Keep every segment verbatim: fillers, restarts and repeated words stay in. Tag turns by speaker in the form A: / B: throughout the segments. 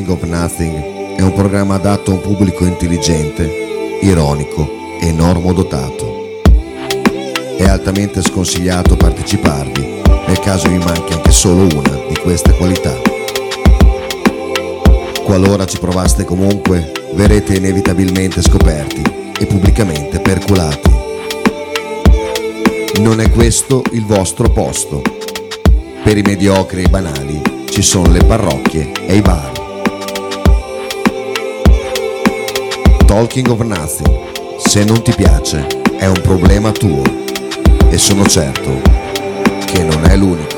A: Talking of Nothing è un programma adatto a un pubblico intelligente, ironico e normodotato. È altamente sconsigliato parteciparvi nel caso vi manchi anche solo una di queste qualità. Qualora ci provaste comunque, verrete inevitabilmente scoperti e pubblicamente perculati. Non è questo il vostro posto. Per i mediocri e i banali ci sono le parrocchie e i bar. Talking of Nothing. Se non ti piace, è un problema tuo. E sono certo che non è l'unico.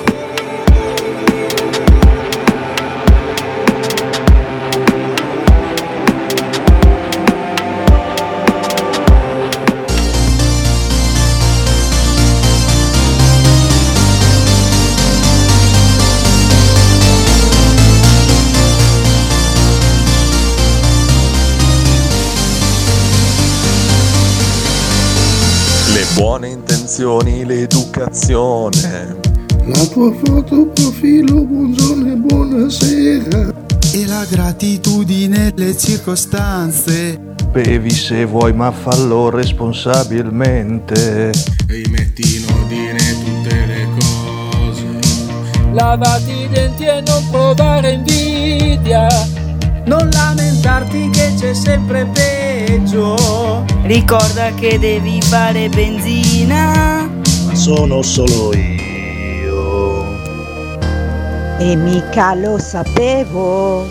B: Buone intenzioni, l'educazione,
C: la tua foto profilo, buongiorno e buonasera,
D: e la gratitudine, le circostanze.
B: Bevi se vuoi ma fallo responsabilmente,
C: e metti in ordine tutte le cose.
E: Lavati i denti e non provare invidia,
F: non lamentarti che c'è sempre peggio.
G: Ricorda che devi fare benzina.
H: Ma sono solo io.
I: E mica lo sapevo.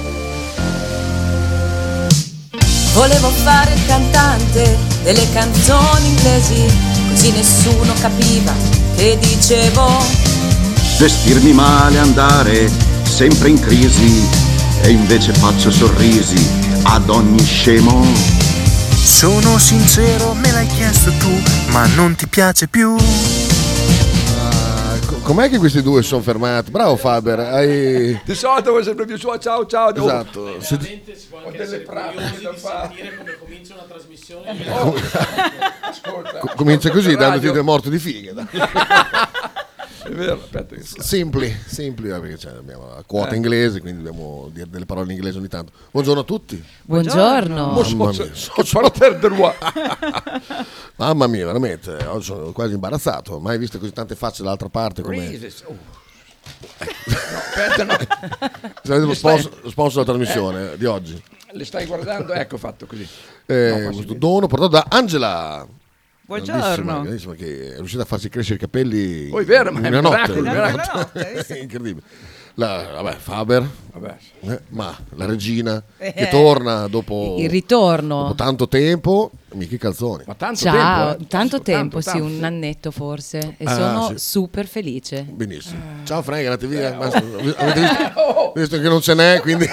J: Volevo fare il cantante delle canzoni inglesi, così nessuno capiva che dicevo.
K: Vestirmi male, andare sempre in crisi, e invece faccio sorrisi ad ogni scemo.
D: Sono sincero, me l'hai chiesto tu, ma non ti piace più.
L: Ah, com'è che questi due sono fermati? Bravo Faber, hai...
M: Di solito vuoi sempre più su, ciao ciao.
L: Esatto.
M: Oh.
L: Se...
M: Si può anche essere curiosi di sentire come comincia una trasmissione.
L: Oh. Ascolta. Com- comincia così, dandoti del morto di figa.
M: È vero, aspetta che...
L: Simpli, simpli, perché cioè, abbiamo la quota
M: eh.
L: inglese, quindi dobbiamo dire delle parole in inglese ogni tanto. Buongiorno a tutti.
G: Buongiorno.
L: Mamma mia,
M: so,
L: Mamma mia, veramente, oggi sono quasi imbarazzato. Mai visto così tante facce dall'altra parte come...
M: Oh. No, aspetta, no.
L: Sapete lo sponsor, lo sponsor della trasmissione di oggi?
M: Le stai guardando? Ecco, fatto così.
L: Eh, no, questo dono portato da Angela.
G: Buongiorno.
L: Grandissima, grandissima, che è riuscita a farsi crescere i capelli
M: oh, è vero, ma
L: in
M: è
L: una notte,
M: miracolo,
L: una
M: miracolo.
L: notte. È incredibile. La, vabbè, Faber,
M: vabbè.
L: Eh, ma la regina eh, che torna dopo
G: il ritorno
L: dopo tanto tempo, Michi Calzoni.
M: Ma tanto
G: Ciao,
M: tempo, eh.
G: tanto tempo,
M: tanto,
G: sì,
M: tanto.
G: un annetto forse, e
L: Ah,
G: sono
L: sì.
G: super felice.
L: Benissimo. Ciao Frank, andate via. Ma, avete visto, visto che non ce n'è, quindi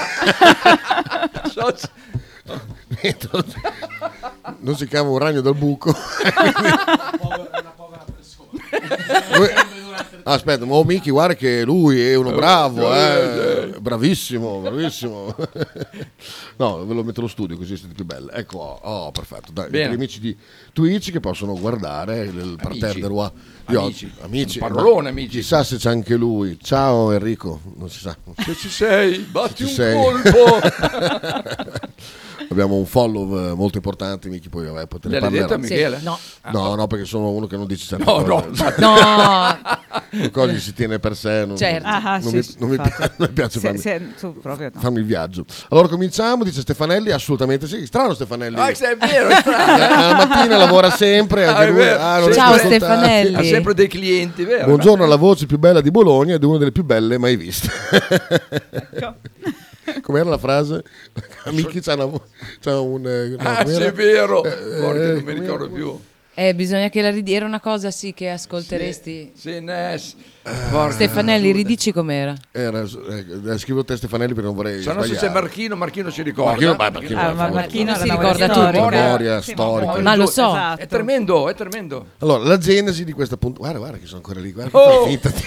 L: non si cava un ragno dal buco.
M: Una povera persona.
L: Aspetta, ma oh, Michi, guarda che lui è uno bravo, eh. bravissimo, bravissimo. No, ve lo metto allo studio così siete più belli. Ecco, oh, perfetto. Dai, gli amici di Twitch che possono guardare il parterre del Roi di
M: amici.
L: oggi. Amici,
M: parolone, amici.
L: Chissà se c'è anche lui. Ciao Enrico, non si sa.
M: Se ci sei, batti un
L: sei.
M: colpo.
L: Abbiamo un follow molto importante, Michi, poi vabbè, poi te ne
M: L'hai detto a
L: parlerò.
M: Michele?
G: Sì, no.
L: No, no, perché sono uno che non dice sempre
M: No, no,
G: no.
L: cose si tiene per sé. Non,
G: certo.
L: non,
G: Ah,
L: non,
G: sì,
L: mi,
G: sì,
L: non, mi, piace, non mi piace
G: sì,
L: farmi,
G: sì, tu proprio no.
L: farmi il viaggio. Allora cominciamo, dice Stefanelli, assolutamente sì. Strano Stefanelli.
M: Ah, è vero, è strano.
L: La mattina lavora sempre.
M: Ah,
L: Anche
M: è
L: lui,
M: vero.
L: ah, non
G: Ciao
L: è scontato.
G: Stefanelli.
M: Ha sempre dei clienti, vero?
L: Buongiorno alla voce più bella di Bologna ed una delle più belle mai viste. Com'era la frase? Amici c'ha, una, c'ha un... No,
M: ah, sì, è vero. Eh, Porca, non mi ricordo più.
G: Eh, bisogna che la ridi. Era una cosa sì che ascolteresti.
M: Sì, sì Ness.
L: Uh,
G: Stefanelli, ridici com'era.
L: Era, eh, scrivo te Stefanelli perché non vorrei
M: se no se c'è Marchino, Marchino ci ricorda.
L: Marchino, beh, Marchino,
G: ah, ma Marchino si
M: ricorda
G: tutto.
L: Memoria storica.
G: Ma lo so.
M: Esatto. È tremendo, è tremendo.
L: Allora, la genesi di questa puntata. Guarda, guarda che sono ancora lì. Guarda che
M: oh.
L: fai finta di...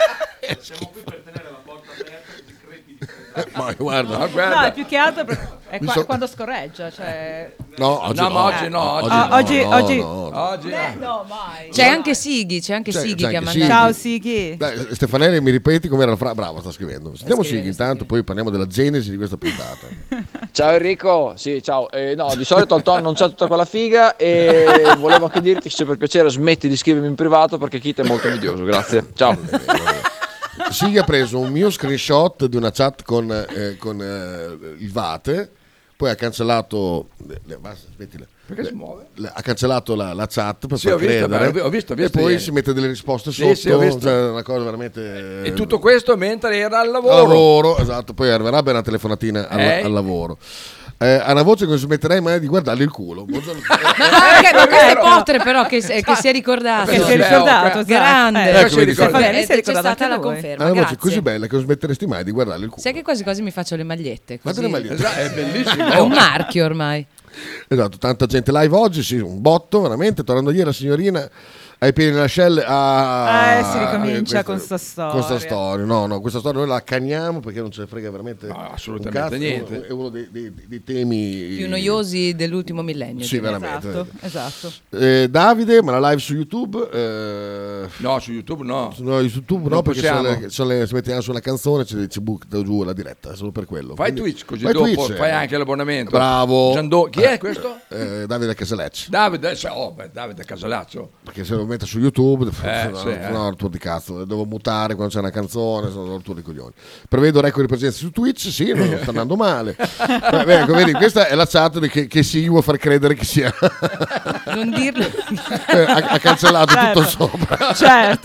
M: Siamo qui per tenere la porta aperta di crepi di
L: Ma guarda,
M: ah, guarda.
N: No, più che altro per... È qua, so... quando scorreggia, cioè...
L: No, oggi
O: no,
L: no.
O: Ma oggi no. Oggi,
N: ah,
O: no,
N: oggi,
L: no,
N: oggi...
L: No, no.
O: oggi no.
N: Eh, no, mai.
G: C'è anche Sighi, c'è anche
L: c'è,
G: Sighi
L: c'è
G: che ha
L: anche
G: mandato.
N: Ciao Sighi.
L: Dai, Stefanelli, mi ripeti com'era la frase? Bravo, sta scrivendo. Sentiamo Sighi intanto, poi parliamo della genesi di questa puntata.
P: Ciao Enrico, sì, ciao. Eh, no, di solito al tono non c'è tutta quella figa e volevo anche dirti se per piacere smetti di scrivermi in privato perché Kit è molto invidioso, grazie. Ciao.
L: Sighi ha preso un mio screenshot di una chat con, eh, con eh, il Vate, poi ha cancellato le, le, basta, smettila,
O: perché
L: le,
O: si muove?
L: Le, ha cancellato la, la chat per
O: sì,
L: far
O: ho visto,
L: credere
O: beh, ho visto, ho visto
L: e poi
O: ieri.
L: si mette delle risposte
O: sì,
L: sotto,
O: sì, ho visto.
L: Cioè una cosa veramente...
O: E tutto questo mentre era al lavoro.
L: Al lavoro, esatto, poi arriverà bene una telefonatina al,
O: eh.
L: al lavoro. Eh, a una voce che non smetterei mai di guardargli il culo.
G: Ma perché ma questo è Potre però che, che si è ricordato.
N: Che si è ricordato.
G: Grande.
L: Eh, ecco, vedi,
N: Stefanelli si è
G: c'è stata
N: ricordato
G: la
N: lui.
G: conferma.
L: È una voce
G: Grazie.
L: così bella che non smetteresti mai di guardargli il culo.
G: Sai che quasi quasi mi faccio le magliette. Così.
L: Le magliette.
O: Esatto, è bellissimo.
G: È un marchio ormai.
L: Esatto, tanta gente live oggi, sì, un botto veramente. Tornando ieri la signorina ai piedi della shell. Ah,
N: eh, si ricomincia
L: eh,
N: con sta storia.
L: Con sta storia, no, no, questa storia noi la accaniamo perché non ce ne frega veramente
O: no, assolutamente
L: un cazzo,
O: niente.
L: È uno dei, dei, dei temi
G: più noiosi dell'ultimo millennio.
L: Sì, veramente.
N: Esatto, esatto.
L: Eh, Davide, ma la live su YouTube? Eh,
O: no, su YouTube no.
L: Su, no, su YouTube
O: non
L: no, perché sono
O: possiamo.
L: le, sono le, se mettiamo su una canzone ci, ci butta giù la diretta, solo per quello.
O: Fai
L: Quindi,
O: Twitch, così
L: fai
O: dopo
L: Twitch,
O: fai
L: eh.
O: anche l'abbonamento.
L: Bravo.
O: Giando- Chi è questo?
L: Eh, Davide Casalecci.
O: Davide, oh, beh, Davide Casalaccio.
L: Perché se lo metto su YouTube
O: Eh,
L: no,
O: sì,
L: no,
O: eh.
L: no, rottura di cazzo, devo mutare quando c'è una canzone, sono rottura di coglioni. Prevedo record di presenza su Twitch, sì, non sta andando male. Beh, beh, ecco, vedi, questa è la chat di che, che si vuole far credere che sia.
G: Non dirlo.
L: eh, ha, ha cancellato
N: certo.
L: tutto sopra.
N: Certo.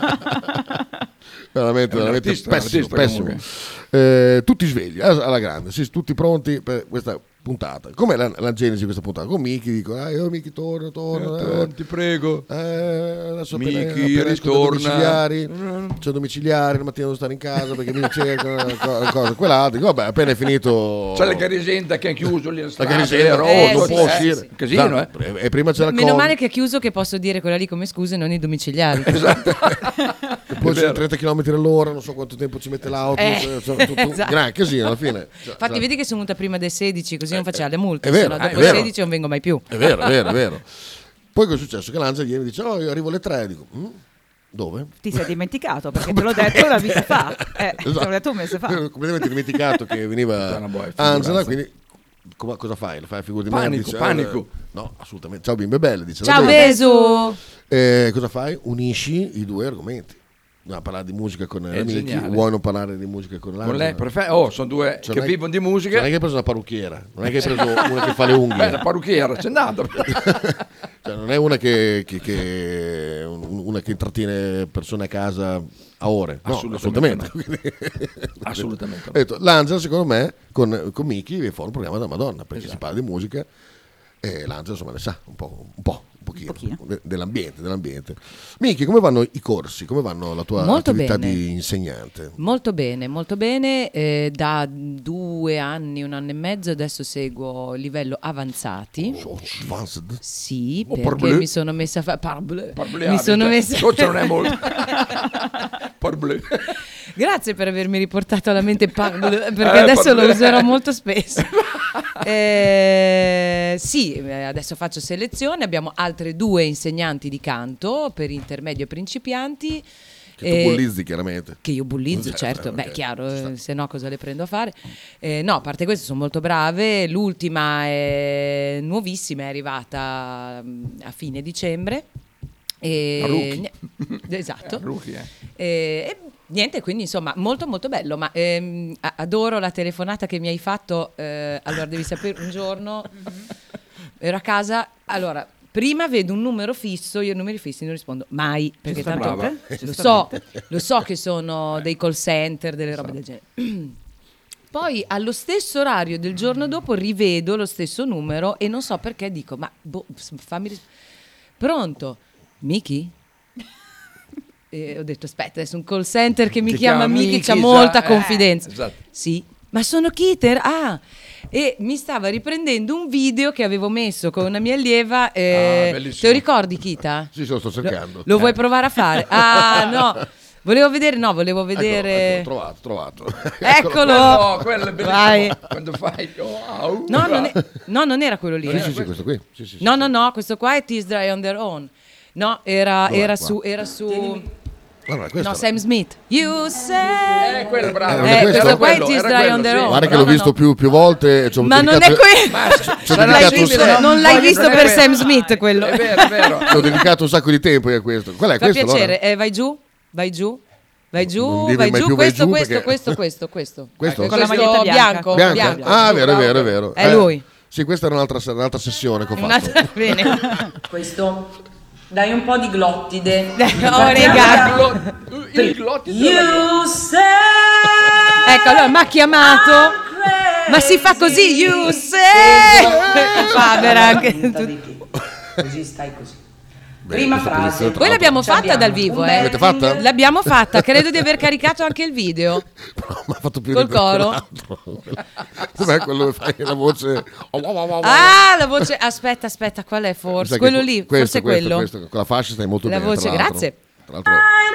L: veramente, veramente
O: artista,
L: pessimo,
O: artista
L: pessimo. Eh, tutti svegli, eh, alla grande, sì, tutti pronti per questa puntata. Com'è la, la genesi di questa puntata? Con Miki dico, ah, io Miki torna, torna,
O: Eh,
L: eh,
O: ti prego.
L: eh, adesso
O: Miki,
L: appena, appena esco dai
O: ritorna.
L: domiciliari, c'è domiciliari, la mattina devo stare in casa perché mi cercano co- cose, quell'altro, dico, vabbè, appena è finito.
O: C'è la Garisenta che ha chiuso lì la
L: La
O: strada.
L: Garisenta,
O: oh,
G: eh,
L: non
G: sì,
L: può
G: sì,
L: uscire.
G: sì.
O: Casino,
L: Esatto, e, e prima c'era
G: Meno
L: Covid.
G: male che ha chiuso che posso dire quella lì come scuse, non i domiciliari.
O: Esatto.
L: E poi c'è trenta chilometri all'ora, non so quanto tempo ci mette l'auto,
G: Eh,
L: cioè, tutto,
G: esatto.
L: gran casino alla fine. Cioè,
G: Infatti
L: cioè,
G: vedi che sono venuta prima delle sedici così non faceva le multe,
L: è vero,
G: se no
L: eh,
G: dopo
L: è vero.
G: sedici non vengo mai più.
L: È vero, è vero, è vero. Poi cosa è successo? Che Lanza ieri dice, oh io arrivo alle tre, dico, "Mm? Dove?"
N: Ti sei dimenticato perché te l'ho detto una vita fa. Eh,
L: Esatto.
N: te l'ho detto un mese fa.
L: Io ho completamente dimenticato che veniva
O: Una boia,
L: Angela,
O: figurazza.
L: quindi co- cosa fai? Lo fai a figura di
O: Panico,
L: merda? Dice,
O: panico.
L: eh, no, assolutamente. Ciao bimbe belle, dice.
G: Ciao
L: "Va bene."
G: Beso.
L: Eh, cosa fai? Unisci i due argomenti. No, parlare di musica con
O: È
L: amici,
O: geniale.
L: vuoi non parlare di musica con l'altra?
O: Con lei, perfetto. Oh, sono due
L: Cioè,
O: che
L: non è-
O: vivono di
L: Non è
O: musica.
L: che hai preso una parrucchiera, non è che hai preso una che fa le unghie.
O: Beh, la parrucchiera, c'è andato.
L: Cioè, non è una che, che, che una che intrattiene persone a casa a ore. No,
O: Assolutamente
L: assolutamente. Quindi-
O: Assolutamente no.
L: Ho detto, L'Angela, secondo me, con, con Miki viene fuori un programma da Madonna, perché si parla di musica e l'Angela insomma ne sa un po', un po', un pochino,
N: pochino.
L: de- dell'ambiente, dell'ambiente. Miki, come vanno i corsi? Come vanno la tua
G: Molto
L: attività
G: bene.
L: di insegnante?
G: Molto bene, molto bene. Eh, da due anni, un anno e mezzo adesso seguo livello avanzati.
L: Oh, advanced?
G: Sì,
O: Oh,
G: perché
O: parbleu.
G: mi sono messa a fare
O: Parbleu,
G: mi sono
O: ah,
G: messa
O: Forse non è molto. Parbleu.
G: Grazie per avermi riportato alla mente parbleu, perché
O: Eh,
G: adesso lo
O: parbleu.
G: userò molto spesso. Eh, sì, eh, adesso faccio selezione, abbiamo altre due insegnanti di canto per intermedio e principianti.
L: Che tu
G: Eh,
L: bullizzi chiaramente.
G: Che io bullizzo,
L: Eh,
G: certo,
L: eh,
G: beh,
L: ok,
G: chiaro,
L: ci sta.
G: eh, se no cosa le prendo a fare? Eh, no, a parte questo sono molto brave, l'ultima è nuovissima, è arrivata mm, a fine dicembre. E,
O: La rookie.
G: ne- esatto.
O: Eh, rookie, eh.
G: E, e niente, quindi insomma molto molto bello, ma ehm, a- adoro la telefonata che mi hai fatto, eh, allora devi sapere un giorno ero a casa, allora prima vedo un numero fisso, io ai numeri fissi non rispondo mai, perché
O: sta
G: tanto
O: brava.
G: lo so, lo so che sono dei call center, delle robe del genere. Poi allo stesso orario del giorno dopo rivedo lo stesso numero e non so perché dico, ma boh, fammi ris- pronto, Miki? E ho detto aspetta, adesso un call center che mi
O: Ti
G: chiama
O: chiama
G: Miki,
O: Miki,
G: c'ha
O: già,
G: molta
O: eh,
G: confidenza.
O: esatto.
G: Sì, ma sono Kiter? Ah, e mi stava riprendendo un video che avevo messo con una mia allieva. Eh,
O: Ah, bellissimo.
G: te lo ricordi, Kita?
L: Sì, se lo sto cercando.
G: Lo, lo vuoi provare a fare? Ah, no. Volevo vedere, no, volevo vedere.
L: Eccolo, eccolo, trovato, trovato.
G: Eccolo.
O: No, quello è bellissimo.
G: Vai.
O: Quando fai. Oh, au.
G: No, non, è- no, non era quello lì.
L: Sì,
G: eh.
L: sì, sì, questo qui. Sì, sì, sì.
G: No, no, no, questo qua è Tears Dry on Their Own. No, era,
L: Dov'è
G: era
L: qua?
G: su, era su.
L: No, no, è questo.
G: No, Sam Smith. You say.
O: Eh, quello bravo.
L: Eh,
G: Eh, questo qua è
O: quello,
G: Tears
O: era
G: Dry
O: quello,
G: on Their
O: sì.
G: Own.
L: Guarda che
G: No,
L: l'ho
G: no,
L: visto
G: no.
L: più, più volte. ci ho
G: Ma non è
L: dedicato-
G: quello.
O: Ma
L: ci ho
G: Non l'hai
L: dedicato un
G: visto,
L: sacco-
G: non l'hai
O: Voglio-
G: visto
O: non è
G: per
O: vero.
G: Sam Smith quello.
O: È vero, è vero.
L: Ci ho dedicato un sacco di tempo a questo. Qual è
G: Fa
L: questo?
G: piacere,
L: allora?
G: eh, vai giù, vai giù. Vai
L: Non
G: giù,
L: dirmi
G: vai
L: mai
G: giù,
L: più vai
G: questo,
L: giù,
G: questo,
L: perché-
G: questo, questo, questo.
L: Questo?
G: Eh,
N: Con la
G: questo
N: maglietta bianca.
G: bianco,
L: Bianca?
G: bianco.
L: Ah, è vero, è vero, è vero.
G: È
L: Eh,
G: lui.
L: Sì, questa era un'altra, un'altra sessione che ho fatto.
G: Un'altra- Bene.
J: Questo. Dai un po' di glottide.
G: Oh, regà.
O: Il glotti
J: You say.
G: Ecco, allora mi ha chiamato. Ma si fa così, you say. Fabera anche.
J: Così stai così.
L: Beh,
J: Prima
L: questa
J: frase.
L: posizione, tra
G: Poi l'abbiamo
J: Ci
G: fatta
J: abbiamo
G: dal vivo,
J: un
G: eh.
L: L'avete fatta?
G: L'abbiamo fatta, credo di aver caricato anche il video.
L: Mi ha fatto più
G: Col
L: ridere
G: coro?
L: quell'altro. Dov'è quello che fai la voce?
G: Ah, la voce. Aspetta, aspetta, qual è forse?
L: Sai che
G: Quello
L: que-
G: lì,
L: questo,
G: forse
L: questo,
G: quello.
L: questo, con la fascia stai molto
G: La
L: bene.
G: voce,
L: tra l'altro.
G: grazie.
L: Tra l'altro,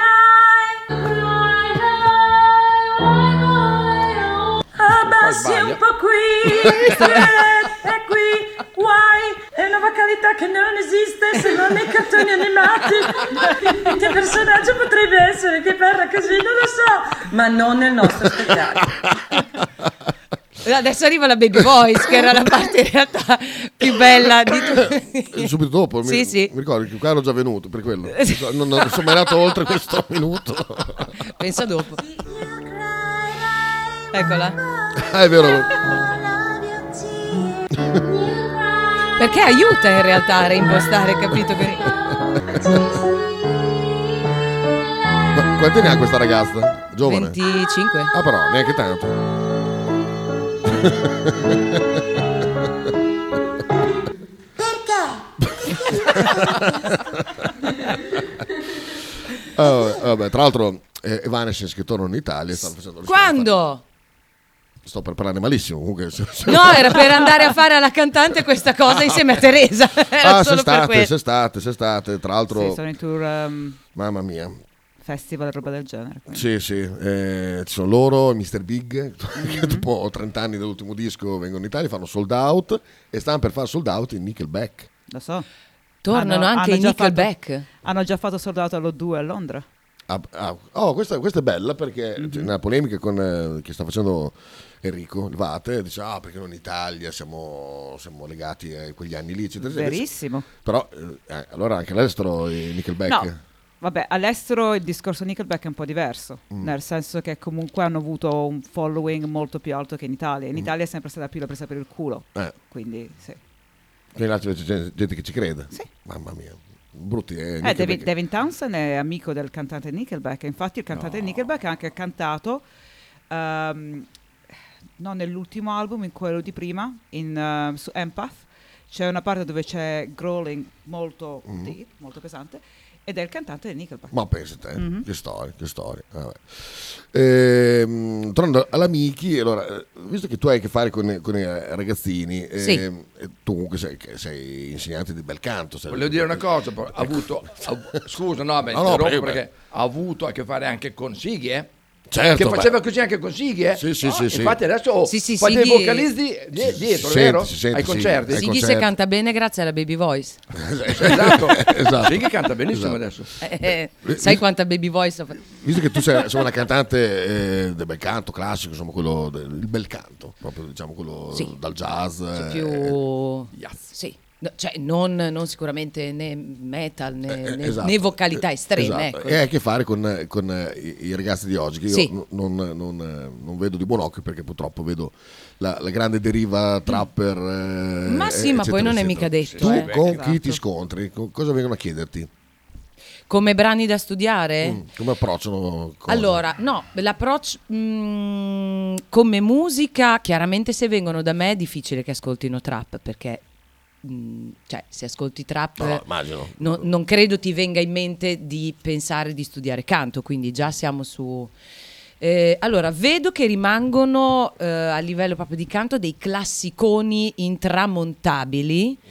J: Abbassi un po' qui, e qui, guai, è una vocalità che non esiste se non nei cartoni animati. Che personaggio potrebbe essere che parla così? Non lo so, ma non nel nostro spettacolo.
G: Adesso arriva la baby voice, che era la parte in realtà più bella di tutti.
L: subito dopo,
G: Sì,
L: mi,
G: sì.
L: mi ricordo che qua ero già venuto per quello. Non, non sono mai andato oltre questo minuto.
G: Pensa dopo. Eccola.
L: Ah, è vero.
G: Perché aiuta in realtà a reimpostare, capito? Che-
L: Ma quanti ne ha questa ragazza? Giovane?
G: venticinque.
L: Ah, però, neanche tanto. Oh, vabbè, tra l'altro eh, Evanescence che tornano in Italia stanno facendo
G: Quando?
L: sto per parlare malissimo comunque se- se-
G: No, era per andare a fare alla cantante questa cosa insieme a Teresa. Era
L: ah,
G: solo
L: se
G: per
L: state,
G: quello.
L: se state, se state, tra l'altro
N: Sì, sono in tour um,
L: mamma mia.
N: festival e roba del genere. quindi.
L: Sì, sì, eh, ci sono loro, mister Big, che dopo trenta anni dall'ultimo disco vengono in Italia, fanno sold out e stanno per fare sold out in Nickelback.
N: Lo so.
G: Tornano anche i
N: già
G: Nickelback?
N: fatto- hanno già fatto soldato allo due a Londra.
L: Ah, ah, oh, questa, questa è bella perché
N: Mhm.
L: c'è una polemica con, eh, che sta facendo Enrico Vate, dice ah perché non in Italia siamo, siamo legati a quegli anni lì, eccetera, eccetera.
N: Verissimo.
L: Però eh, allora anche all'estero i Nickelback.
N: No, vabbè, all'estero il discorso Nickelback è un po' diverso,
L: Mm.
N: nel senso che comunque hanno avuto un following molto più alto che in Italia. In
L: Mm.
N: Italia è sempre stata più la presa per il culo,
L: Eh.
N: quindi sì.
L: E là c'è gente, gente che ci crede. Mamma mia, brutti. Eh,
N: Eh,
L: Nickelback.
N: David, Devin Townsend è amico del cantante Nickelback, infatti il cantante Nickelback ha anche cantato, ehm, non nell'ultimo album, in quello di prima, in, eh, su Empath, c'è una parte dove c'è growling molto
L: Mm.
N: deep, molto pesante, ed è il cantante di Nickelback.
L: Ma pensa te,
N: Mhm.
L: che storia, che storia. Vabbè. Ehm, tornando all'Amichi, allora, eh, visto che tu hai a che fare con, con i ragazzini, eh,
G: Sì.
L: e tu comunque sei, che sei insegnante di bel canto. Sei
O: Volevo dire una cosa, però, ha avuto, ha- scusa, no, beh,
L: No, no,
O: interrompo
L: prego,
O: perché ha avuto a che fare anche con Sighi, eh?
L: Certo,
O: che faceva
L: beh.
O: così anche con Sighi, eh?
L: Sì, sì,
O: No,
L: sì, sì.
O: infatti adesso oh,
G: Sì, sì,
O: fa dei
G: Sighi-
O: vocalizzi die- dietro,
L: si
O: vero?
L: sente, si sente,
O: Ai
L: sì.
O: concerti.
L: Ai
G: Sighi se
L: concerti.
G: canta bene grazie alla baby voice.
O: Esatto.
L: Esatto.
O: Sighi canta benissimo
L: Esatto.
O: adesso.
G: Eh, eh, sai quanta baby voice ha fatto?
L: Visto che tu sei, sei una cantante eh, del bel canto classico, insomma, quello del il bel canto, proprio diciamo quello
G: Sì.
L: dal jazz.
G: C'è
L: eh,
G: più... Sì. No, cioè non, non sicuramente né metal né,
L: Eh,
G: né-
L: esatto.
G: né vocalità estreme.
L: Esatto.
G: Ecco.
L: E ha a che fare con, con, eh, i, i ragazzi di oggi che io
G: Sì.
L: n- non, non, eh, non vedo di buon occhio perché purtroppo vedo la, la grande deriva trapper. eh,
G: Ma sì, ma
L: eccetera,
G: poi non è
L: eccetera.
G: mica detto,
L: Tu
G: eh.
L: con
N: Esatto.
L: chi ti scontri? Con- cosa vengono a chiederti?
G: Come brani da studiare?
L: Mm, come approcciano? cosa?
G: Allora, no, l'approccio mm, come musica, chiaramente se vengono da me è difficile che ascoltino trap perché mm, cioè se ascolti trap
L: No, no, immagino.
G: no- non credo ti venga in mente di pensare di studiare canto, quindi già siamo su... Eh, allora, vedo che rimangono eh, a livello proprio di canto dei classiconi intramontabili.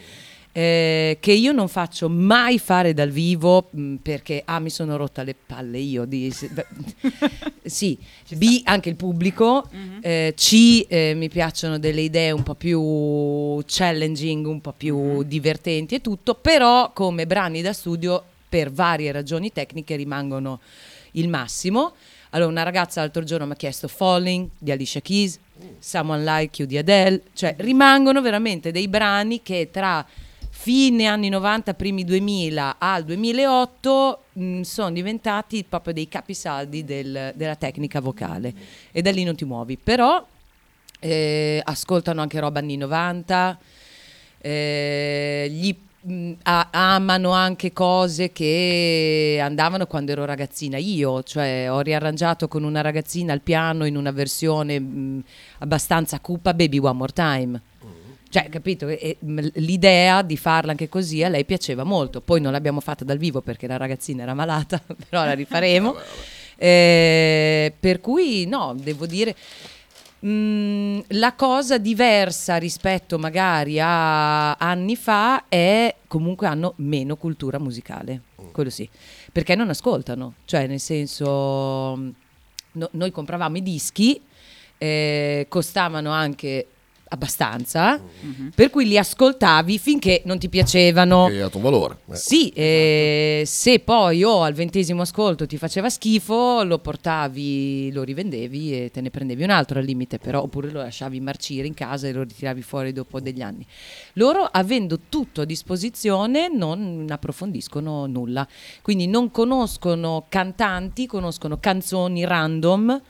G: eh, che io non faccio mai fare dal vivo mh, perché A, mi sono rotta le palle io di, sì, B, anche il pubblico, mm-hmm. eh, C, eh, mi piacciono delle idee un po' più challenging, un po' più mm-hmm. divertenti e tutto, però come brani da studio per varie ragioni tecniche rimangono il massimo. Allora una ragazza l'altro giorno mi ha chiesto Falling di Alicia Keys, Someone Like You di Adele, cioè rimangono veramente dei brani che tra fine anni novanta, primi duemila al duemilaotto mh, sono diventati proprio dei capisaldi del, della tecnica vocale e da lì non ti muovi, però eh, ascoltano anche roba anni novanta, eh, gli mh, a, amano anche cose che andavano quando ero ragazzina io, cioè ho riarrangiato con una ragazzina al piano in una versione mh, abbastanza cupa Baby One More Time. Cioè, capito? E, e, l'idea di farla anche così a lei piaceva molto. Poi non l'abbiamo fatta dal vivo perché la ragazzina era malata, però la rifaremo. eh, per cui, no, devo dire, mh, la cosa diversa rispetto magari a anni fa è comunque hanno meno cultura musicale, quello sì, perché non ascoltano. Cioè, nel senso, no, noi compravamo i dischi, eh, costavano anche abbastanza, mm-hmm. per cui li ascoltavi finché non ti piacevano.
L: Che ha dato un valore. Eh.
G: Sì, eh, se poi o oh, al ventesimo ascolto ti faceva schifo, lo portavi, lo rivendevi e te ne prendevi un altro al limite, però, oppure lo lasciavi marcire in casa e lo ritiravi fuori dopo degli anni. Loro, avendo tutto a disposizione, non approfondiscono nulla, quindi non conoscono cantanti, conoscono canzoni random.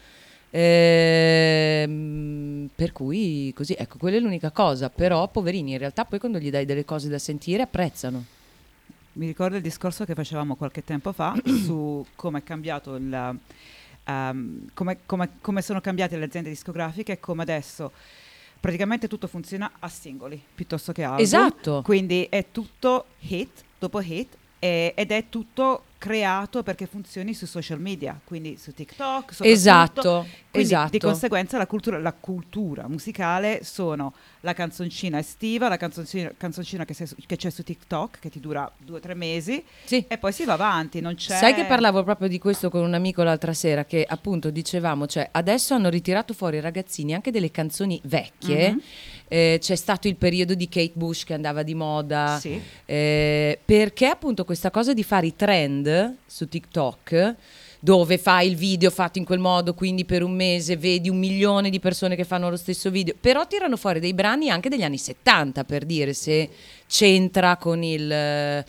G: Ehm, per cui così, ecco, quella è l'unica cosa. Però poverini, in realtà poi quando gli dai delle cose da sentire apprezzano.
N: Mi ricordo il discorso che facevamo qualche tempo fa su come è cambiato il um, come, come, come sono cambiate le aziende discografiche e come adesso praticamente tutto funziona a singoli piuttosto che album.
G: Esatto.
N: Quindi è tutto hit dopo hit e, ed è tutto creato perché funzioni su social media, quindi su TikTok.
G: Esatto,
N: quindi
G: esatto.
N: Di conseguenza la cultura, la cultura musicale sono la canzoncina estiva, la canzoncina, canzoncina che, su, che c'è su TikTok che ti dura due o tre mesi,
G: sì.
N: E poi si va avanti, non c'è.
G: Sai che parlavo proprio di questo con un amico l'altra sera, che appunto dicevamo, cioè adesso hanno ritirato fuori i ragazzini anche delle canzoni vecchie. Mm-hmm. Eh, c'è stato il periodo di Kate Bush che andava di moda,
N: sì.
G: eh, perché appunto questa cosa di fare i trend su TikTok, dove fai il video fatto in quel modo, quindi per un mese vedi un milione di persone che fanno lo stesso video, però tirano fuori dei brani anche degli anni settanta, per dire se c'entra con il... Eh,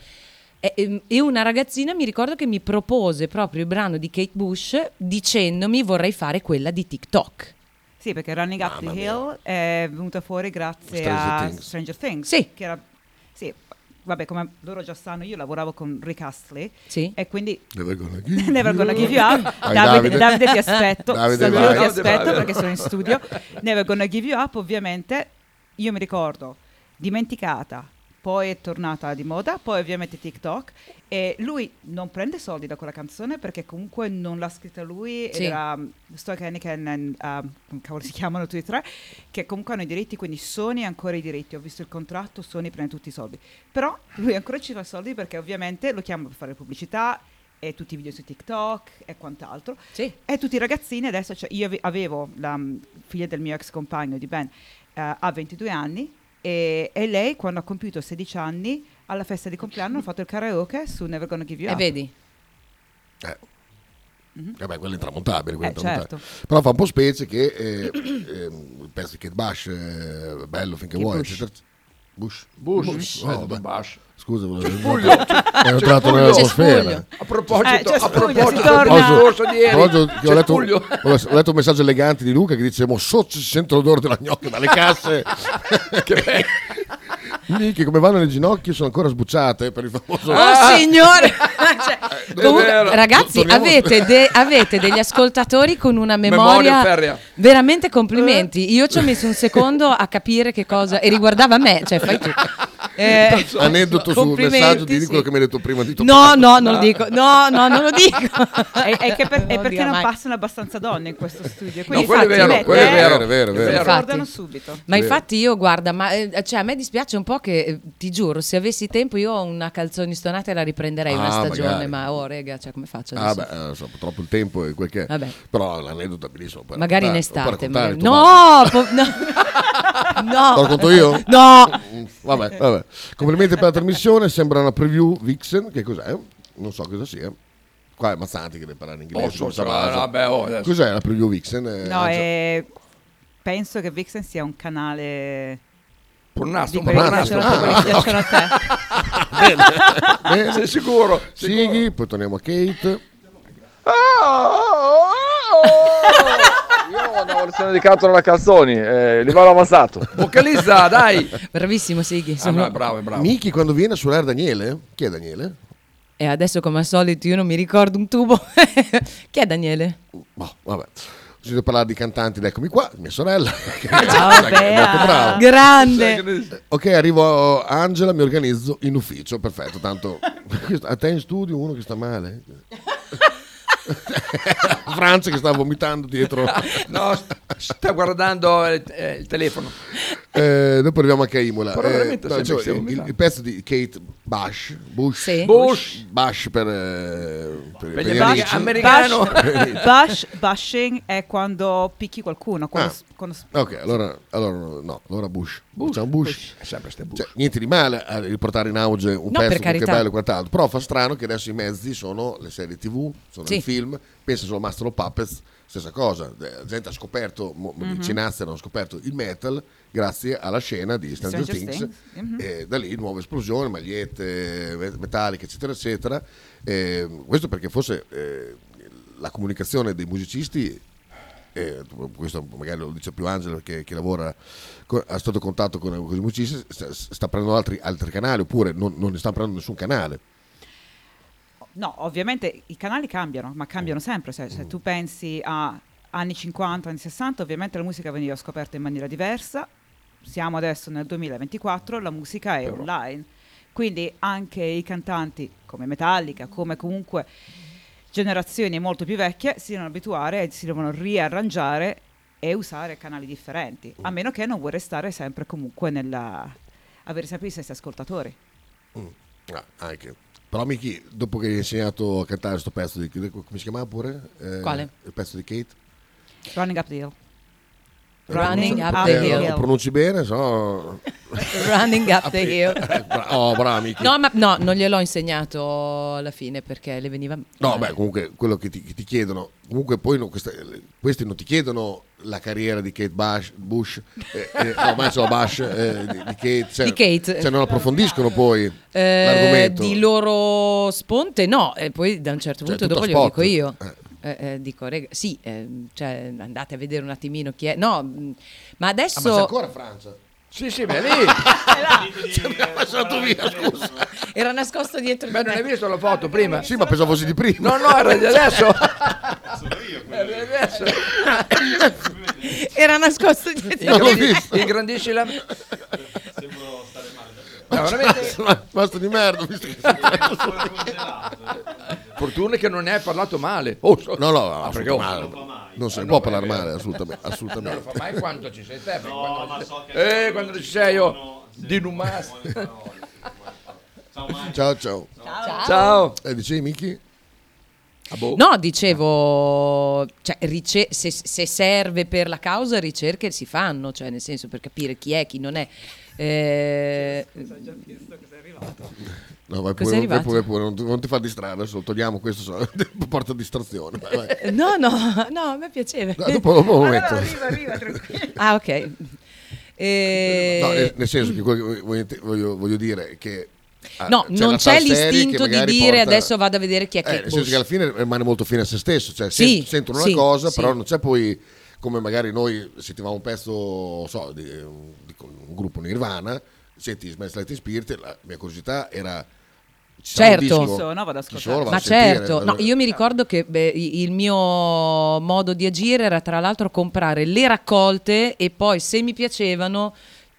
G: e una ragazzina mi ricordo che mi propose proprio il brano di Kate Bush dicendomi vorrei fare quella di TikTok.
N: Sì, perché Running Up the Hill è venuta fuori grazie
L: Stranger
N: a
L: Things.
N: Stranger Things.
G: Sì.
N: Che era, sì, vabbè, come loro già sanno, io lavoravo con Rick Astley.
G: Sì.
N: E quindi
L: Never gonna give,
N: Never gonna give you up.
L: Vai,
N: Davide,
L: Davide.
N: Davide ti aspetto.
L: Davide,
N: Davide
L: vai.
N: ti aspetto
L: Davide, vai.
N: perché sono in studio. Never gonna give you up, ovviamente, io mi ricordo, dimenticata, poi è tornata di moda, poi ovviamente TikTok, e lui non prende soldi da quella canzone perché comunque non l'ha scritta lui,
G: sì.
N: ed era um, Stoic Heineken e uh, come cavolo si chiamano tutti e tre, che comunque hanno i diritti, quindi Sony ha ancora i diritti, ho visto il contratto, Sony prende tutti i soldi, però lui ancora ci fa soldi perché ovviamente lo chiama per fare pubblicità e tutti i video su TikTok e quant'altro,
G: sì.
N: E tutti i ragazzini adesso, cioè io ave- avevo la um, figlia del mio ex compagno di Ben, uh, ha ventidue anni, E, e lei quando ha compiuto sedici anni alla festa di compleanno ha fatto il karaoke su Never Gonna Give You
G: E
N: Up.
G: vedi?
L: Eh.
N: Mm-hmm.
L: Vabbè, quello è intramontabile, quello
N: Eh,
L: è intramontabile.
N: certo.
L: Però fa un po' specie che eh, eh, il pezzo di Kate Bush è bello finché
N: Kate
L: vuoi.
N: Bush.
L: eccetera. Bush.
O: Bush,
L: Bush.
O: eh,
L: Oh,
O: Bush.
L: vabbè. Scusa, volevo
O: Spuglio.
L: è entrato nell'atmosfera.
O: A proposito,
N: Eh,
O: a
N: c'è
O: proposito
N: si
O: del
N: torna.
O: discorso di ieri,
L: Oggi ho,
O: c'è
L: letto,
O: Spuglio.
L: ho letto un messaggio elegante di Luca che dice: "Mo sotto si sente l'odore della gnocca dalle casse." Che Minchia, come vanno le ginocchia sono ancora sbucciate per il famoso.
G: Oh signore! Cioè,
L: Eh,
G: comunque,
L: vero.
G: ragazzi,
L: Torniamo-
G: avete, de- avete degli ascoltatori con una memoria,
O: Memoria ferrea.
G: veramente complimenti. Io ci ho messo un secondo a capire che cosa, e riguardava me, cioè fai tu. Eh,
L: Aneddoto sul
G: complimenti,
L: messaggio di
G: sì.
L: quello che mi hai detto prima di tutto.
G: No, no, non lo dico. No, no, non lo dico.
N: E, e che per- e
G: Non
N: perché
G: dica
N: non
G: mai.
N: passano abbastanza donne in questo studio? Quindi
O: quello è
N: infatti
O: vero,
N: mette-
O: quello è vero,
L: È vero, è vero.
N: si
G: Infatti.
N: ricordano subito.
G: Ma
L: Vero.
G: infatti io guarda, ma eh, cioè, a me dispiace un po' che eh, ti giuro, se avessi tempo io ho una calzonistonata e la riprenderei una
L: Ah,
G: stagione,
L: magari.
G: ma oh rega, cioè come faccio
L: Ah
G: adesso?
L: beh, eh, so, purtroppo il tempo è quel che è.
G: Vabbè.
L: Però l'aneddoto è bellissimo. puoi
G: Magari in
L: raccontare-
G: estate.
L: puoi raccontare
G: magari-
L: il tuo
G: No, po- no. No.
L: Te lo conto io?
G: No.
L: Mm, Vabbè, vabbè. Complimenti per la trasmissione, sembra una preview Vixen, che cos'è? Non so cosa sia. Qua è Mazzanti che deve parlare in inglese.
O: Oh, so,
L: non
O: so,
L: sa base.
O: vabbè, oh, adesso.
L: Cos'è la preview Vixen? Eh,
N: No,
L: ah, già-
N: e penso che Vixen sia un canale
O: Pornastro,
N: di quelli che
O: pornastro.
N: piacciono, quelli che piacciono a te.
L: Bene, bene.
O: Sei sicuro?
L: Sighi, poi torniamo a Kate.
P: Io ho una versione di canto alla calzoni, eh, livello avanzato.
O: Vocalizza, dai.
G: Bravissimo Sighi.
O: Ah,
G: sono-
O: no, è bravo, è bravo.
L: Miki quando viene a suonare Daniele? Chi è Daniele?
G: E adesso come al solito io non mi ricordo un tubo. Chi è Daniele?
L: Boh, vabbè. Ho sentito parlare di cantanti, ed eccomi qua, mia sorella. che
N: Ciao,
L: è
N: Bea.
L: molto brava.
G: Grande.
L: Ok, arrivo Angela, mi organizzo in ufficio, perfetto, tanto a te in studio uno che sta male. Franz che sta vomitando dietro.
O: No, sta guardando il, eh, il telefono.
L: Eh, dopo arriviamo anche a Imola.
O: Però
L: Eh,
O: veramente
L: no,
O: sembra
L: cioè,
O: che stia
L: il,
O: vomitando.
L: il pezzo di Kate Bush, Bush,
G: Sì.
O: Bush.
L: Bush per, eh, per,
O: Per
L: per
O: gli
L: gli
O: amici
L: amici.
O: americano.
N: Bush, bushing è quando picchi qualcuno. Quando,
L: Ah.
N: s- quando s-
L: Ok, allora, allora no, allora Bush. Facciamo Bush.
O: È sempre ste Bush.
L: Cioè, niente di male a riportare in auge un
G: No, per
L: pezzo che è
G: carità.
L: bello e quant'altro, però fa strano che adesso i mezzi sono le serie tv, sono
G: Sì.
L: i film, pensa solo a Master of Puppets, stessa cosa, la gente ha scoperto, mo-
N: Mhm.
L: i cineasti hanno scoperto il metal grazie alla scena di Stranger,
N: Stranger
L: Things,
N: Things, mhm.
L: e da lì nuova esplosione, magliette, me- metalliche eccetera eccetera. Eh, questo perché forse eh, la comunicazione dei musicisti, eh, questo magari lo dice più Angela perché che lavora co- ha stato contatto con, con i musicisti, sta, sta prendendo altri, altri canali oppure non, non ne sta prendendo nessun canale.
N: No, ovviamente i canali cambiano, ma cambiano sempre. Se, se tu pensi a anni cinquanta, anni sessanta, ovviamente la musica veniva scoperta in maniera diversa. Siamo adesso nel duemilaventiquattro, la musica è online. Quindi anche i cantanti come Metallica, come comunque generazioni molto più vecchie, si devono abituare e si devono riarrangiare e usare canali differenti, a meno che non vuoi restare sempre comunque nella... avere sempre i stessi ascoltatori.
L: Mm. Ah, anche. Però Miki, dopo che hai insegnato a cantare sto pezzo di come si chiamava pure? Eh,
G: Quale?
L: Il pezzo di Kate?
N: Running Up the Hill.
G: Running
L: Eh,
G: up the
L: eh,
G: hill.
L: Lo pronunci bene, so.
G: Running up the hill.
L: Bra- oh, brava Miki.
G: No, ma no, non gliel'ho insegnato alla fine perché le veniva.
L: No, beh, comunque quello che ti, che ti chiedono, comunque poi non, questa- questi non ti chiedono la carriera di Kate Bush, Bush eh, eh, no, ma insomma Bush, eh, di, di Kate, cioè,
G: Di Kate.
L: cioè non approfondiscono poi
G: Eh,
L: l'argomento.
G: di loro sponte, no, e poi da un certo
L: Cioè,
G: punto
L: tutto
G: dopo
L: a
G: glielo
L: spot.
G: dico io.
L: Eh.
G: Eh, eh, dico, rega, sì, eh, cioè, andate a vedere un attimino chi è. No, mh, ma adesso.
L: Ah, ma c'è ancora Francia?
O: Sì, sì, beh, lì.
L: Mi ha lasciato via, scusa.
G: Era nascosto dietro di
O: Beh, non
G: me.
O: hai visto la foto prima?
L: Sì, ma pensavo fossi di prima.
O: No, no, era di adesso.
M: Sono io
O: Era di adesso.
G: Era nascosto dietro
L: Non l'ho
G: di me.
L: visto.
O: Ingrandisci la...
M: Sembro stare male.
O: No, veramente.
L: Ma basta di merda, visto che
O: Fortuna che non ne hai parlato male. Oh, so-
L: No, no,
O: Ah,
L: assolutamente
O: perché-
L: male.
M: fa mai.
L: Non si
O: Ah,
L: può
O: no,
L: parlare
O: è
L: male,
O: vero.
L: assolutamente.
O: Non
L: assolutamente.
O: lo fa mai quando ci sei te.
M: No,
O: quando
M: ma
O: ci
M: so
O: sei-
M: che-
O: Eh, quando ci sei io.
M: sono-
O: Di Numas.
M: Ciao Mario.
L: Ciao, ciao.
O: Ciao.
L: Eh, dicevi Miki?
O: Ah, boh.
G: No, dicevo, cioè, rice- se, se serve per la causa, ricerche si fanno, cioè nel senso per capire chi è, chi non è. Eh,
L: No, vai
G: Cos'è
L: pure, vai
G: arrivato?
L: pure, pure, non, ti, non ti fa distrarre, adesso togliamo questo, so, porta distrazione. Vai, vai.
G: no, no, no, a me piaceva.
L: No, dopo, dopo un momento.
N: Arriva, arriva, tranquillo.
G: Ah, ok. Eh,
L: No, nel, nel senso che quello che voglio, voglio, voglio dire è che ah,
G: no,
L: c'è
G: non
L: la
G: c'è
L: tal serie
G: l'istinto
L: che
G: di
L: magari
G: dire
L: porta-
G: adesso vado a vedere chi è
L: Eh,
G: Kate
L: nel senso
G: Bush.
L: che alla fine rimane molto fine a se stesso, cioè
G: Sì,
L: sen- sentono
G: sì,
L: una cosa,
G: sì.
L: però non c'è poi come magari noi sentivamo un pezzo, so, di, di un gruppo Nirvana, senti Smells Like Teen Spirit, la mia curiosità era ci sarà un
G: Certo.
L: disco?
N: Ci sono, vado ad
L: Ci
N: ascoltare.
L: sono, vado
G: Ma
L: a sentire.
G: certo, no, io mi ricordo che beh, il mio modo di agire era tra l'altro comprare le raccolte e poi se mi piacevano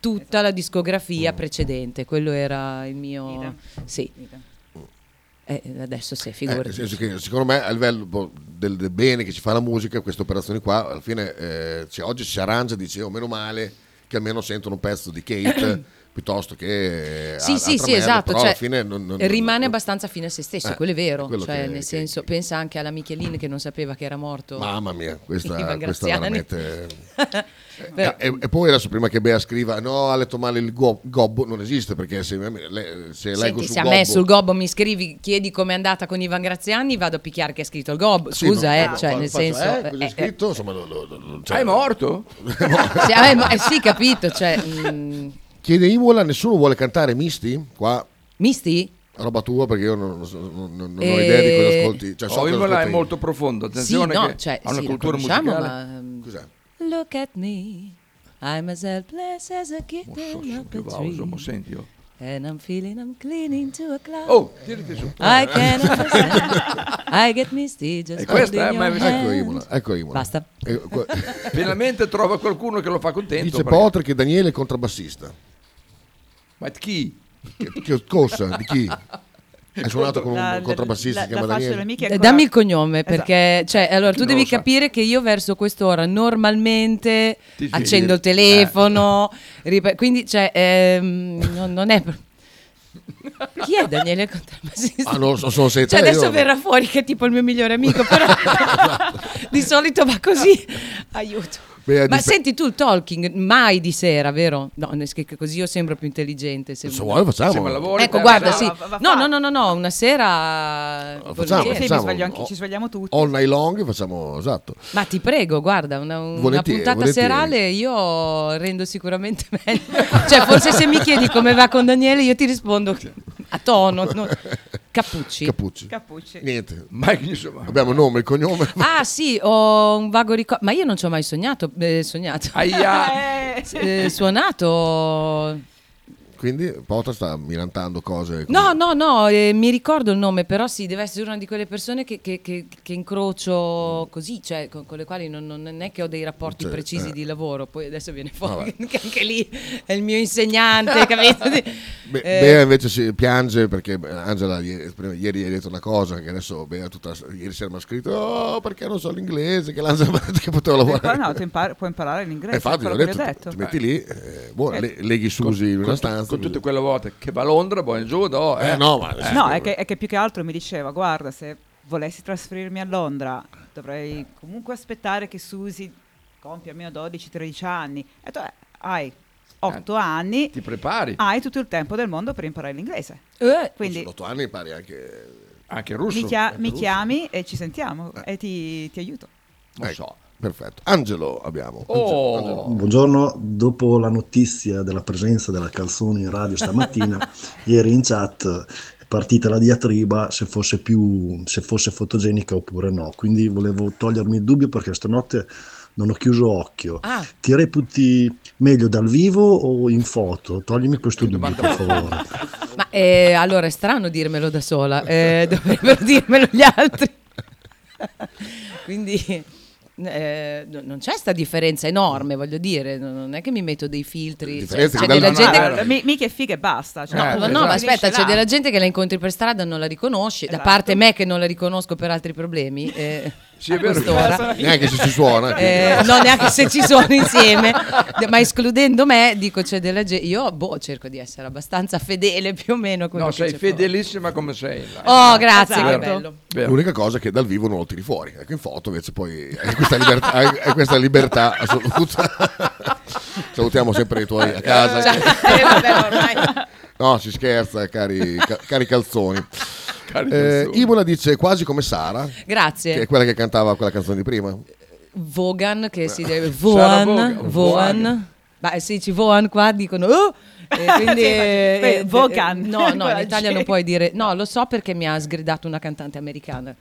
G: tutta la discografia precedente. Quello era il mio... Sì. Eh, adesso sì,
L: Eh,
G: figurati.
L: nel senso che secondo me a livello boh, del, del bene che ci fa la musica, queste operazioni qua alla fine eh, cioè, oggi si arrangia, dice oh, meno male che almeno sentono un pezzo di Kate piuttosto che
G: Sì,
L: a-
G: sì,
L: altra
G: sì,
L: merda,
G: esatto.
L: però
G: cioè,
L: alla fine non- non-
G: rimane
L: non-
G: abbastanza fine a se stesso,
L: Eh,
G: quello è vero.
L: quello
G: Cioè,
L: che-
G: nel
L: che-
G: senso, pensa anche alla Michelin che non sapeva che era morto.
L: Mamma mia, questa,
G: Ivan
L: questa
G: Graziani.
L: veramente.
G: Però-
L: e, e poi adesso prima che Bea scriva no, ha letto male il go- gobbo, non esiste perché se, le- se leggo
G: Senti,
L: sul
G: se a
L: gobbo,
G: me sul gobbo mi scrivi, chiedi com'è andata con Ivan Graziani, vado a picchiare che ha scritto il gobbo.
L: Sì,
G: Scusa,
L: no,
G: eh,
L: no,
G: cioè,
L: fa-
G: nel
L: faccio,
G: senso.
L: eh, cosa
G: eh,
L: è scritto? Insomma, lo- lo- lo- cioè-
O: Ah, è morto?
G: Sì, eh, ma- eh, sì, capito. Cioè, mm,
L: Chiede Imola, nessuno vuole cantare Misty? Qua
G: Misti?
L: roba tua perché io non, non- non- non ho
G: Eh,
L: idea di cosa ascolti. Cioè, so
O: Oh,
L: cosa
O: Imola è
L: ascolti.
O: molto profondo,
G: Sì,
O: attenzione
G: no,
O: che
G: cioè,
O: ha una
G: sì, la
O: cultura
G: conosciamo,
O: musicale.
G: ma, mm,
L: Cos'è?
G: Look at me, I'm as helpless as a kitten up
O: Che
G: a
O: va,
G: tree.
O: insomma, senti, oh.
G: And I'm feeling I'm clinging to a cloud.
O: Oh, tirati su.
G: I can't understand. I get misty just
O: E questa
G: holding
O: è
G: your
O: ma-
L: Ecco
G: hand.
L: Imola, ecco Imola.
G: Basta.
L: Eh, qua-
O: Finalmente trova qualcuno che lo fa contento.
L: Dice
O: perché-
L: Potter che Daniele è contrabbassista.
O: Ma chi?
L: Che, che cosa? Di chi? Hai suonato con un
N: La-
L: contrabbassista
N: la-
L: che si chiama
N: la faccia
L: Daniele?
N: delle miche è
G: Eh,
N: ancora-
G: Dammi il cognome perché cioè, allora tu
O: non
G: devi
O: lo sa?
G: capire che io verso quest'ora normalmente
O: Ti svegli.
G: accendo il telefono, rip- quindi cioè, ehm, non, non è per- chi è Daniele Contrabbassista?
L: Ah, non so, sono sei
G: Cioè
L: te,
G: adesso
L: io-
G: verrà fuori che è tipo il mio migliore amico, però di solito va così. Aiuto.
L: Beh,
G: Ma
L: dip-
G: senti tu il talking mai di sera, vero? No, nel- che che così io sembro più intelligente. sembro-
L: Se vuoi facciamo.
O: Sì, ma lavori
G: Ecco,
O: per-
G: guarda,
O: no,
G: sì.
N: va- va-
G: No,
N: va-
G: no, no, no, no, una sera
L: Facciamo,
G: volentieri.
N: Sì, mi
L: facciamo.
N: sveglio anche-
L: Oh.
N: ci svegliamo tutti.
L: All night long facciamo, esatto.
G: Ma ti prego, guarda, una, una
L: Volentieri,
G: puntata
L: volentieri.
G: serale io rendo sicuramente meglio. Cioè, forse se mi chiedi come va con Daniele, io ti rispondo a tono. no? Cappucci.
L: Cappucci.
N: Cappucci.
L: Niente.
O: Ma insomma.
L: Abbiamo il nome, il cognome.
G: Ah sì, ho un vago ricordo, ma io non ci ho mai sognato, eh, sognato.
O: Aia.
G: Eh, suonato.
L: Quindi Potter sta milantando cose.
G: No, no, no, eh, mi ricordo il nome, però sì, deve essere una di quelle persone che, che- che- che incrocio così, cioè con, con le quali non, non è che ho dei rapporti
L: Cioè,
G: precisi
L: eh.
G: di lavoro, poi adesso viene fuori
L: Vabbè.
G: che anche lì è il mio insegnante, capito?
L: Be-
G: Eh,
L: Bea invece si piange perché Angela ieri, prima- ieri gli ha detto una cosa che adesso Bea tutta, ieri sera mi ha scritto oh perché non so l'inglese che l'Angela mi ha detto che poteva
N: Però
L: lavorare.
N: no, tu impar- puoi imparare l'inglese.
L: Eh, infatti
N: quello
L: ho
N: che
L: detto,
N: gli ho
L: ti-
N: detto.
L: ti metti lì, eh, buona,
N: Eh.
L: le- leghi Susi in una
O: con,
L: stanza.
O: con tutte
L: così.
O: quelle volte che va a Londra, poi giù, no, eh.
L: Eh, no, ma
N: No, è che, è che più che altro mi diceva, guarda, se volessi trasferirmi a Londra dovrei comunque aspettare che Susi compia almeno dodici tredici anni. E tu eh, hai otto anni,
O: Ti prepari.
N: hai tutto il tempo del mondo per imparare l'inglese.
G: eh,
N: Quindi
L: Sono otto anni impari anche.
O: Anche il russo.
N: mi, chia-
L: anche
N: mi
L: russo.
N: chiami e ci sentiamo e ti, ti aiuto.
O: Non
L: Ecco,
O: so.
L: perfetto. Angelo abbiamo.
O: Oh.
L: Angelo.
C: Buongiorno, dopo la notizia della presenza della Calzoni in radio stamattina, ieri in chat è partita la diatriba se fosse più se fosse fotogenica oppure no, quindi volevo togliermi il dubbio perché stanotte non ho chiuso occhio.
G: Ah.
C: Ti reputi meglio dal vivo o in foto? Toglimi questo dubbio per favore.
G: ma eh, allora è strano dirmelo da sola, eh, dovrebbero dirmelo gli altri. Quindi eh, no- non c'è sta differenza enorme, voglio dire, non non è che mi metto dei filtri. C'è,
L: differenza
G: c'è
L: che
G: della
L: dal-
G: gente
O: no, no, no.
N: Mi- mica è figa e basta. Cioè,
G: No,
O: Eh,
G: no,
O: esatto.
G: no, ma
N: finisce
G: aspetta, c'è
N: là.
G: della gente che la incontri per strada e non la riconosci, da
N: Esatto.
G: parte me che non la riconosco per altri problemi. Eh,
O: Sì, è
G: a
O: vero.
G: quest'ora.
L: Neanche se ci suona.
G: Eh, no, neanche se ci sono insieme, ma escludendo me, dico c'è della gente. Io boh, cerco di essere abbastanza fedele più o meno a quello
O: No,
G: che
O: sei
G: c'è fuori.
O: fedelissima come sei. là.
G: Oh, grazie,
N: Esatto.
G: che bello.
O: Vero.
L: L'unica cosa è che dal vivo non lo tiri fuori. Ecco, in foto invece poi hai questa libertà, hai, hai questa libertà assoluta. Salutiamo sempre i tuoi a casa.
G: Eh, vabbè, ormai.
L: No, si scherza, cari, ca- cari calzoni.
O: Cari
L: Eh,
O: calzoni.
L: Imola dice quasi come Sara,
G: Grazie.
L: che è quella che cantava quella canzone di prima.
G: Vaughan, che si deve
O: Sarah
G: Vaughan,
O: Vaughan.
G: Vaughan. Ma se ci Vaughan qua dicono oh! E quindi
N: Sì,
G: eh,
N: beh,
G: eh,
N: Vaughan.
G: no, no, in
N: Quella
G: Italia non
N: gente.
G: puoi dire no, lo so perché mi ha sgridato una cantante americana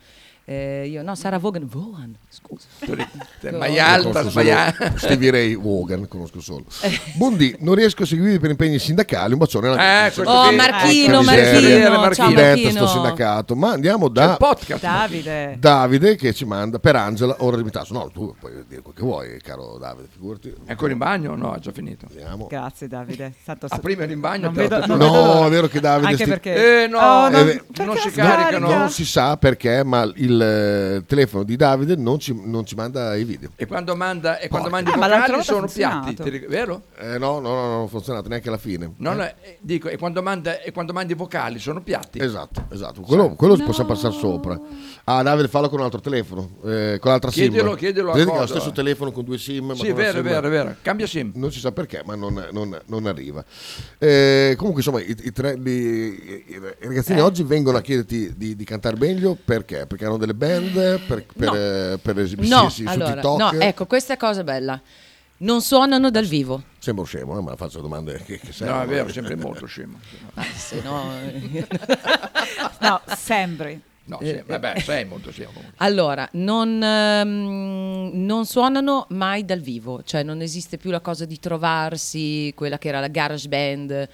G: Eh, io no, Sarah Vaughan, Vaughan, scusa.
O: Mai alta, sbagliata.
L: Stevie Ray Vaughan, conosco solo. Bondi, non riesco a seguirvi per impegni sindacali, un bacione alla
O: Eh,
L: vita.
G: Oh, Marchino, Marchino,
L: Marchino,
G: ciao
L: Marchino. sto
G: Marchino.
L: sindacato, ma andiamo da
N: Davide.
L: Davide che ci manda per Angela ora limitato. No, tu puoi dire quel che vuoi, caro Davide, figurati.
O: È ancora in bagno? No, è già finito.
L: Vediamo.
N: Grazie Davide. Tanto
O: Ah, prima ero in bagno.
N: non
O: te l'ho
N: vedo-
O: detto.
N: non
L: No,
N: vedo l'ora.
L: è vero che Davide
N: Anche
L: sti-
N: perché
O: Eh no,
N: Oh,
O: non,
L: eh,
O: non si
N: carica.
O: caricano.
L: Non si sa perché, ma il eh, telefono di Davide non ci, non ci manda i video.
O: E quando manda e quando
L: Porca.
O: mandi i
N: Ah, ma l'altra
O: vocali
N: volta
O: sono
N: ha
O: piatti,
N: funzionato.
O: ti ric- vero?
L: Eh, no, no, no, non ha funzionato neanche alla fine.
O: No,
L: Eh?
O: no, eh, dico, e quando, manda, e quando mandi i vocali sono piatti.
L: Esatto, esatto. Quello, quello si possiamo passare sopra. Ah, Davide, fallo con un altro telefono, eh, con l'altra
O: Chiedilo,
L: SIM.
O: chiedilo a
L: Vedete che ha lo
O: cosa.
L: stesso telefono con due SIM. ma
O: Sì,
L: con una
O: vero, è
L: SIM
O: vero, è vero. Cambia SIM.
L: Non si sa perché, ma non, non- non arriva. Eh, comunque, insomma, i, i tre- li- i- i ragazzini
G: Eh.
L: oggi vengono a chiederti di, di cantare meglio perché? Perché hanno delle band, per, per,
G: No.
L: eh, per
G: No,
L: esibirsi su
G: allora,
L: TikTok.
G: no, ecco, questa è cosa bella. Non suonano dal vivo.
L: Sembro scemo, eh, ma faccio domande che, che
O: No,
L: servono.
O: è vero, sempre molto scemo.
G: Ma se no...
N: No, sembri.
O: No, sì, vabbè, sei molto scemo.
G: Allora, non, ehm, non suonano mai dal vivo, cioè non esiste più la cosa di trovarsi, quella che era la garage band,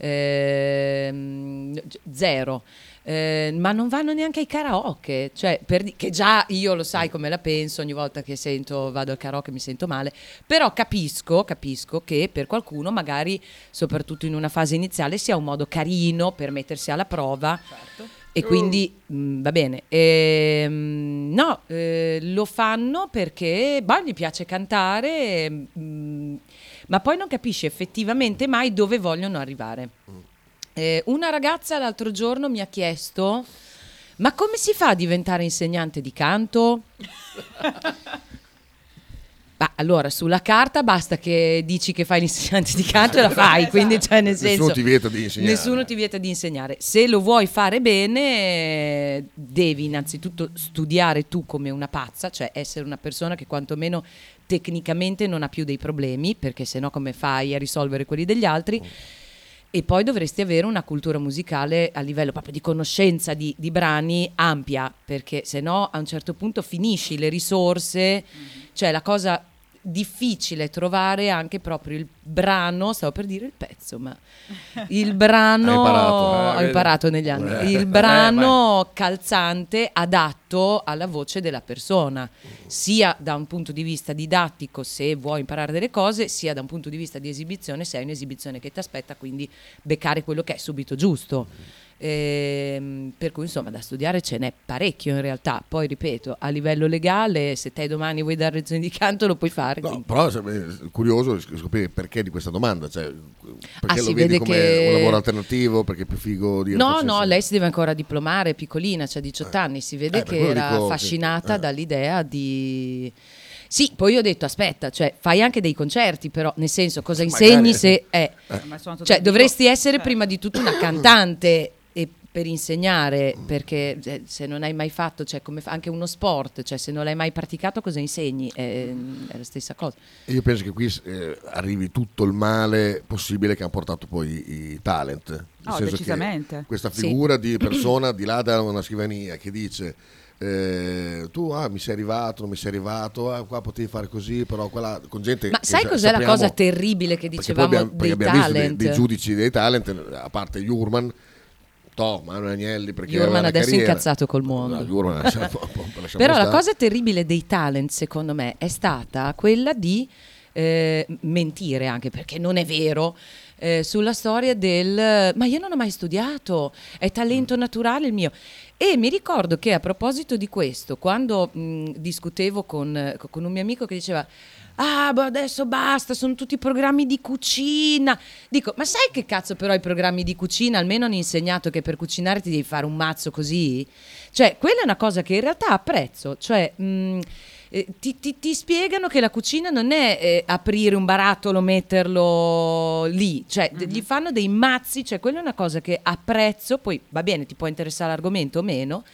G: ehm, zero. Eh, ma non vanno neanche ai karaoke, cioè, per di- che già io lo sai come la penso, ogni volta che sento vado al karaoke mi sento male, però capisco, capisco che per qualcuno magari, soprattutto in una fase iniziale, sia un modo carino per mettersi alla prova. E quindi mh, va bene. Ehm, no, eh, lo fanno perché bah, gli piace cantare, mh, ma poi non capisce effettivamente mai dove vogliono arrivare. Eh, una ragazza l'altro giorno mi ha chiesto: ma come si fa a diventare insegnante di canto? Ma allora, sulla carta basta che dici che fai l'insegnante di canto e la fai, quindi cioè nel
L: Nessuno
G: senso
L: ti vieta di insegnare.
G: nessuno ti vieta di insegnare. Se lo vuoi fare bene, eh, devi innanzitutto studiare tu come una pazza, cioè essere una persona che quantomeno tecnicamente non ha più dei problemi, perché sennò come fai a risolvere quelli degli altri? E poi dovresti avere una cultura musicale a livello proprio di conoscenza di, di brani ampia, perché se no a un certo punto finisci le risorse, cioè la cosa difficile è trovare anche proprio il brano, stavo per dire il pezzo, ma il brano
L: Hai imparato, eh,
G: ho
L: vedi?
G: imparato negli anni,
L: Eh.
G: il brano calzante adatto alla voce della persona, sia da un punto di vista didattico se vuoi imparare delle cose, sia da un punto di vista di esibizione se hai un'esibizione che ti aspetta, quindi beccare quello che è subito giusto. Ehm, per cui insomma da studiare ce n'è parecchio in realtà. Poi ripeto, a livello legale, se te domani vuoi dare lezioni di canto lo puoi fare.
L: No,
G: quindi-
L: però è curioso di scoprire perché di questa domanda, cioè, perché
G: Ah,
L: lo
G: si
L: vedi
G: vede
L: come
G: che-
L: un lavoro alternativo, perché è più figo dire
G: No,
L: facessi-
G: no, lei si deve ancora diplomare, è piccolina, c'ha diciotto anni, si vede
L: Eh, per
G: che
L: quello
G: era
L: dico che-
G: affascinata
L: eh.
G: dall'idea di... Sì, poi io ho detto, aspetta, cioè fai anche dei concerti, però nel senso cosa insegni
L: Magari-
G: se... Eh,
L: Eh.
N: Ma suonato
G: cioè
N: dal vivo.
G: dovresti essere prima di tutto una cantante e per insegnare, perché eh, se non hai mai fatto, cioè come fa- anche uno sport, cioè se non l'hai mai praticato cosa insegni? È, è la stessa cosa.
L: E io penso che qui eh, arrivi tutto il male possibile che hanno portato poi i, i talent. Nel
N: Oh,
L: senso che
N: decisamente.
L: questa
N: Sì.
L: figura di persona di là da una scrivania che dice eh, tu ah, mi sei arrivato, non mi sei arrivato, ah, qua potevi fare così, però quella con gente
G: Ma
L: che
G: sai
L: sa-
G: cos'è la
L: sappiamo-
G: cosa terribile che
L: perché poi
G: dicevamo
L: abbiamo, perché
G: dei
L: abbiamo visto dei,
G: talent?
L: dei giudici dei talent, a parte Jurman, Toh, Manuel Agnelli, perché
G: Jurman
L: aveva la
G: adesso è
L: carriera.
G: incazzato col mondo.
L: No, Jurman, lasciamo- lasciamo
G: Però la
L: stare.
G: cosa terribile dei talent, secondo me, è stata quella di eh, mentire, anche perché non è vero, eh, sulla storia del ma io non ho mai studiato, è talento naturale il mio. E mi ricordo che a proposito di questo, quando mh, discutevo con, con un mio amico che diceva ah, boh, adesso basta, sono tutti programmi di cucina. Dico, ma sai che cazzo però i programmi di cucina almeno hanno insegnato che per cucinare ti devi fare un mazzo così? Cioè, quella è una cosa che in realtà apprezzo, cioè mh, eh, ti, ti- ti spiegano che la cucina non è eh, aprire un barattolo, metterlo lì, cioè d- gli fanno dei mazzi, cioè quella è una cosa che apprezzo, poi va bene, ti può interessare l'argomento o meno,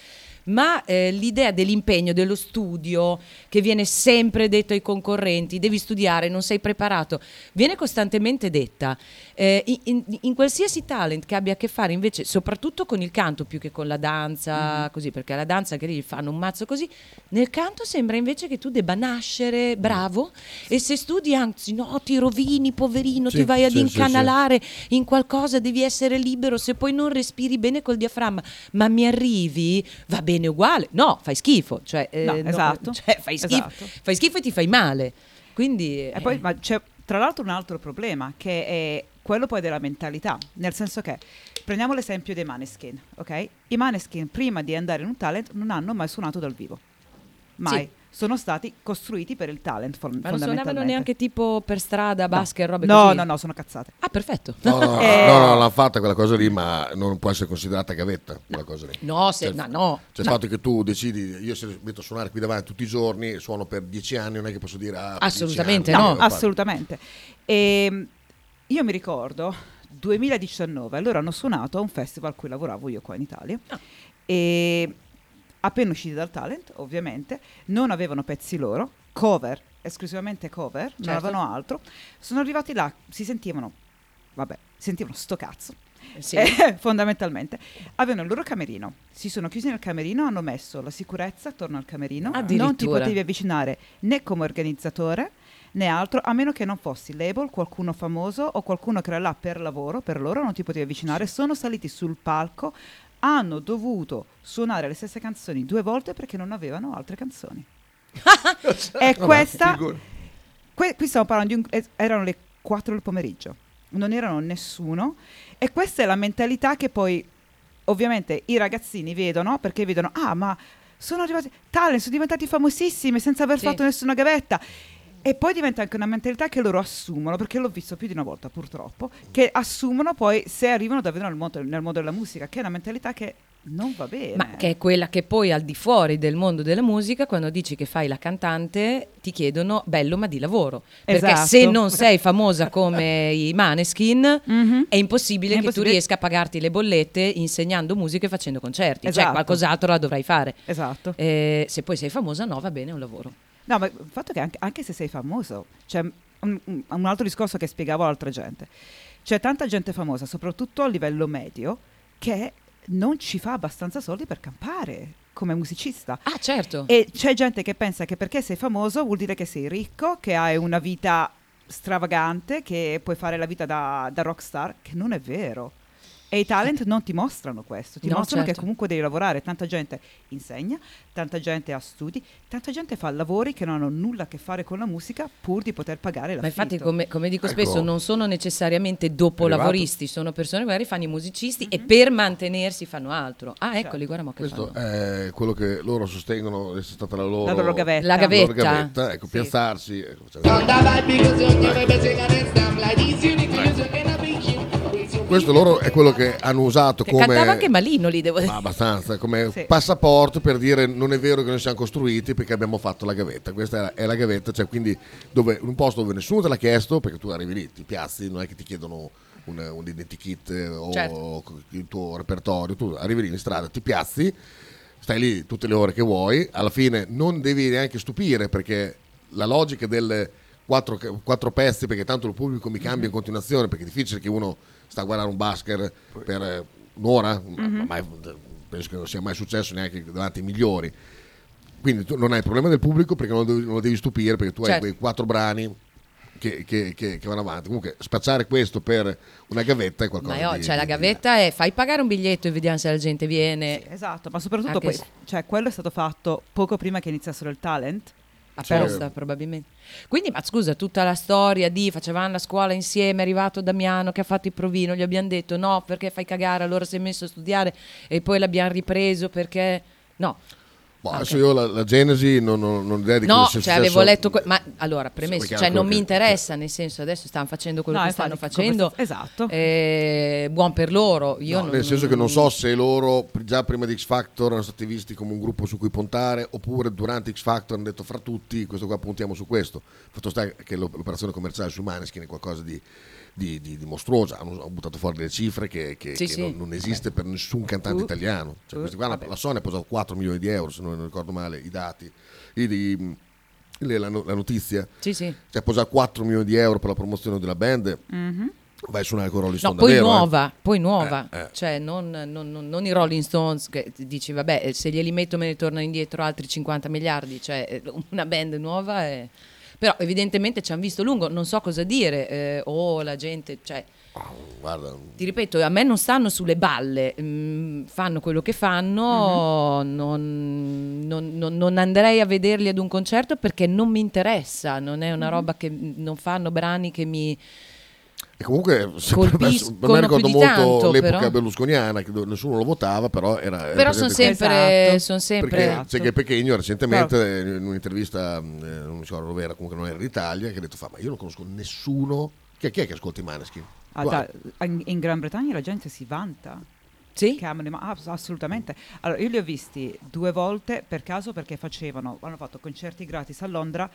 G: ma eh, l'idea dell'impegno, dello studio, che viene sempre detto ai concorrenti, devi studiare, non sei preparato, viene costantemente detta. Eh, in, in, in qualsiasi talent che abbia a che fare invece, soprattutto con il canto più che con la danza, mm-hmm. così, perché la danza che lì fanno un mazzo così, nel canto sembra invece che tu debba nascere bravo e se studi anzi no, ti rovini, poverino, sì, ti vai ad sì, incanalare sì, sì. in qualcosa, devi essere libero, se poi non respiri bene col diaframma, ma mi arrivi, va bene uguale, no, fai schifo, cioè, eh,
N: no,
G: no,
N: esatto,
G: cioè fai schifo,
N: esatto.
G: fai schifo e ti fai male. Quindi,
N: e eh. poi ma c'è tra l'altro un altro problema che è quello poi della mentalità, nel senso che prendiamo l'esempio dei Maneskin, ok? I Maneskin prima di andare in un talent non hanno mai suonato dal vivo, mai. Sì. Sono stati costruiti per il talent fon-
G: ma non
N: fondamentalmente.
G: suonavano neanche tipo per strada, basket,
N: no.
G: robe
N: no,
G: così?
N: No, no, sono cazzate.
G: Ah, perfetto.
L: No, no,
N: eh,
L: no, no, l'hanno fatta quella cosa lì, ma non può essere considerata gavetta quella
G: no.
L: cosa lì.
G: No, se,
L: cioè,
G: no, no.
L: Cioè
G: no.
L: il fatto che tu decidi, io se metto a suonare qui davanti tutti i giorni e suono per dieci anni, non è che posso dire ah,
G: assolutamente
L: anni,
G: no.
N: no assolutamente. E io mi ricordo duemiladiciannove, loro hanno suonato a un festival a cui lavoravo io qua in Italia
G: ah.
N: e appena usciti dal talent, ovviamente, non avevano pezzi loro, cover, esclusivamente cover, certo. non avevano altro. Sono arrivati là, si sentivano, vabbè, si sentivano sto cazzo.
G: Sì.
N: Eh, fondamentalmente avevano il loro camerino, si sono chiusi nel camerino, hanno messo la sicurezza attorno al camerino, non ti potevi avvicinare né come organizzatore né altro, a meno che non fossi label, qualcuno famoso o qualcuno che era là per lavoro, per loro non ti potevi avvicinare. Sono saliti sul palco, hanno dovuto suonare le stesse canzoni due volte perché non avevano altre canzoni. E questa que- qui stiamo parlando di un, eh, erano le quattro del pomeriggio, non erano nessuno, e questa è la mentalità che poi ovviamente i ragazzini vedono, perché vedono ah ma sono arrivati talent, sono diventati famosissimi senza aver sì. fatto nessuna gavetta. E poi diventa anche una mentalità che loro assumono, perché l'ho visto più di una volta purtroppo, che assumono poi se arrivano davvero nel mondo, nel mondo della musica, che è una mentalità che non va bene.
G: Ma che è quella che poi al di fuori del mondo della musica, quando dici che fai la cantante, ti chiedono bello ma di lavoro. Perché
N: esatto.
G: se non sei famosa come i Maneskin, mm-hmm. è impossibile è che impossibile. tu riesca a pagarti le bollette insegnando musica e facendo concerti.
N: Esatto.
G: Cioè qualcos'altro la dovrai fare.
N: Esatto.
G: Eh, se poi sei famosa, no, va bene, è un lavoro.
N: No, ma il fatto è che anche, anche se sei famoso, c'è un, un altro discorso che spiegavo a altra gente. C'è tanta gente famosa, soprattutto a livello medio, che non ci fa abbastanza soldi per campare come musicista.
G: Ah, certo.
N: E c'è gente che pensa che perché sei famoso vuol dire che sei ricco, che hai una vita stravagante, che puoi fare la vita da, da rockstar, che non è vero. E i talent non ti mostrano questo, ti
G: no,
N: mostrano
G: certo.
N: che comunque devi lavorare. Tanta gente insegna, tanta gente ha studi, tanta gente fa lavori che non hanno nulla a che fare con la musica pur di poter pagare l'affitto.
G: Ma infatti, come, come dico
L: ecco.
G: spesso, non sono necessariamente dopolavoristi, sono persone che magari fanno i musicisti mm-hmm. e per mantenersi fanno altro. Ah, eccoli, certo. guarda mo che
L: questo
G: fanno.
L: È quello che loro sostengono, è stata la loro,
N: la loro gavetta.
G: La gavetta.
L: La loro gavetta, ecco, sì. piazzarsi. Ecco, cioè, questo loro è quello che hanno usato
G: che
L: come
G: cantava anche malino lì, devo dire.
L: Abbastanza, come
N: sì.
L: passaporto per dire non è vero che noi siamo costruiti perché abbiamo fatto la gavetta. Questa è la, è la gavetta, cioè quindi dove un posto dove nessuno te l'ha chiesto, perché tu arrivi lì, ti piazzi, non è che ti chiedono un, un identikit o certo. il tuo repertorio, tu arrivi lì in strada, ti piazzi, stai lì tutte le ore che vuoi, alla fine non devi neanche stupire perché la logica delle quattro, quattro pezzi, perché tanto il pubblico mi cambia mm-hmm. in continuazione, perché è difficile che uno sta a guardare un basket per un'ora, mm-hmm. ma penso che non sia mai successo neanche davanti ai migliori. Quindi tu non hai il problema del pubblico perché non lo devi, non lo devi stupire, perché tu certo. hai quei quattro brani che, che, che, che vanno avanti. Comunque spacciare questo per una gavetta è qualcosa.
G: Ma no,
L: di,
G: cioè
L: di,
G: la gavetta è fai pagare un biglietto e vediamo se la gente viene.
N: Sì, esatto, ma soprattutto poi, se... cioè, quello è stato fatto poco prima che iniziassero il talent.
G: Apposta, cioè, probabilmente. Quindi, ma scusa, tutta la storia di facevamo la scuola insieme, è arrivato Damiano che ha fatto il provino, gli abbiamo detto no perché fai cagare, allora si è messo a studiare e poi l'abbiamo ripreso perché no.
L: Boh, adesso io la, la genesi non ho non idea di
G: no,
L: cosa sia
G: cioè
L: successo.
G: avevo letto que- ma allora premesso, cioè non mi interessa, nel senso adesso stanno facendo quello
N: no,
G: che stanno
N: infatti,
G: facendo
N: sta- esatto
G: eh, buon per loro io
L: no,
G: non,
L: nel senso che non so se loro già prima di X Factor erano stati visti come un gruppo su cui puntare oppure durante X Factor hanno detto fra tutti questo qua puntiamo su questo. Fatto sta che l'operazione commerciale su Maneskin è qualcosa di di, di, di mostruosa, hanno, hanno buttato fuori delle cifre che, che,
G: Sì,
L: che
G: sì.
L: non, non esiste per nessun cantante
G: Uh,
L: italiano. Cioè,
G: uh,
L: questi qua, la, la Sony ha posato quattro milioni di euro, se non ricordo male i dati, i, i, le- la, la notizia,
G: Sì, sì.
L: cioè posare quattro milioni di euro per la promozione della band,
G: Mhm.
L: vai a suonare con Rolling
G: No,
L: Stone
G: poi
L: davvero, eh.
G: nuova, poi nuova,
L: Eh, eh.
G: cioè non, non- non- non i Rolling Stones che ti dici vabbè eh, se glieli metto me ne tornano indietro altri cinquanta miliardi, cioè eh, una band nuova è... però evidentemente ci hanno visto lungo, non so cosa dire, eh, o la gente, cioè
L: Guarda,
G: ti ripeto, a me non stanno sulle balle, mm, fanno quello che fanno, non, non- non- non andrei a vederli ad un concerto perché non mi interessa, non è una
N: Mhm.
G: roba che non fanno brani che mi...
L: e comunque se per me,
G: colpiscono
L: per me ricordo
G: più di
L: molto
G: tanto,
L: l'epoca
G: però.
L: berlusconiana che do- nessuno lo votava, però era era
G: Però sono
L: presente come-
G: sempre,
N: Esatto.
G: son sempre...
L: perché c'è che Pechegno recentemente in un'intervista, eh, non mi ricordo dove era, comunque non era d'Italia, che ha detto fa ma io non conosco nessuno che, chi è che ascolta i Maneskin?
N: Ah,
L: Guarda,
N: da- in, in Gran Bretagna la gente si vanta.
G: Sì?
N: Che amano i ma- ah, assolutamente. Allora, io li ho visti due volte per caso perché facevano, hanno fatto concerti gratis a Londra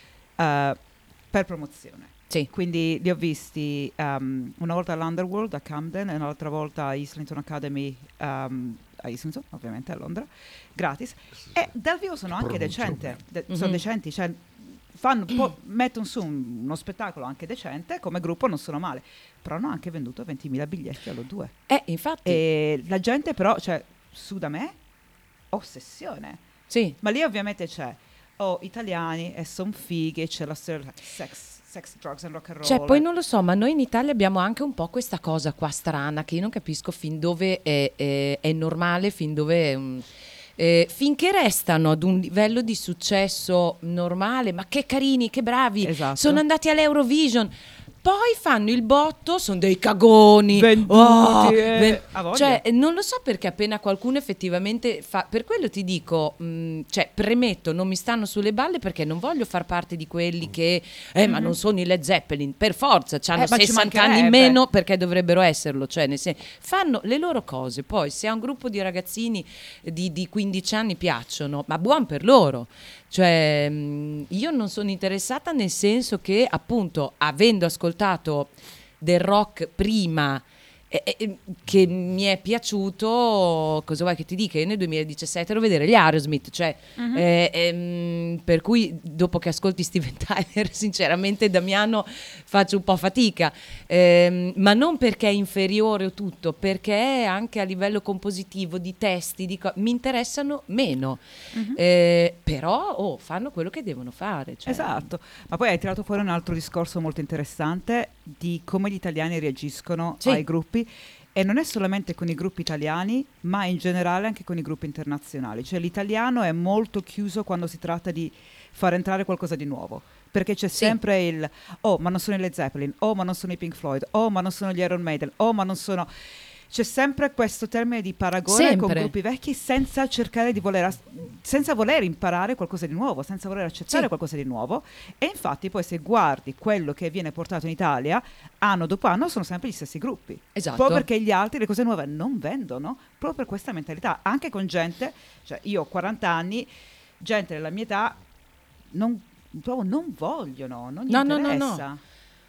N: eh, per promozione.
G: Sì.
N: Quindi li ho visti um, una volta all'Underworld a Camden e un'altra volta a Islington Academy um, a Islington, ovviamente a Londra, gratis. E dal vivo sono anche decenti, de- sono
G: Mhm.
N: decenti, cioè fanno po- mettono su un- uno spettacolo anche decente, come gruppo non sono male, però hanno anche venduto ventimila biglietti allo due.
G: Eh, infatti.
N: E la gente però, cioè, su da me, ossessione.
G: Sì.
N: Ma lì ovviamente c'è, oh, italiani e son fighe, c'è la storia sex, sex, drugs and rock and roll.
G: Cioè, poi non lo so, ma noi in Italia abbiamo anche un po' questa cosa qua strana che io non capisco fin dove è, è- è normale, fin dove è un- eh, finché restano ad un livello di successo normale, ma che carini, che bravi,
N: Esatto.
G: sono andati all'Eurovision. Poi fanno il botto, sono dei cagoni.
N: Venduti,
G: Oh,
N: eh.
G: ven-
N: Ha voglia.
G: cioè, eh, non lo so perché appena qualcuno effettivamente fa. Per quello ti dico, mh, cioè, premetto, non mi stanno sulle balle perché non voglio far parte di quelli che. Eh, ma
N: Mhm.
G: non sono i Led Zeppelin. Per forza, hanno
N: Eh, ma ci
G: sessanta anni in
N: mancherebbe.
G: meno perché dovrebbero esserlo. Cioè, nel sen- fanno le loro cose. Poi, se a un gruppo di ragazzini di, di quindici anni piacciono, ma buon per loro. Cioè, mh, io non sono interessata nel senso che, appunto, avendo ascoltato del rock prima eh, eh, che mi è piaciuto, cosa vuoi che ti dica? Io nel duemiladiciassette ero a vedere gli Aerosmith, cioè,
N: Mhm.
G: eh, ehm, per cui dopo che ascolti Steven Tyler, sinceramente Damiano faccio un po' fatica, Ehm, ma non perché è inferiore o tutto, perché anche a livello compositivo, di testi, di co- mi interessano meno.
N: Mhm.
G: Eh, però oh, fanno quello che devono fare. Cioè.
N: Esatto, ma poi hai tirato fuori un altro discorso molto interessante di come gli italiani reagiscono
G: Sì.
N: ai gruppi e non è solamente con i gruppi italiani, ma in generale anche con i gruppi internazionali. Cioè l'italiano è molto chiuso quando si tratta di far entrare qualcosa di nuovo, perché c'è sempre il oh, ma non sono i Led Zeppelin, oh, ma non sono i Pink Floyd, oh, ma non sono gli Iron Maiden, oh, ma non sono... C'è sempre questo termine di paragone con
G: Sempre.
N: gruppi vecchi senza cercare di voler as- senza voler imparare qualcosa di nuovo, senza voler accettare
G: Sì.
N: qualcosa di nuovo. E infatti poi se guardi quello che viene portato in Italia, anno dopo anno sono sempre gli stessi gruppi.
G: Esatto.
N: Proprio perché gli altri le cose nuove non vendono, proprio per questa mentalità. Anche con gente, cioè io ho quaranta anni, gente della mia età non, proprio non vogliono, non gli
G: No, no, no,
N: interessa.
G: no.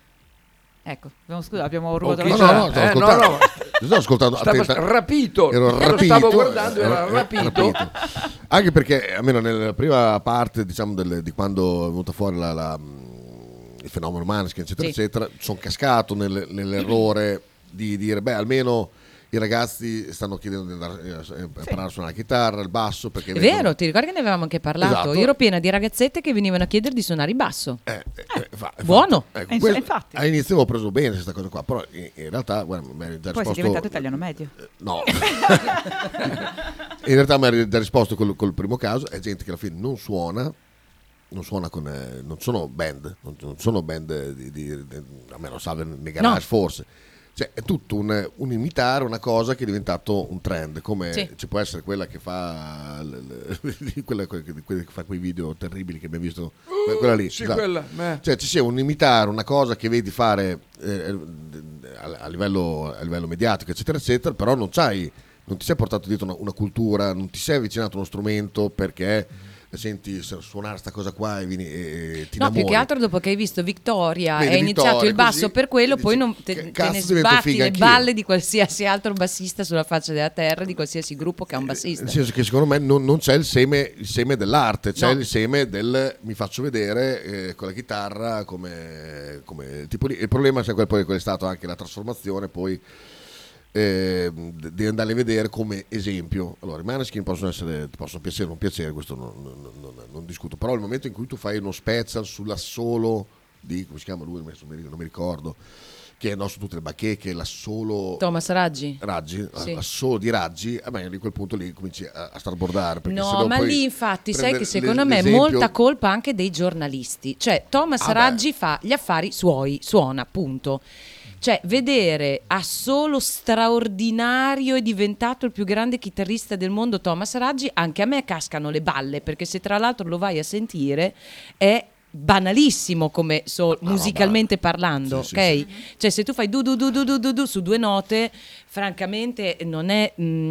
N: Ecco, abbiamo, scusa, abbiamo rubato
L: Ok,
N: la
L: no, no, no,
N: scena.
L: stavo
O: Eh, no,
L: ascoltando,
O: no.
L: stavo ascoltando
O: Stavo
L: attenta-
O: rapito.
L: ero
O: Io lo
L: rapito,
O: stavo guardando, era
L: ero- ero
O: rapito.
L: Anche perché, almeno nella prima parte, diciamo, del- di quando è venuta fuori la, la, mh, il fenomeno Maneskin, eccetera,
G: Sì.
L: eccetera, sono cascato nel- nell'errore di dire, beh, almeno i ragazzi stanno chiedendo di andare a imparare a suonare la chitarra, il basso, perché
G: È
L: vedono-
G: vero, ti ricordi che ne avevamo anche parlato?
L: Esatto.
G: Io ero piena di ragazzette che venivano a chiedere di suonare il basso.
L: Eh, eh, fa-
G: Buono.
L: Ecco,
N: Eh,
L: questo-
N: infatti.
L: all'inizio avevo preso bene questa cosa qua, però in, in realtà guarda, mi hai già
N: Poi sei
L: risposto.
N: diventato italiano medio.
L: No, in realtà mi hai già risposto col, col primo caso. È gente che alla fine non suona, non suona con, eh, non sono band, non, non sono band di, di, di- a meno salve nei garage
G: No.
L: forse. Cioè, è tutto un, un imitare una cosa che è diventato un trend, come
G: Sì.
L: ci può essere quella che fa l- l- quella, quella che fa quei video terribili che abbiamo visto, quella lì.
O: sì,
L: esatto.
O: quella, eh.
L: Cioè ci sia un imitare una cosa che vedi fare eh, a, a livello, a livello mediatico, eccetera, eccetera, però non c'hai, non ti sei portato dietro una, una cultura, non ti sei avvicinato a uno strumento perché senti suonare sta cosa qua e, vieni, e ti
G: No,
L: innamori.
G: più che altro dopo che hai visto Victoria
L: Vedi
G: e hai iniziato
L: Vittoria,
G: il basso
L: così,
G: per quello,
L: e
G: poi
L: dici,
G: non te,
L: che
G: te
L: cazzo
G: ne
L: divento
G: sbatti
L: figa
G: le
L: anch'io.
G: balle di qualsiasi altro bassista sulla faccia della terra, di qualsiasi gruppo che ha un bassista.
L: Nel senso che secondo me non, non c'è il seme, il seme dell'arte, c'è
G: No.
L: il seme del mi faccio vedere eh, con la chitarra come, come tipo lì. Il problema è quel, poi qual è stato anche la trasformazione poi eh, di andarli a vedere come esempio. Allora i Maneskin possono essere, possono piacere o non piacere, questo non, non, non, non discuto, però il momento in cui tu fai uno special sull'assolo di, come si chiama lui, non mi, non mi ricordo, che no, su tutte le bacheche, l'assolo
G: Thomas Raggi.
L: Raggi,
G: Sì.
L: l'assolo di Raggi, a me di quel punto lì cominci a, a starbordare. perché se
G: No,
L: no
G: ma
L: poi
G: lì infatti sai
L: prendere
G: che secondo
L: l'es-
G: me è
L: l'esempio-
G: molta colpa anche dei giornalisti. Cioè Thomas
L: Ah, beh.
G: Raggi fa gli affari suoi, suona, punto. Cioè vedere Assolo straordinario, è diventato il più grande chitarrista del mondo Thomas Raggi, anche a me cascano le balle, perché se tra l'altro lo vai a sentire è banalissimo come so- musicalmente parlando,
L: Sì, sì,
G: ok?
L: sì.
G: Cioè se tu fai du du du du du du du su due note, francamente non è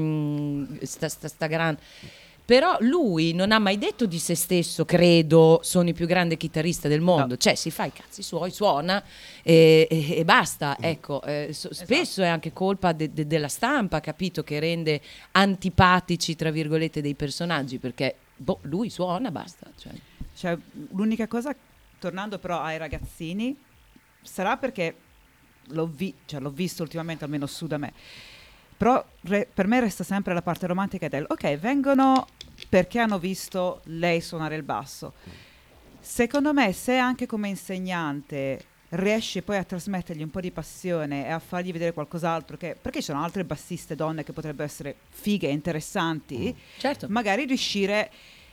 G: mm, sta, sta, sta gran... Però lui non ha mai detto di se stesso, credo, sono il più grande chitarrista del mondo. Cioè si fa i cazzi suoi, suona e, e- e basta. Ecco, eh, so- spesso è anche colpa de- de- della stampa, capito, che rende antipatici, tra virgolette, dei personaggi, perché boh, lui suona, basta. Cioè.
N: Cioè, l'unica cosa, tornando però ai ragazzini, sarà perché l'ho, vi- cioè, l'ho visto ultimamente, almeno su da me, però re- per me resta sempre la parte romantica del ok, vengono perché hanno visto lei suonare il basso. Secondo me, se anche come insegnante riesci poi a trasmettergli un po' di passione e a fargli vedere qualcos'altro, che, perché ci sono altre bassiste donne che potrebbero essere fighe e interessanti,
G: Certo.
N: magari riuscire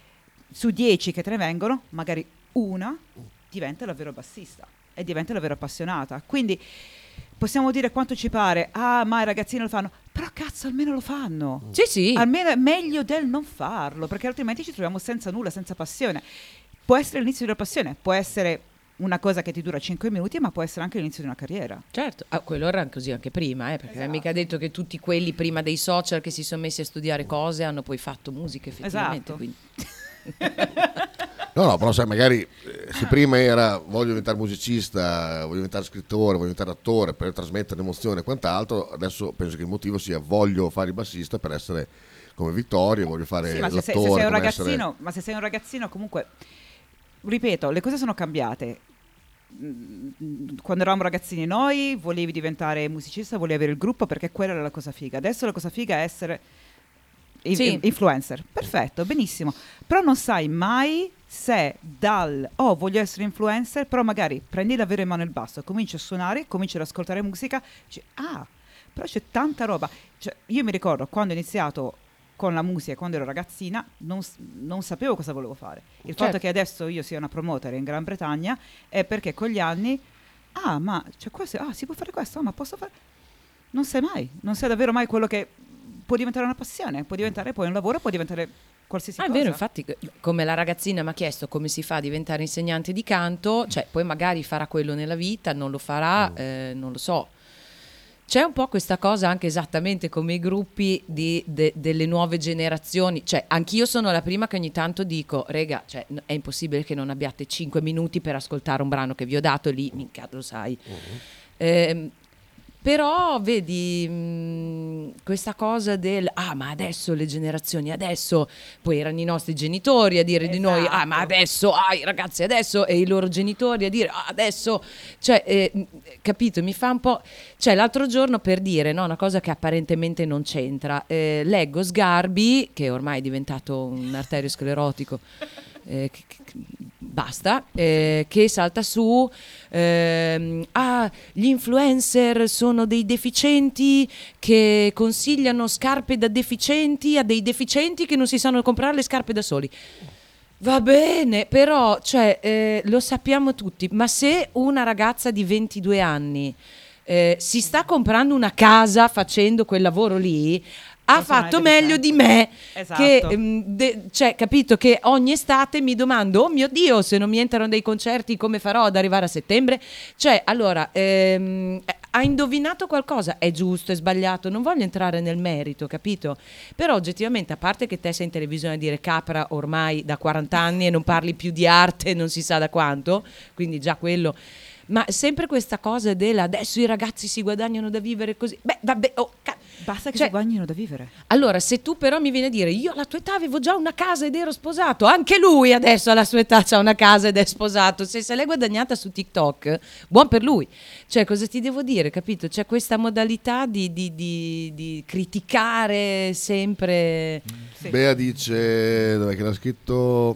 N: su dieci che te ne vengono, magari una diventa davvero bassista e diventa davvero appassionata. Quindi possiamo dire quanto ci pare, ah ma i ragazzini lo fanno, però cazzo almeno lo fanno.
G: Sì, sì.
N: Almeno è meglio del non farlo, perché altrimenti ci troviamo senza nulla, senza passione. Può essere l'inizio della passione, può essere una cosa che ti dura cinque minuti, ma può essere anche l'inizio di una carriera.
G: Certo, ah, quello era così anche prima, eh, perché non è mica detto che tutti quelli prima dei social che si sono messi a studiare cose hanno poi fatto musica effettivamente.
N: Esatto.
G: Quindi.
L: No, no, però sai, magari eh, se prima era voglio diventare musicista, voglio diventare scrittore, voglio diventare attore per trasmettere emozione e quant'altro, adesso penso che il motivo sia voglio fare il bassista per essere come Vittorio, voglio fare
N: Sì, ma se
L: l'attore.
N: sei, se sei un
L: come
N: ragazzino,
L: essere-
N: ma se sei un ragazzino comunque, ripeto, le cose sono cambiate. Mm, Quando eravamo ragazzini noi volevi diventare musicista, volevi avere il gruppo perché quella era la cosa figa. Adesso la cosa figa è essere in-
G: Sì.
N: influencer. Perfetto, benissimo. Però non sai mai se dal oh voglio essere influencer, però magari prendi davvero in mano il basso, cominci a suonare, cominci ad ascoltare musica, dici ah, però c'è tanta roba. Cioè, io mi ricordo quando ho iniziato con la musica, quando ero ragazzina, non, s- non sapevo cosa volevo fare. Il
G: Certo.
N: fatto che adesso io sia una promoter in Gran Bretagna è perché con gli anni, ah, ma c'è questo, ah, si può fare questo, ah, ma posso fare... Non sai mai, non sai davvero mai quello che può diventare una passione, può diventare poi un lavoro, può diventare qualsiasi
G: Ah, è
N: cosa.
G: vero, infatti, c- come la ragazzina mi ha chiesto come si fa a diventare insegnante di canto, cioè poi magari farà quello nella vita, non lo farà, eh, non lo so. C'è un po' questa cosa anche esattamente come i gruppi di- de- delle nuove generazioni, cioè anch'io sono la prima che ogni tanto dico, rega, cioè, n- è impossibile che non abbiate cinque minuti per ascoltare un brano che vi ho dato e lì, minchia, lo sai. Ehm, Però vedi mh, questa cosa del ah ma adesso le generazioni adesso, poi erano i nostri genitori a dire di noi ah ma adesso, ah i ragazzi adesso, e i loro genitori a dire ah adesso, cioè eh, mh, capito, mi fa un po', cioè l'altro giorno per dire no, una cosa che apparentemente non c'entra, eh, leggo Sgarbi che ormai è diventato un arteriosclerotico eh, che- che- basta, eh, che salta su ehm, ah gli influencer sono dei deficienti che consigliano scarpe da deficienti a dei deficienti che non si sanno comprare le scarpe da soli. Va bene, però cioè, eh, lo sappiamo tutti, ma se una ragazza di ventidue anni eh, si sta comprando una casa facendo quel lavoro lì, ha
N: Possono
G: fatto
N: essere
G: meglio
N: sempre.
G: di me.
N: Esatto.
G: Che, mm, de- cioè, capito che ogni estate mi domando, oh mio Dio, se non mi entrano dei concerti come farò ad arrivare a settembre? Cioè, allora, ehm, ha indovinato qualcosa, è giusto, è sbagliato, non voglio entrare nel merito, capito? Però oggettivamente, a parte che te sei in televisione a dire capra ormai da quaranta anni e non parli più di arte non si sa da quanto, quindi già quello, ma sempre questa cosa della adesso i ragazzi si guadagnano da vivere così, beh vabbè, oh, ca-
N: basta che
G: cioè,
N: si guadagnino da vivere.
G: Allora, se tu però mi vieni a dire io alla tua età avevo già una casa ed ero sposato, anche lui adesso alla sua età c'ha una casa ed è sposato, se se l'è guadagnata su TikTok, buon per lui. Cioè, cosa ti devo dire, capito? C'è questa modalità di, di, di, di criticare sempre.
L: Sì. Bea dice, dov'è che l'ha scritto?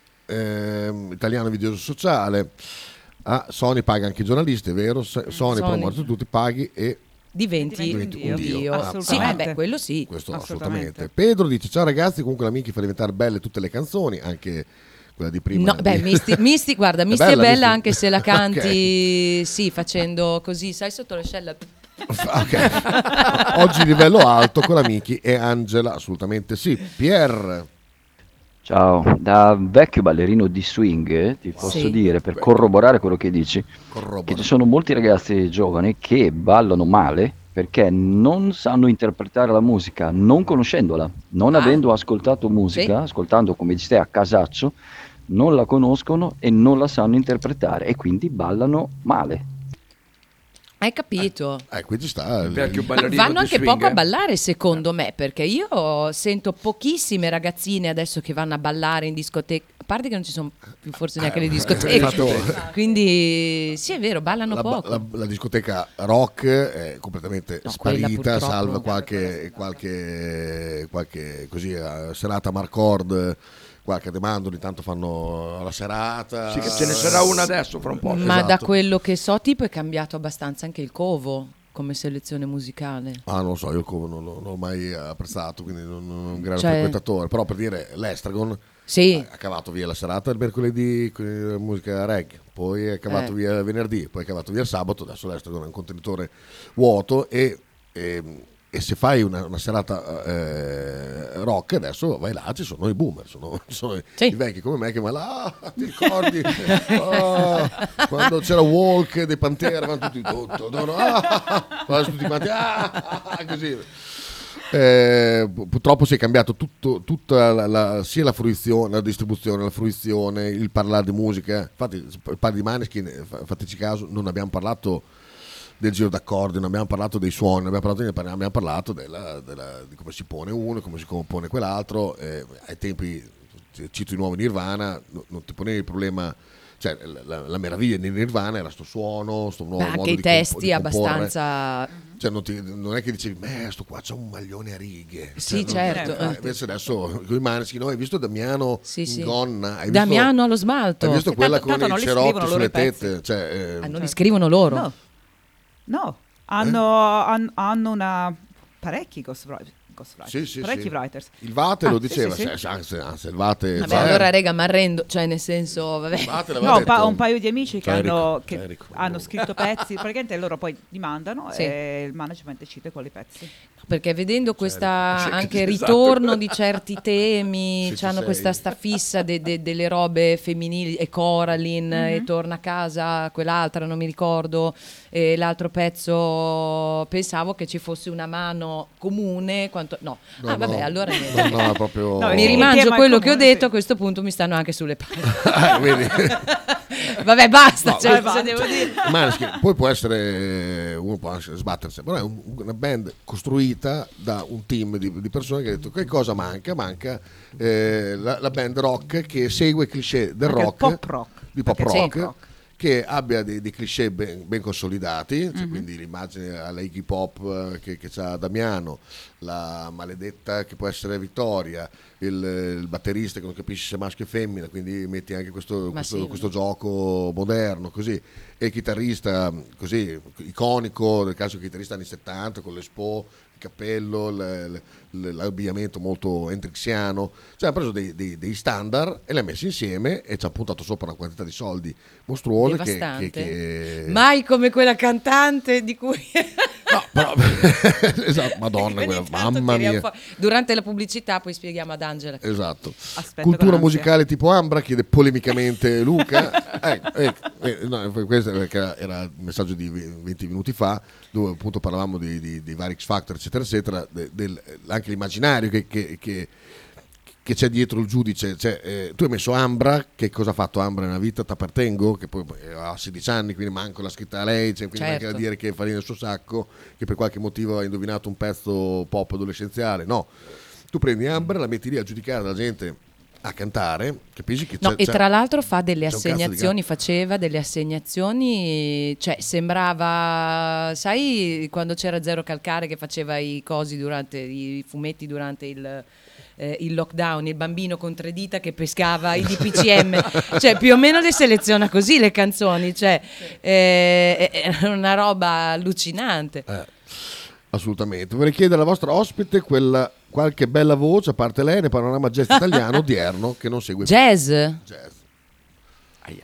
L: Eh, italiano video sociale. Ah, Sony paga anche i giornalisti, è vero? Sony, Sony. promuove tutti, paghi e
G: diventi,
L: diventi un dio, dio.
G: Ah, sì, vabbè, quello sì,
L: questo assolutamente. assolutamente. Pedro dice ciao ragazzi, comunque la Minchi fa diventare belle tutte le canzoni, anche quella di prima.
G: No, beh,
L: di...
G: Misti, Misti, guarda, Misti è bella, è bella Misti... anche se la canti okay. Sì, facendo così, sai, sotto l'ascella.
L: Okay. Oggi livello alto con la Minchi e Angela, assolutamente sì. Pier.
Q: Ciao, da vecchio ballerino di swing eh, ti posso sì. dire, per corroborare quello che dici, Corrobora. che ci sono molti ragazzi giovani che ballano male perché non sanno interpretare la musica, non conoscendola, non ah. avendo ascoltato musica, sì. ascoltando come dici te a casaccio, non la conoscono e non la sanno interpretare e quindi ballano male.
G: Hai capito?
L: Eh, eh qui ci sta. Il...
G: Vanno anche swing, poco eh? a ballare secondo me, perché io sento pochissime ragazzine adesso che vanno a ballare in discoteca, a parte che non ci sono più forse neanche eh, le discoteche, quindi sì è vero, ballano
L: la,
G: poco.
L: La, la discoteca rock è completamente no, sparita, salva qualche, qualche, qualche così, serata marcord, qualche demanda, ogni tanto fanno la serata.
O: Sì, che ce ne sarà una adesso fra un po'.
G: Ma
L: esatto.
G: da quello che so, tipo è cambiato abbastanza anche il covo come selezione musicale.
L: Ah, non lo so, io il covo non, non l'ho mai apprezzato, quindi non sono un grande
G: cioè...
L: frequentatore. Però per dire, l'Estragon
G: sì.
L: ha cavato via la serata il mercoledì con la musica reggae, poi ha cavato eh. via il venerdì, poi ha cavato via il sabato, adesso l'Estragon è un contenitore vuoto e... e E se fai una, una serata eh, rock, adesso vai là, ci sono i boomer, sono, sono sì. i vecchi come me che vanno là, ah, ti ricordi? Oh, quando c'era Walk dei Pantera, vanno tutti tutto, no, ah, vanno tutti quanti, ah, così. Eh, purtroppo si è cambiato tutto, tutta la, la, sia la fruizione, la distribuzione, la fruizione, il parlare di musica. Infatti, il par di Maneskin, fateci caso, non abbiamo parlato del giro d'accordi, non abbiamo parlato dei suoni, non abbiamo parlato, abbiamo parlato della, della, di come si pone uno, come si compone quell'altro. Eh, ai tempi, cito di nuovo Nirvana, no, non ti ponevi il problema, cioè la, la meraviglia di Nirvana era sto suono, sto nuovo
G: Beh,
L: modo
G: anche
L: di
G: i testi
L: comp- di
G: abbastanza...
L: Cioè non, ti, non è che dicevi, beh, sto qua c'ha un maglione a righe.
G: Sì,
L: cioè,
G: certo.
L: Non, eh, invece adesso, con i Maneskin, hai visto Damiano
G: sì,
L: in
G: sì.
L: gonna? Hai
G: Damiano
L: visto,
G: allo smalto.
L: Hai visto quella
N: tanto,
L: con
N: tanto
L: i cerotti sulle tette? Cioè,
G: eh, ah, non
N: cioè,
G: li scrivono loro?
N: No. No. Hanno, eh? han, hanno una parecchi ghostwriters,
L: sì, sì,
N: parecchi
L: sì.
N: writers.
L: Il Vate
N: ah,
L: lo diceva,
N: sì, sì,
L: sì. Anzi, anzi, il Vate,
G: vabbè,
L: cioè,
G: allora rega, ma arrendo, cioè nel senso, vabbè.
N: No, un, pa- un paio di amici che,
L: Erico,
N: hanno, che
L: Erico.
N: hanno scritto pezzi, praticamente loro poi li mandano
G: sì.
N: e il management decide quali pezzi.
G: Perché vedendo questa
L: Erico.
G: anche
L: Esatto.
G: ritorno di certi temi,
L: Se
G: hanno
L: ci
G: questa
L: sei.
G: sta fissa de, de, delle robe femminili e Coraline
N: Mm-hmm.
G: e torna a casa quell'altra, non mi ricordo, e l'altro pezzo pensavo che ci fosse una mano comune, quanto no.
L: No,
G: ah vabbè,
L: no.
G: allora
L: No, no, proprio...
N: No,
G: mi
N: il
G: rimangio
N: tema è
G: quello
N: comune,
G: che ho detto,
N: sì.
G: a questo punto mi stanno anche sulle palle.
L: Ah, vedi?
G: Vabbè, basta,
L: No,
G: cioè,
L: ma-
G: cosa devo dire?
L: Maneskin, poi può essere, uno può anche sbattersi, però è un- una band costruita da un team di, di persone che ha detto che cosa manca? Manca eh, la, la band rock che segue i cliché del
N: Anche il
L: rock,
N: pop rock.
L: di pop
N: Perché
L: rock,
N: c'è il rock.
L: che abbia dei, dei cliché ben, ben consolidati, cioè
N: Mhm.
L: quindi l'immagine alla Iggy Pop eh, che, che c'ha Damiano, la maledetta che può essere Vittoria, il, il batterista che non capisce se è maschio e femmina, quindi metti anche questo,
G: Ma
L: questo,
G: sì.
L: questo gioco moderno così, e il chitarrista così iconico, nel caso del chitarrista anni settanta con l'Expo, il cappello, l- l- l'abbigliamento molto hendrixiano, cioè ha preso dei, dei- dei standard e li ha messi insieme e ci ha puntato sopra una quantità di soldi mostruosa che, che,
G: Devastante.
L: che-
G: Mai come quella cantante di cui
L: No, però esatto, Madonna, quella, mamma mia.
G: Durante la pubblicità poi spieghiamo ad Angela.
L: Esatto.
N: Aspetto
L: Cultura
N: con
L: musicale tipo Ambra, chiede polemicamente Luca. ecco, ecco, eh, no, questo perché era il messaggio di venti minuti fa, dove appunto parlavamo di, di, di vari X Factor, eccetera, eccetera, del, del, anche l'immaginario che, che, che che c'è dietro il giudice, cioè, eh, tu hai messo Ambra, che cosa ha fatto Ambra nella vita? T'appartengo, che poi eh, ha sedici anni, quindi manco l'ha scritta a lei, cioè, quindi
G: certo.
L: anche da dire che fa nel suo sacco, che per qualche motivo ha indovinato un pezzo pop adolescenziale, no, tu prendi Ambra, la metti lì a giudicare la gente a cantare, capisci che c'è,
G: no, e
L: c'è,
G: tra l'altro fa delle
L: c'è un cazzo di
G: assegnazioni, faceva delle assegnazioni, cioè sembrava, sai quando c'era Zero Calcare che faceva i cosi durante i fumetti durante il Eh, il lockdown, il bambino con tre dita che pescava i D P C M, cioè più o meno le seleziona così le canzoni, cioè eh, è una roba allucinante.
L: Eh, assolutamente. Vorrei chiedere alla vostra ospite quella, qualche bella voce, a parte lei, nel panorama jazz italiano odierno che non segue
G: jazz?
L: Più. Jazz.
G: E,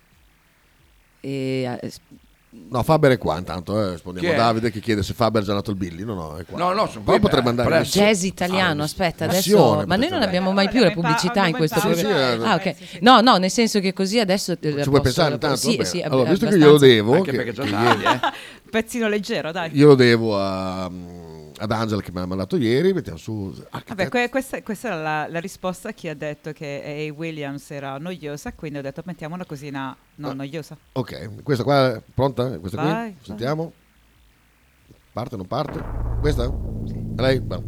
G: eh,
L: No, Faber è qua intanto, eh, rispondiamo
O: Chi
L: a
O: è?
L: Davide che chiede se Faber ha già dato il Billy. No, no, è qua.
O: No, no, sono
L: Poi
O: qui,
L: potrebbe
O: beh,
L: andare
O: pre-
L: in missione.
G: jazz italiano,
L: Ah,
G: aspetta
L: missione,
G: adesso, ma noi non
L: potrebbe
G: abbiamo mai più la pubblicità in questo
L: Sì, sì,
G: programma.
L: eh,
G: Ah, ok. No, no, nel senso che così adesso
L: Ci
G: la
L: vuoi
G: posso-
L: pensare
G: la
L: intanto?
G: posso- Sì,
L: Vabbè.
G: sì,
L: Allora, visto che
G: abbastanza.
L: glielo devo,
O: Anche
L: che-
O: perché già
L: che
O: tardi,
L: ieri-
O: eh.
N: Pezzino leggero, dai.
L: io lo devo a, ad Angela che mi ha mandato ieri, mettiamo su. Ah, che
N: Vabbè,
L: te-
N: que- questa, questa era la, la risposta a chi ha detto che A. Williams era noiosa, quindi ho detto mettiamo una cosina non
L: Ah.
N: noiosa.
L: Ok, questa qua è pronta? Questa
N: Vai,
L: qui?
N: vai.
L: Sentiamo. Parte, non parte? Questa? È lei? Va.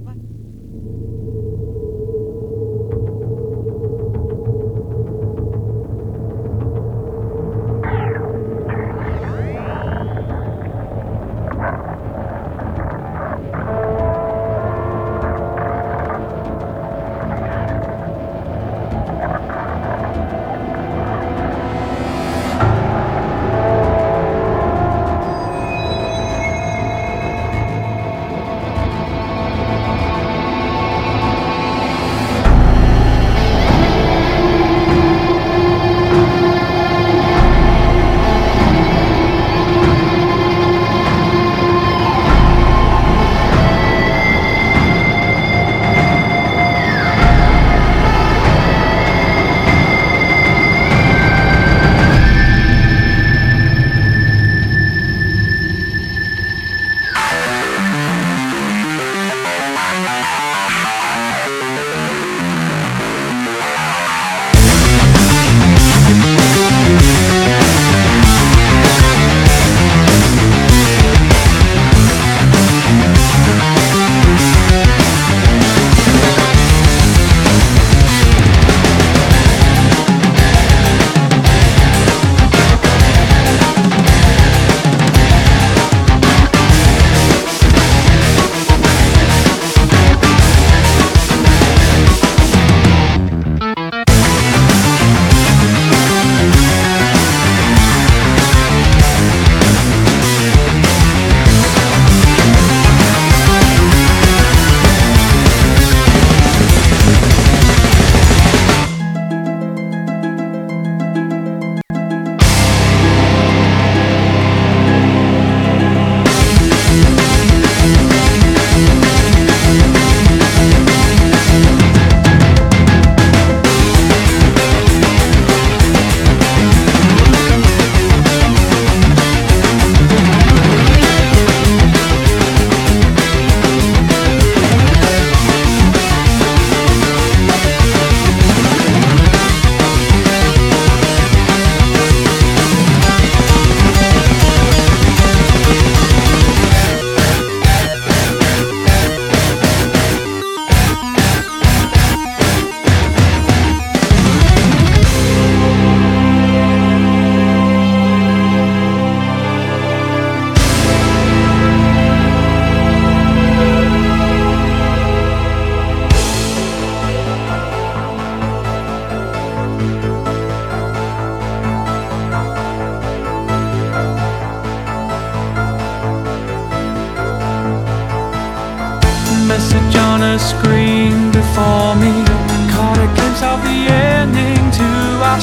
F: Message on a screen before me, caught a glimpse of the ending to our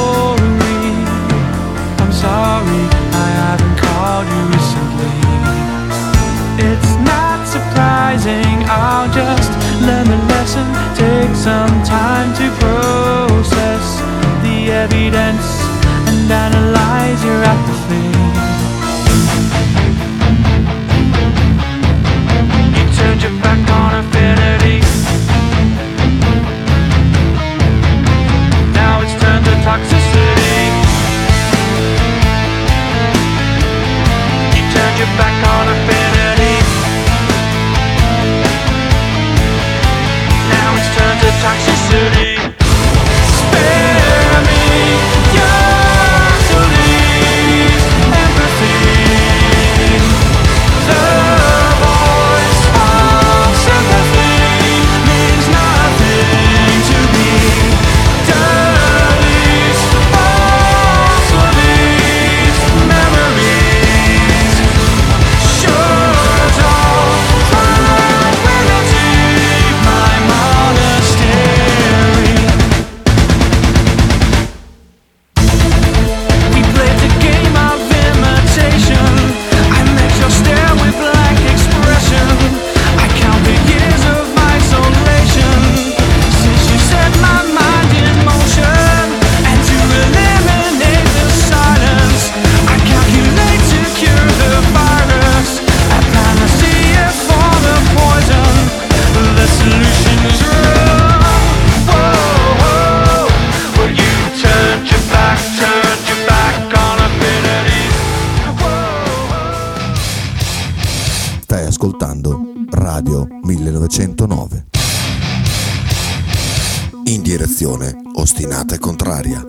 F: story. I'm sorry I haven't called you recently. lesson. Take some time to process the evidence and analyze your apathy. You turned your back on affinity. Now it's turned to toxicity. You turned your back on affinity. Now it's turned to toxicity. Spare me your solid empathy. The voice of sympathy means nothing to me. Dirty falsities, memories, short of tranquility, my monastery. We played the game of imitation. I met your stare with blank expression. I count the years of isolation since you set my mind in motion. And to eliminate the silence, I calculate to cure the virus. I panacea for the poison. The solution is wrong. Whoa, whoa. Well, you turned your back, turned your back on affinity.
A: Stai ascoltando Radio millenovecentonove. In direzione ostinata e contraria.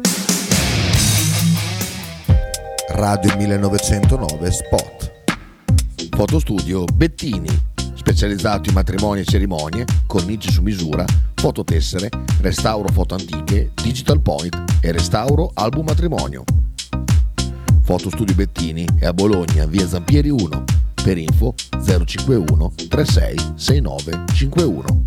A: Radio millenovecentonove Spot. Fotostudio Bettini, specializzato in matrimoni e cerimonie, cornici su misura, fototessere, restauro foto antiche, digital point e restauro album matrimonio. Fotostudio Bettini è a Bologna, via Zampieri uno. Per info zero cinquantuno trentasei sessantanove cinquantuno.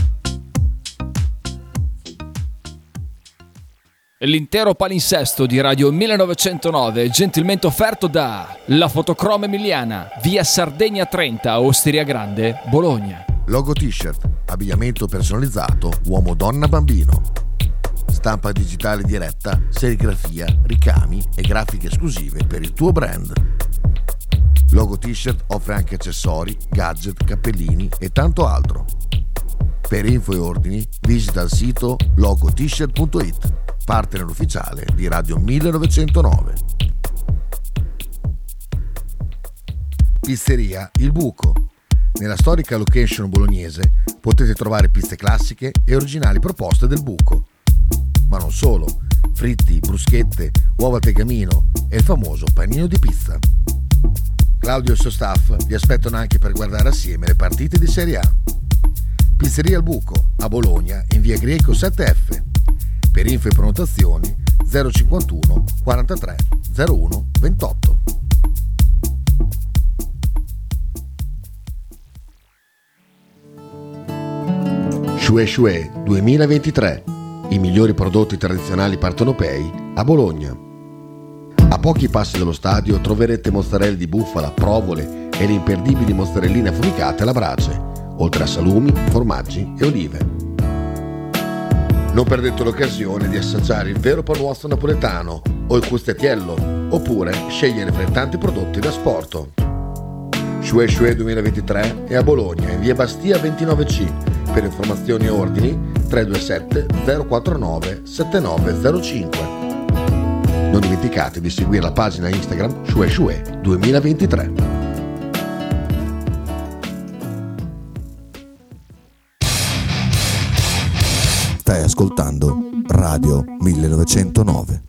R: L'intero palinsesto di Radio millenovecentonove è gentilmente offerto da La Fotocroma Emiliana, via Sardegna trenta, Osteria Grande, Bologna.
A: Logo t-shirt, abbigliamento personalizzato, uomo, donna, bambino. Stampa digitale diretta, serigrafia, ricami e grafiche esclusive per il tuo brand. Logo t-shirt offre anche accessori, gadget, cappellini e tanto altro. Per info e ordini visita il sito logo t shirt punto it, partner ufficiale di Radio millenovecentonove. Pizzeria Il Buco. Nella storica location bolognese potete trovare piste classiche e originali proposte del buco. Ma non solo, fritti, bruschette, uova al tegamino e il famoso panino di pizza. Claudio e il suo staff vi aspettano anche per guardare assieme le partite di Serie A. Pizzeria Il Buco, a Bologna, in via Greco sette F. Per info e prenotazioni zero cinquantuno quarantatré zero uno ventotto. Shue Shue duemilaventitré. I migliori prodotti tradizionali partenopei a Bologna. A pochi passi dallo stadio troverete mozzarella di bufala, provole e le imperdibili mozzarelline affumicate alla brace, oltre a salumi, formaggi e olive. Non perdete l'occasione di assaggiare il vero panuozzo napoletano o il custettiello, oppure scegliere fra i tanti prodotti da sporto. Shue Shue duemilaventitré è a Bologna, in via Bastia ventinove C. Per informazioni e ordini tre due sette zero quattro nove sette nove zero cinque. Non dimenticate di seguire la pagina Instagram Shue Shue duemilaventitré. Stai ascoltando Radio millenovecentonove.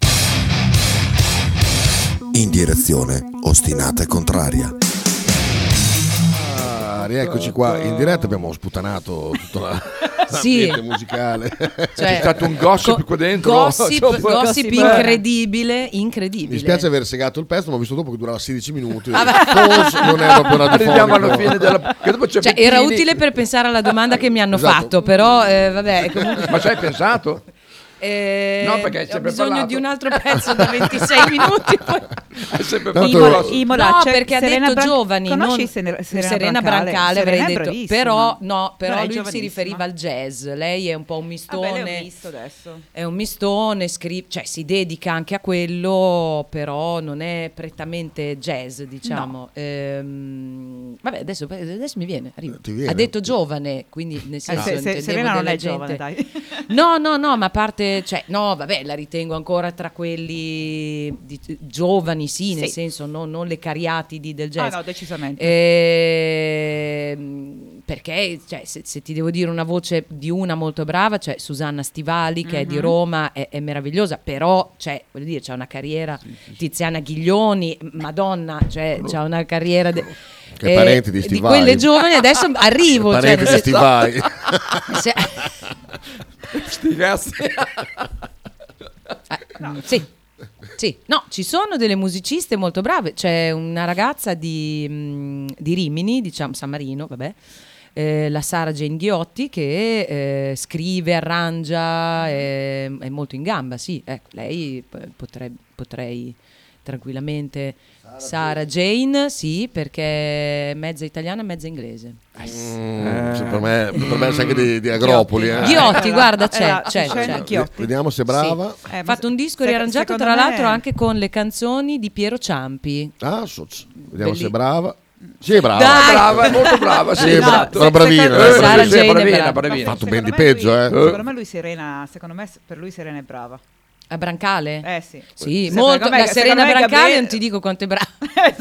A: In direzione ostinata e contraria. Ah, rieccoci qua in diretta, abbiamo sputanato tutta la...
G: Sì.
A: l'ambiente musicale.
G: Cioè,
O: c'è stato un gossip
G: co-
O: qua dentro.
G: Gossip,
O: Insomma,
G: gossip
O: gossip,
G: incredibile, incredibile.
A: Mi spiace aver segato il pezzo, ma ho visto dopo che durava sedici minuti.
G: Ah,
A: Forse non era proprio radiofonico.
O: Arriviamo alla fine della... Che dopo c'è
G: Cioè,
O: Bettini.
G: era utile per pensare alla domanda che mi hanno
A: Esatto.
G: fatto, però eh, vabbè. Comunque...
O: Ma ci hai pensato?
G: Eh,
O: No, perché ci
G: ho
O: abbiamo
G: bisogno
O: parlato.
G: di un altro pezzo da ventisei minuti. Poi...
O: È sempre
L: Tanto-
N: Imola, Imola,
G: No,
N: c'è
G: perché ha
N: Serena
G: detto
N: Bran-
G: giovani,
N: conosci
G: non-
N: Serena,
G: Serena Brancale,
N: Serena
G: avrei
N: è
G: detto,
N: bravissima.
G: però no, però
N: No, è
G: lui si
N: giovanissima.
G: riferiva al jazz. Lei è un po' un mistone.
N: Vabbè, lei ho visto adesso.
G: È un mistone, scri- cioè si dedica anche a quello, però non è prettamente jazz, diciamo. Ehm, vabbè, adesso, adesso mi viene, arrivo.
L: Ti viene?
G: Ha detto giovane, quindi nel senso
N: se- se-
G: intendevo
N: Serena non
G: della
N: è
G: gente-
N: giovane, dai.
G: No, no, no, ma a parte, cioè, no, vabbè, la ritengo ancora tra quelli di- giovani, sì, nel
N: Sì.
G: senso non, non le cariatidi del jazz.
N: Ah no, decisamente.
G: Ehm, perché cioè, se, se ti devo dire una voce di una molto brava, c'è Susanna Stivali che è di
N: Mhm.
G: Roma, è, è meravigliosa, però cioè, voglio dire, c'ha una carriera, Tiziana Ghiglioni, Madonna, cioè, c'ha una carriera de-
L: Che
G: eh,
L: parenti di Stivali.
G: quelle giovani, adesso arrivo.
L: Che
G: Cioè,
L: parenti
G: nel
L: di
G: senso-
L: Stivali.
G: Se-
O: Sti cazzi.
G: Eh, sì. Sì, no, ci sono delle musiciste molto brave. C'è una ragazza di, mh, di Rimini, diciamo San Marino, vabbè, eh, la Sara Jane Ghiotti, che eh, scrive, arrangia, è, è molto in gamba. Sì, ecco, lei p- potrebbe, potrei tranquillamente. Sara Jane, sì, perché è mezza italiana e mezza inglese.
L: Mm, sì, per me, per me sai anche di, di Agropoli. Eh.
G: Ghiotti, guarda, c'è,
N: Era-
G: c'è,
N: c'è
G: c'è.
N: Ghiotti.
L: Vediamo se è brava.
G: Sì.
N: Eh,
G: Ha
N: ma
G: fatto un disco
N: se-
G: riarrangiato
N: secondo
G: tra
N: me-
G: l'altro anche con le canzoni di Piero Ciampi.
L: Ah, so- vediamo se è
G: Belli-
L: brava. Sì, è brava.
G: Dai!
O: Brava, è molto brava, sì,
L: Sì,
O: esatto.
L: brava, però bravina.
N: secondo-
L: eh,
G: Sara
L: bravina.
G: Jane è
O: bravina,
G: brava.
O: bravina.
L: Ha fatto ben
N: Secondo
L: di
N: me
L: peggio,
N: lui-
L: eh.
N: Secondo me lui Serena, secondo me per lui Serena è brava.
G: A Brancale?
N: Eh sì.
G: Sì,
N: Se-
G: molto.
N: secondo me-
G: La Serena
N: secondo me
G: Brancale
N: Gabriele-
G: non ti dico quanto è brava.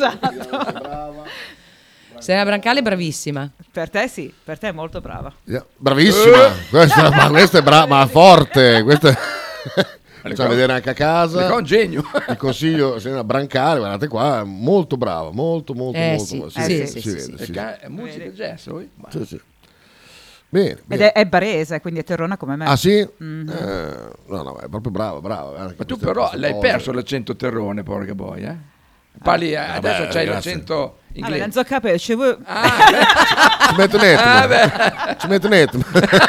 N: Esatto.
G: Serena Brancale è bravissima.
N: Per te sì, per te è molto brava.
L: Yeah, bravissima. Questa, ma questa è brava, ma forte. Questa facciamo vedere anche a casa.
O: Le fa un genio.
L: Il consiglio Serena Brancale, guardate qua, molto brava, molto molto
G: Eh,
L: molto.
G: sì,
L: molto-
G: eh,
L: si
G: sì,
L: vede,
G: sì,
L: si
G: sì,
L: vede,
O: È
L: sì.
O: ca- È musica jazz, poi. Ma-
L: Sì, sì. Bene,
N: Ed
L: bene.
N: è, è barese, quindi è terrona come me.
L: Ah sì?
N: Mhm.
L: Eh, no, no, è proprio brava, brava. Anche
O: Ma tu
L: queste-
O: però
L: queste
O: l'hai
L: cose.
O: perso l'accento terrone, porca boia. Eh? Parli, eh, adesso
L: beh,
O: c'hai
L: grazie.
O: l'accento
N: Vabbè,
O: inglese.
N: non so capire, ci vuoi-
L: Ci metto un attimo.
O: Ah, beh.
L: Ci metto un attimo.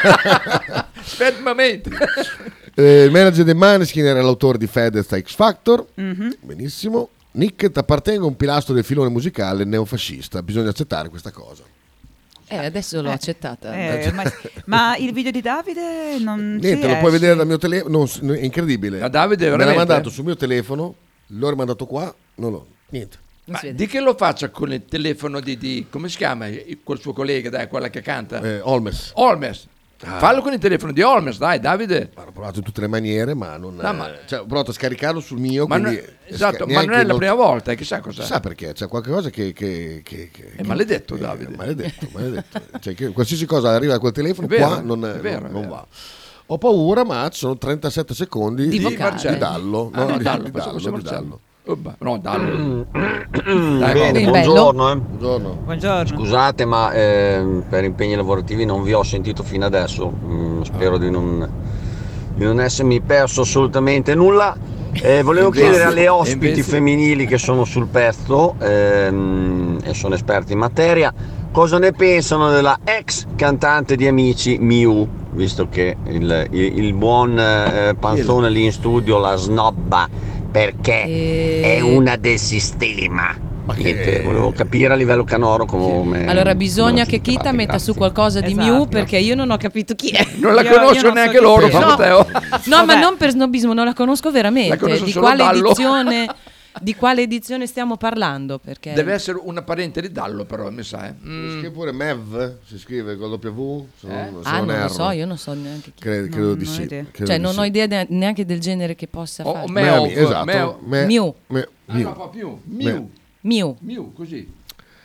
O: Aspetta un momento.
L: Eh, il manager dei Maneskin era l'autore di Fedez a X Factor.
N: Mhm.
L: Benissimo. Nick appartenga a un pilastro del filone musicale neofascista. Bisogna accettare questa cosa.
G: Eh, adesso l'ho accettata.
N: Eh, ormai- ma il video di Davide non
L: Niente,
N: ci
L: lo puoi
N: esce.
L: vedere dal mio telefono. non s- È incredibile.
O: Da Davide,
L: Me l'ha
O: veramente?
L: mandato sul mio telefono. L'ho rimandato qua. Non l'ho. Niente.
G: Non
O: Ma
G: si vede.
O: di che lo faccia con il telefono di, di come si chiama? Quel suo collega, dai, quella che canta.
L: Eh, Olmes.
O: Olmes.
L: Ah.
O: Fallo con il telefono di Olmes, dai, Davide.
L: Ho provato in tutte le maniere, ma non.
O: No, ma-
L: cioè, ho provato a scaricarlo sul mio.
O: Ma
L: quindi
O: non- esatto,
L: sca-
O: ma non
L: neanche
O: è la
L: lo-
O: prima volta, chissà cos'è.
L: Sa perché c'è qualcosa che. che, che, che
O: È maledetto,
L: che-
O: Davide.
L: Maledetto, maledetto. Cioè, che qualsiasi cosa arriva da quel telefono,
O: È vero,
L: qua non,
O: è vero,
L: non-
O: è
L: non
O: vero.
L: va. Ho paura, ma ci sono trentasette secondi
G: Di
L: di,
G: vocale.
L: di dallo.
O: Ah,
L: no,
O: no,
L: di,
O: dallo,
L: di
O: facciamo
L: dallo, di
O: Marcello.
L: dallo.
O: Ubba, no, dallo.
H: Bene,
G: bello.
H: buongiorno. Eh.
L: Buongiorno.
N: Buongiorno.
H: Scusate, ma eh, per impegni lavorativi non vi ho sentito fino adesso. Mm, spero di non, di non essermi perso assolutamente nulla. Eh, volevo
O: Invece-
H: chiedere alle ospiti
O: invece-
H: femminili che sono sul pezzo ehm, e sono esperti in materia cosa ne pensano della ex cantante di Amici Miu, visto che il, il- il buon eh, Panzone lì in studio la snobba perché
G: E-
H: è una del sistema.
L: Ma che-
H: Niente, volevo capire a livello canoro come.
G: Allora bisogna
H: come
G: che Kita
H: siete,
G: metta
H: grazie.
G: su qualcosa di
N: Esatto.
G: Mew, perché io non ho capito chi è.
O: Non la
N: Io- io
O: conosco
N: non so
O: neanche
N: chi
O: loro,
N: sia.
O: fa
G: No.
O: Matteo.
G: No, ma
N: Vabbè.
G: non per snobismo, non la conosco veramente.
O: La conosco
G: Di
O: solo
G: quale
O: Dallo.
G: edizione di quale edizione stiamo parlando? Perché
O: Deve essere una parente di Dallo, però, mi sa. Eh.
L: Si
O: Mm.
L: scrive pure Mev, si scrive con W, se non,
O: Eh?
L: se
G: Ah, non lo
L: erro.
G: so, io non so neanche chi.
L: Credo,
N: No,
L: credo
N: non
L: di
N: ho
L: sì.
N: idea.
L: credo
G: Cioè,
L: di
G: non
L: sì.
G: ho idea de- neanche del genere che possa
O: O-
G: fare.
O: o
L: Meow,
O: Meow,
L: esatto.
O: Meow.
L: Me-
G: Mew.
L: me-
O: Ah,
L: Mew.
O: no, fa più.
L: Me-
O: Miu.
G: Mew.
O: Miu, così.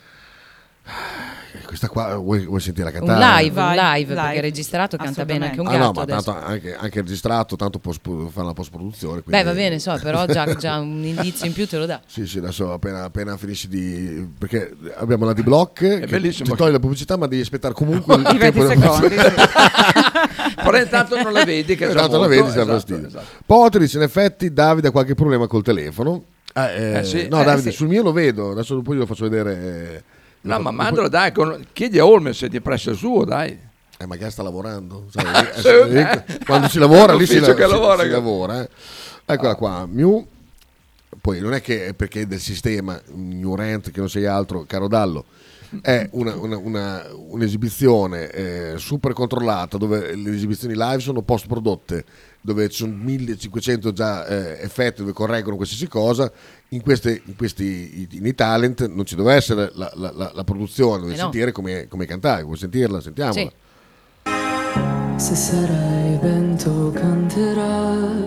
L: Questa qua vuoi, vuoi sentirla
G: Un
L: cantare?
G: live, un
N: Vai,
G: live, perché
N: live.
G: registrato canta bene anche un
L: Ah
G: gatto
L: no, ma
G: adesso.
L: tanto anche, anche registrato, tanto post, fa la post produzione.
G: Beh, va bene, so, però già, già un indizio in più te lo dà.
L: Sì, sì, adesso appena, appena finisci di. Perché abbiamo la D-Block che
O: bellissimo.
L: ti toglie la pubblicità, ma devi aspettare comunque il
N: I venti
L: tempo
N: secondi.
O: Però intanto non la vedi, che è già
L: Tanto la
O: molto.
L: vedi, c'è
O: Esatto,
L: fastidio.
O: esatto.
L: Potri dice: in effetti, Davide ha qualche problema col telefono. Eh, eh,
O: Eh, sì.
L: no,
O: Eh,
L: Davide,
O: sì.
L: sul mio lo vedo. Adesso dopo io lo faccio vedere. eh,
O: No,
L: lo
O: ma
L: fa-
O: mandalo, dai, con- chiedi a Olmes se ti presta il suo, dai.
L: Eh, magari sta lavorando. sai, eh,
O: Sì,
L: eh,
O: eh.
L: quando si lavora, lì si,
O: L'ufficio
L: la-
O: che
L: si-
O: lavora,
L: si
O: che-
L: lavora. eh. Eccola qua, Mew. poi non è che è perché è del sistema ignorante che non sei altro, caro Dallo, è una, una, una, un'esibizione eh, super controllata, dove le esibizioni live sono post prodotte, dove ci sono millecinquecento già eh, effetti dove correggono qualsiasi cosa. In questi, in questi in i talent non ci deve essere la, la, la, la produzione, devi
G: Eh no.
L: sentire come, come cantare, vuoi sentirla? Sentiamola.
G: Sì.
S: Se sarai vento canterai,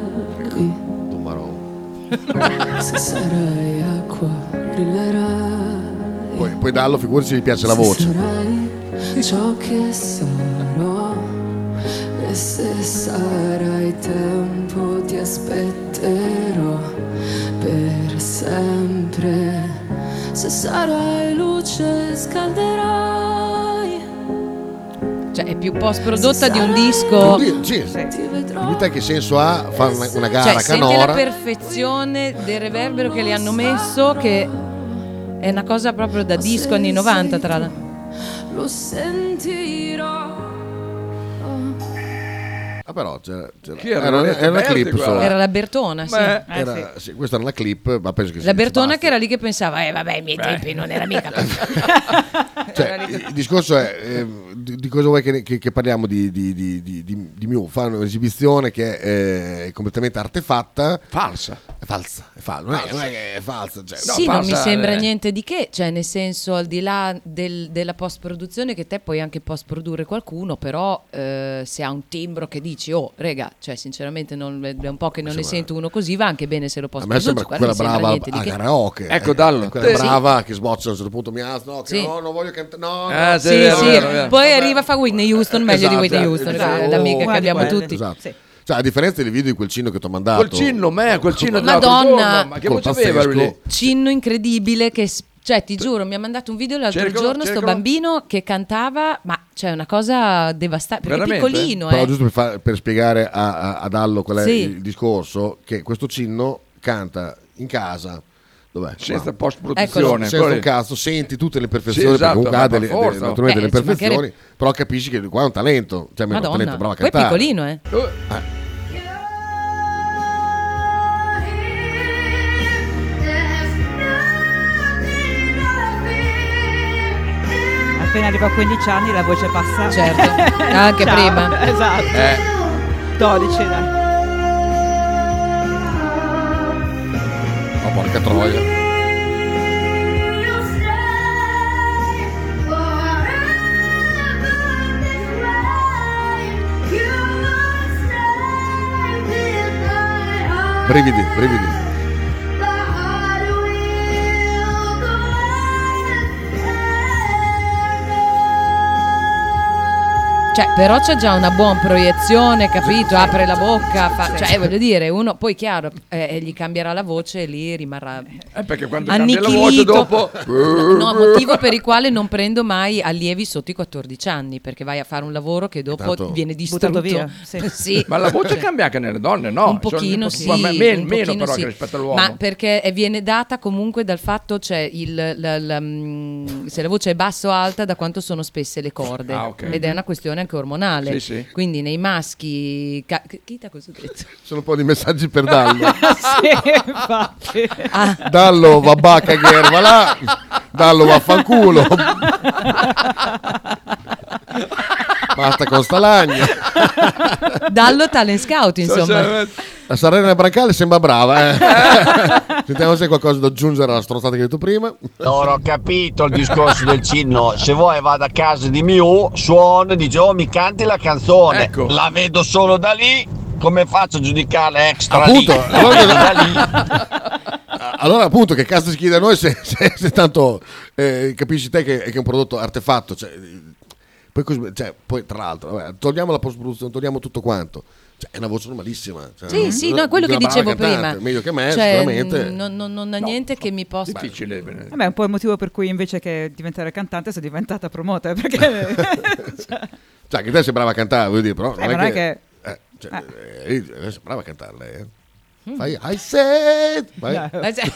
S: se sarai acqua brillerai,
L: Poi, poi Dallo, figurati se gli piace la voce.
S: se sarai ciò che sarò, e se sarai tempo ti aspetterò per sempre, se sarai luce scalderai.
G: Cioè è più post prodotta di un disco.
L: Sì, sì. Dimmi te che senso ha fare una, una gara
G: Cioè senti la
L: canora.
G: perfezione del reverbero che le hanno messo, che è una cosa proprio da disco anni novanta, tra l'altro.
S: Lo sentirò.
L: Ah, però c'era, c'era-
O: Chi era?
L: era, una- era una
O: Berti,
L: clip
O: guarda.
L: solo.
G: Era la Bertona, sì.
O: Beh,
L: Era- sì, questa era una clip, ma penso che
G: La
L: sia-
G: Bertona
L: basta.
G: che era lì che pensava, eh vabbè, ai miei tempi non era mica così.
L: Cioè, il il discorso è eh, di, di cosa vuoi che, che- che parliamo di, di, di, di, di, di Mew? Fa un'esibizione che è eh, completamente artefatta,
O: falsa,
L: è falsa, è falsa, non, È, non è che è falsa, cioè, no,
G: Sì, non mi
L: falsa,
G: sembra
L: eh.
G: niente di che, cioè nel senso al di là del- della post produzione, che te puoi anche post produrre qualcuno, però eh, se ha un timbro che dici, oh rega, cioè sinceramente non, è un po' che non ne
L: sembra-
G: sento uno così, va anche bene se lo post
L: A me sembra
G: produci, guarda,
L: quella
G: mi sembra
L: brava
G: niente di
L: a
G: che.
L: karaoke.
O: Ecco,
L: eh,
O: Dallo.
L: quella
O: Sì.
L: brava che sboccia a un certo punto mi alzo, no, che
G: Sì.
L: no, non voglio cantare, no,
O: Ah,
L: no.
O: sì,
G: Sì,
O: vero,
G: sì.
O: vero, vero.
G: Poi arriva fa Whitney Houston meglio
L: Esatto,
G: di Whitney
L: eh,
G: Houston,
L: esatto.
G: che è l'amica
N: Una
G: che
N: di
G: abbiamo
N: quelle.
G: tutti.
L: Esatto.
N: Sì.
L: Cioè, a differenza del video di quel Cino che ti ho mandato,
O: Quel cinno, me, quel cinno dell'altro
G: Madonna.
O: giorno, ma che
L: Col
O: voce aveva lui lì?
L: pazzesco.
G: Cinno incredibile che s- cioè ti giuro mi ha mandato un video l'altro
O: Cercalo,
G: giorno sto
O: cercalo.
G: bambino che cantava, ma cioè una cosa devastante perché è
O: Veramente?
G: piccolino,
L: Però
G: eh.
L: giusto per, far- per spiegare a, a, a Dallo qual è
G: Sì.
L: il discorso, che questo Cinno canta in casa, dov'è?
O: Senza
L: Qua.
O: post
G: Eccolo.
O: produzione.
L: Senza un cazzo, senti tutte le imperfezioni,
O: Sì, esatto,
L: perché comunque
O: ma
L: ha
O: per
L: delle,
O: forza.
L: delle- naturalmente
G: Eh,
L: delle
G: ci
L: imperfezioni,
G: mancherebbe.
L: però capisci che qua è un talento, cioè almeno un
G: Madonna,
L: talento bravo a
G: poi è
L: cantare.
G: piccolino, eh.
L: Eh.
N: Appena arriva a quindici anni la voce passa.
G: Certo, anche
N: Ciao.
G: prima.
N: Esatto.
O: Eh.
N: dodici, dai.
L: Oh, porca troia. Brividi, brividi.
G: Cioè, però c'è già una buona proiezione, capito? Apre la bocca, fa- cioè voglio dire, uno poi chiaro, eh, gli cambierà la voce e lì rimarrà
O: Eh, perché quando cambia la voce
G: annichilito.
O: dopo...
G: No, motivo per il quale non prendo mai allievi sotto i quattordici anni, perché vai a fare un lavoro che dopo
L: Tanto-
G: viene distrutto.
N: Buttato via, sì.
G: Sì.
O: Ma la voce cambia anche nelle donne, no?
G: Un pochino
O: Sono-
G: sì,
O: ma me- men-
G: un
O: meno
G: pochino
O: però
G: sì.
O: che rispetto all'uomo.
G: Ma perché eh, viene data comunque dal fatto, cioè il, la- la- mm, se la voce è bassa o alta, da quanto sono spesse le corde.
O: Ah, ok.
G: Ed è una questione anche ormonale.
O: Sì, sì.
G: Quindi nei maschi... ca- chi ti ha cosa detto?
L: Sono un po' di messaggi per Dallo.
N: Sì, infatti.
G: Ah,
L: Dallo va bacca gherva là, Dallo vaffanculo. Basta con sta lagna.
G: Dallo Talent Scout, insomma.
L: La Serena Brancale sembra brava, eh. Sentiamo se hai qualcosa da aggiungere alla strozzata che hai detto prima.
H: Ora ho capito il discorso del Cinno. Se vuoi vado a casa di Mew, suono e dice oh mi canti la canzone.
O: Ecco.
H: La vedo solo da lì. Come faccio a giudicarla extra
L: Appunto,
H: lì? La
L: allora-
H: vedo da lì.
L: Allora appunto che cazzo si chiede a noi se, se, se tanto eh, capisci te che, che è un prodotto artefatto, cioè, poi, così- cioè, poi tra l'altro vabbè, togliamo la post produzione, togliamo tutto quanto, cioè, è una voce normalissima, cioè,
G: Sì, sì, no, è quello
L: di
G: che
L: una brava
G: dicevo prima.
L: cantante, meglio che me
G: Cioè,
L: sicuramente.
G: n- non, non- non ha niente che mi possa...
O: Difficile.
N: Vabbè, è un po' il motivo per cui invece che diventare cantante sono diventata promoter, perché
L: Cioè che te sei brava a cantare, voglio dire, però
N: Eh, non è che-
L: eh, cioè, eh, eh, sei brava a cantare lei, eh. Fai I said vai.
G: Eh, sì.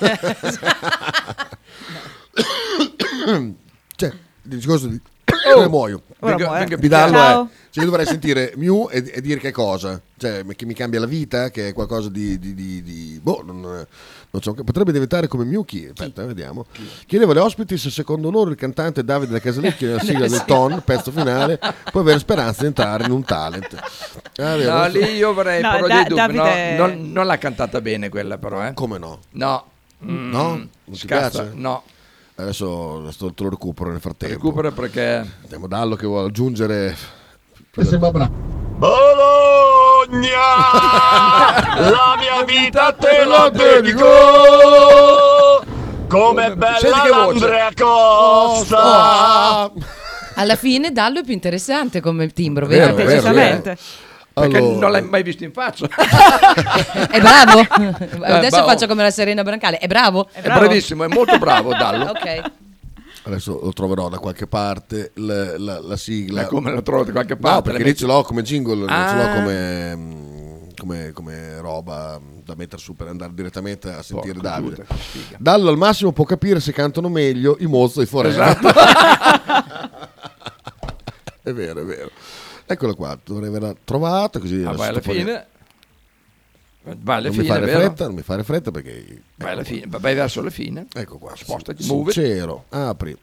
L: Cioè il discorso di oh. muoio
N: Ora
L: Venga-
N: muore.
L: venga, Pidallo
N: Ciao.
L: è, cioè io dovrei sentire Mew e, e dire che cosa, cioè che mi cambia la vita, che è qualcosa di, di, di, di- boh, non, non so, potrebbe diventare come Mew chi? Aspetta, vediamo. Chiedevo alle ospiti se secondo loro il cantante Davide da Casalecchio nella sigla del Ton, pezzo finale, può avere speranza di entrare in un talent. Ah, vero?
O: No, lì io avrei
N: No,
O: però
N: Da-
O: dei dubbi.
N: Davide-
O: No, non, non l'ha cantata bene quella però, eh.
L: Come no?
O: No. Mm,
L: No? Non ti
O: scassa,
L: piace?
O: No.
L: Adesso sto- te lo recupero nel frattempo.
O: Recupera perché...
L: Andiamo Dallo che vuole aggiungere...
K: Bologna,
F: La mia vita te la dedico. Come bella
O: Senti che voce.
F: l'Andrea Costa.
G: Alla fine Dallo è più interessante come timbro,
L: Vero,
G: vero?
L: vero,
N: Decisamente.
O: Perché
L: Allora-
O: non l'hai mai visto in faccia.
G: È bravo. Adesso
O: bravo.
G: faccio come la Serena Brancale. È bravo?
O: È bravissimo, è molto bravo Dallo.
G: Ok.
L: Adesso lo troverò da qualche parte la, la- la sigla.
O: Ma come lo trovo da qualche parte?
L: No, perché
O: La
L: lì
O: metti-
L: ce l'ho come jingle, non ce l'ho
O: Ah.
L: come, mm, come, come roba da mettere su per andare direttamente a sentire
O: Porca
L: Davide.
O: puttana, che figa.
L: Dallo al massimo può capire se cantano meglio i Mozzo e i Forever.
O: Esatto.
L: È vero, è vero. Eccolo qua, dovrei averla trovata così.
O: Ah,
L: adesso
O: vai alla
L: sto fuori-
O: fine. Vai alla
L: Non
O: fine,
L: mi fare
O: vero?
L: fretta, non mi fare fretta perché...
O: Vai alla fine, vai verso la fine.
L: Ecco qua.
O: Spostati, move.
L: Sincero, apri.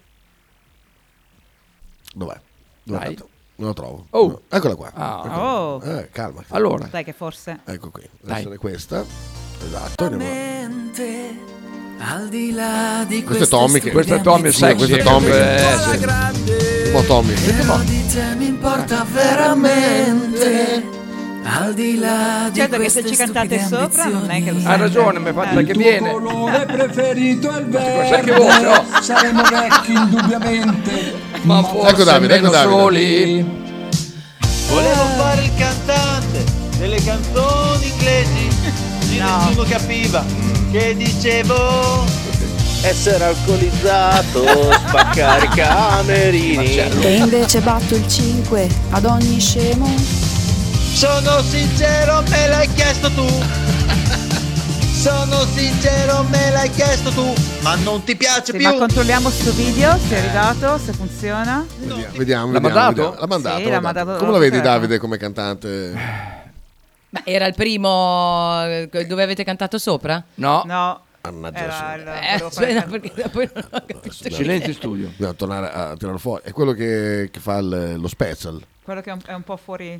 L: Dov'è? Dov'è?
O: Dai.
L: Aspetta, non lo trovo.
O: Oh.
L: No. Eccola qua.
O: Ah.
L: Eccola.
N: Oh.
L: Eh, calma.
O: Allora,
N: Dai che forse.
L: Ecco qui. Deve
O: Dai.
L: essere questa. Esatto. Andiamo.
S: Al di là di
L: Questo è Tommy. Che...
O: questo è Tommy
L: Scusa,
O: sexy.
L: questo è Tommy.
O: eh, sì.
L: Un po' Tommy.
S: di te mi importa veramente. Al di là di
N: Certo che
S: queste
N: se ci cantate
S: stupide
N: sopra non è che lo
O: Hai
N: sai.
O: ragione, mi fa perché viene.
E: colore preferito è il
O: Sai che voce,
E: verde.
O: oh?
E: Saremo vecchi indubbiamente.
O: Ma forse
L: Ecco Davide, ecco
O: meno
L: Davide.
O: soli.
F: Volevo fare il cantante delle canzoni inglesi.
N: No.
F: Nessuno capiva che dicevo. Essere alcolizzato, spaccare i camerini.
S: E invece batto il cinque ad ogni scemo.
F: Sono sincero, me l'hai chiesto tu. Sono sincero, me l'hai chiesto tu. Ma non ti piace
N: Sì,
F: più.
N: ma controlliamo sto video, se è arrivato, se funziona.
L: Vediamo, vediamo.
O: L'ha
L: vediamo,
O: mandato?
L: vediamo. L'ha mandato.
N: Sì,
L: l'ha
N: l'ha
L: mandato.
N: mandato-
L: Come lo vedi
N: certo.
L: Davide come cantante?
G: Ma era il primo eh, dove avete cantato sopra?
O: No,
N: No.
L: Mannaggia.
N: Era il,
G: Eh,
N: volevo fare-
G: aspetta, perché poi non ho capito.
O: silenzio in studio.
L: Dobbiamo tornare a tirarlo fuori. È quello che, che fa il- lo special.
N: quello che è un, è un po' fuori.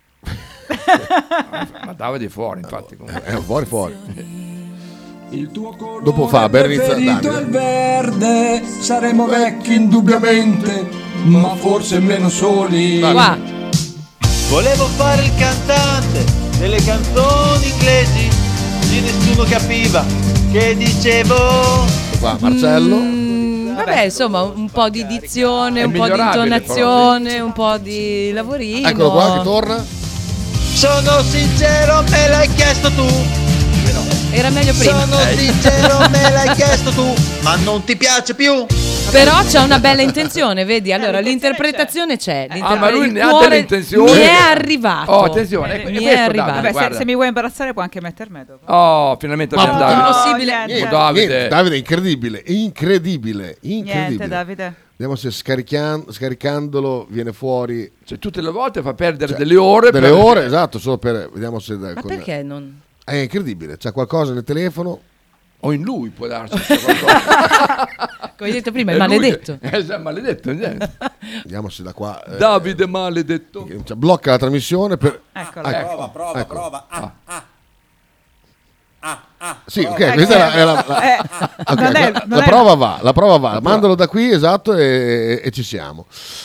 O: Ma Davide è fuori, infatti. comunque.
L: È fuori fuori.
E: Il tuo colore
L: Dopo Faber inizia
E: preferito è il
L: Davide.
E: verde. Saremo vecchi indubbiamente, ma forse meno soli.
G: Qua.
F: Volevo fare il cantante delle canzoni inglesi. Sì, nessuno capiva che dicevo.
L: Qua Marcello.
G: Mm, vabbè, insomma, un po' di dizione,
O: È
G: un po' di
O: migliorabile,
G: intonazione, un po' di lavorino.
L: Eccolo qua che torna.
F: Sono sincero, me l'hai chiesto tu.
G: Era meglio prima.
F: Sono sincero, me l'hai chiesto tu. Ma non ti piace più.
G: Però c'è una bella intenzione, vedi? Allora, l'interpretazione c'è.
O: Ah, ma lui
G: il
O: ne ha
G: cuore
O: delle intenzioni.
G: Mi è arrivato.
O: Oh, attenzione, ecco,
G: mi
O: è
G: è
O: questo,
G: arrivato.
O: Davide,
N: Vabbè, se,
O: guarda.
N: se mi vuoi imbarazzare puoi anche mettere me dopo.
O: Oh, finalmente
L: Ma
O: abbiamo
L: può-
O: Davide.
N: Impossibile.
L: Niente,
N: Niente.
O: Davide.
L: niente, Davide è incredibile, incredibile, incredibile.
N: Niente, Davide.
L: Vediamo se scarican- scaricandolo viene fuori
O: Cioè, tutte le volte fa perdere delle ore.
L: delle
O: per-
L: ore, esatto, solo per vediamo se
G: Ma
L: con-
G: perché non?
L: È incredibile, c'è qualcosa nel telefono.
O: O in lui può darsi qualcosa.
G: Come hai detto prima, è
O: È lui
G: maledetto.
O: che- Eh, già, maledetto. niente.
L: Vediamo se da qua eh,
O: Davide maledetto.
L: cioè, blocca la trasmissione per
N: Eccolo.
L: Ecco,
M: Prova, prova,
L: ecco.
M: prova. Ah, ah. Ah, ah.
L: Sì, ok,
N: Ecco.
L: questa è la, è la- la-
N: Eh,
L: ok,
N: non è-
L: la-
N: non
L: la
N: è-
L: prova va, la prova va, mandalo da qui, esatto, e, e- e ci siamo.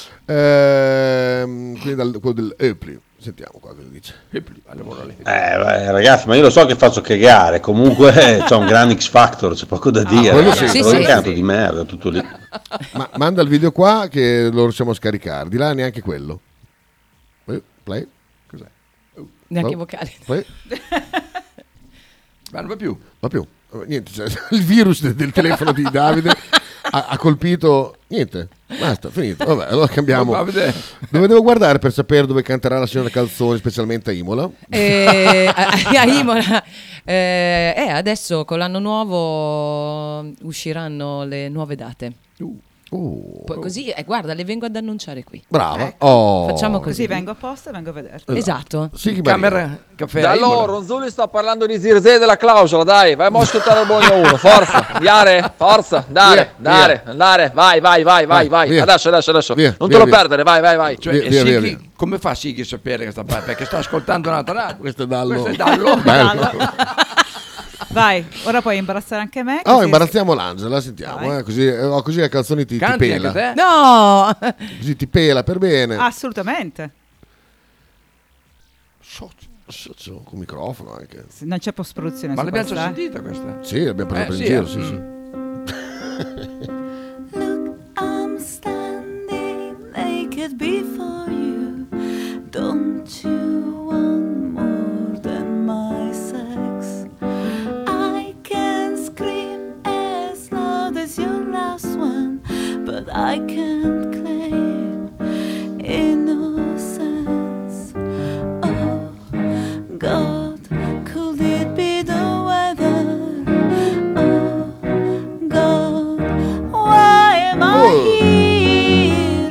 L: Ehm, quindi dal quello del Epli, sentiamo qua cosa dice.
O: E poi, allora, lì.
T: Eh, beh, ragazzi, ma io lo so che faccio cagare. Comunque c'è un gran X Factor, c'è poco da dire.
L: quello
T: ragazzi,
L: sì,
T: però
G: sì,
T: un
G: sì.
T: canto di merda, tutto lì.
L: Ma manda il video qua che lo riusciamo a scaricare, di là neanche quello. Eh, Play,
O: Cos'è?
G: Neanche
L: Oh.
G: vocale.
L: play,
O: Ma non va più.
L: va più. Eh, Niente, cioè, il virus del, del telefono di Davide ha, ha colpito. Niente, basta, finito. Vabbè, allora cambiamo.
O: Oh, Davide.
L: Dove devo guardare per sapere dove canterà la signora Calzoni, specialmente a Imola?
G: Eh, a, a Imola. Eh, eh, adesso con l'anno nuovo usciranno le nuove date.
O: Uh.
L: Uh,
G: Poi così, eh, guarda, le vengo ad annunciare qui.
L: Brava.
N: Ecco.
L: Oh.
G: Facciamo così.
N: Così vengo apposta e vengo a vedere.
G: Esatto.
L: Sì,
O: Camera, caffè.
P: Da
O: Imola.
P: loro, Ronzulli sta parlando di Zirze della clausola, dai, vai a ascoltare il Bologna uno, forza, Iare, forza, dare,
L: Via,
P: dare, andare, vai, vai, vai, vai, vai,
L: via.
P: adesso, adesso, adesso,
L: Via,
P: non
L: via,
P: te lo
L: via.
P: perdere, vai, vai, vai.
O: Cioè,
L: Via,
O: e
L: via, via,
O: Sighi-
L: via.
O: come fa Sighi a sapere che sta perché sta ascoltando un'altra radio?
L: Questo è Dallo.
O: Questo è Dallo.
L: Bello.
N: Vai, ora puoi imbarazzare anche me.
L: Oh,
N: così-
L: imbarazziamo l'Angela, sentiamo, eh, così, eh, così la canzone ti, ti
O: Canti
L: pela.
O: anche te?
G: No!
L: Così ti pela per bene.
N: Assolutamente.
L: Socio, con microfono anche.
N: Sì, non c'è post-produzione.
O: Ma
N: su
O: l'abbiamo
N: questa,
O: già
N: eh?
O: sentita questa?
L: Sì, l'abbiamo presa
O: Eh,
L: per
O: sì,
L: in giro,
O: eh.
L: sì, sì.
F: I'm standing naked before you. Don't you want more than my sex? I can scream as loud as your last one, but I can't claim innocence. Oh God, could it be the weather? Oh God, why am I here?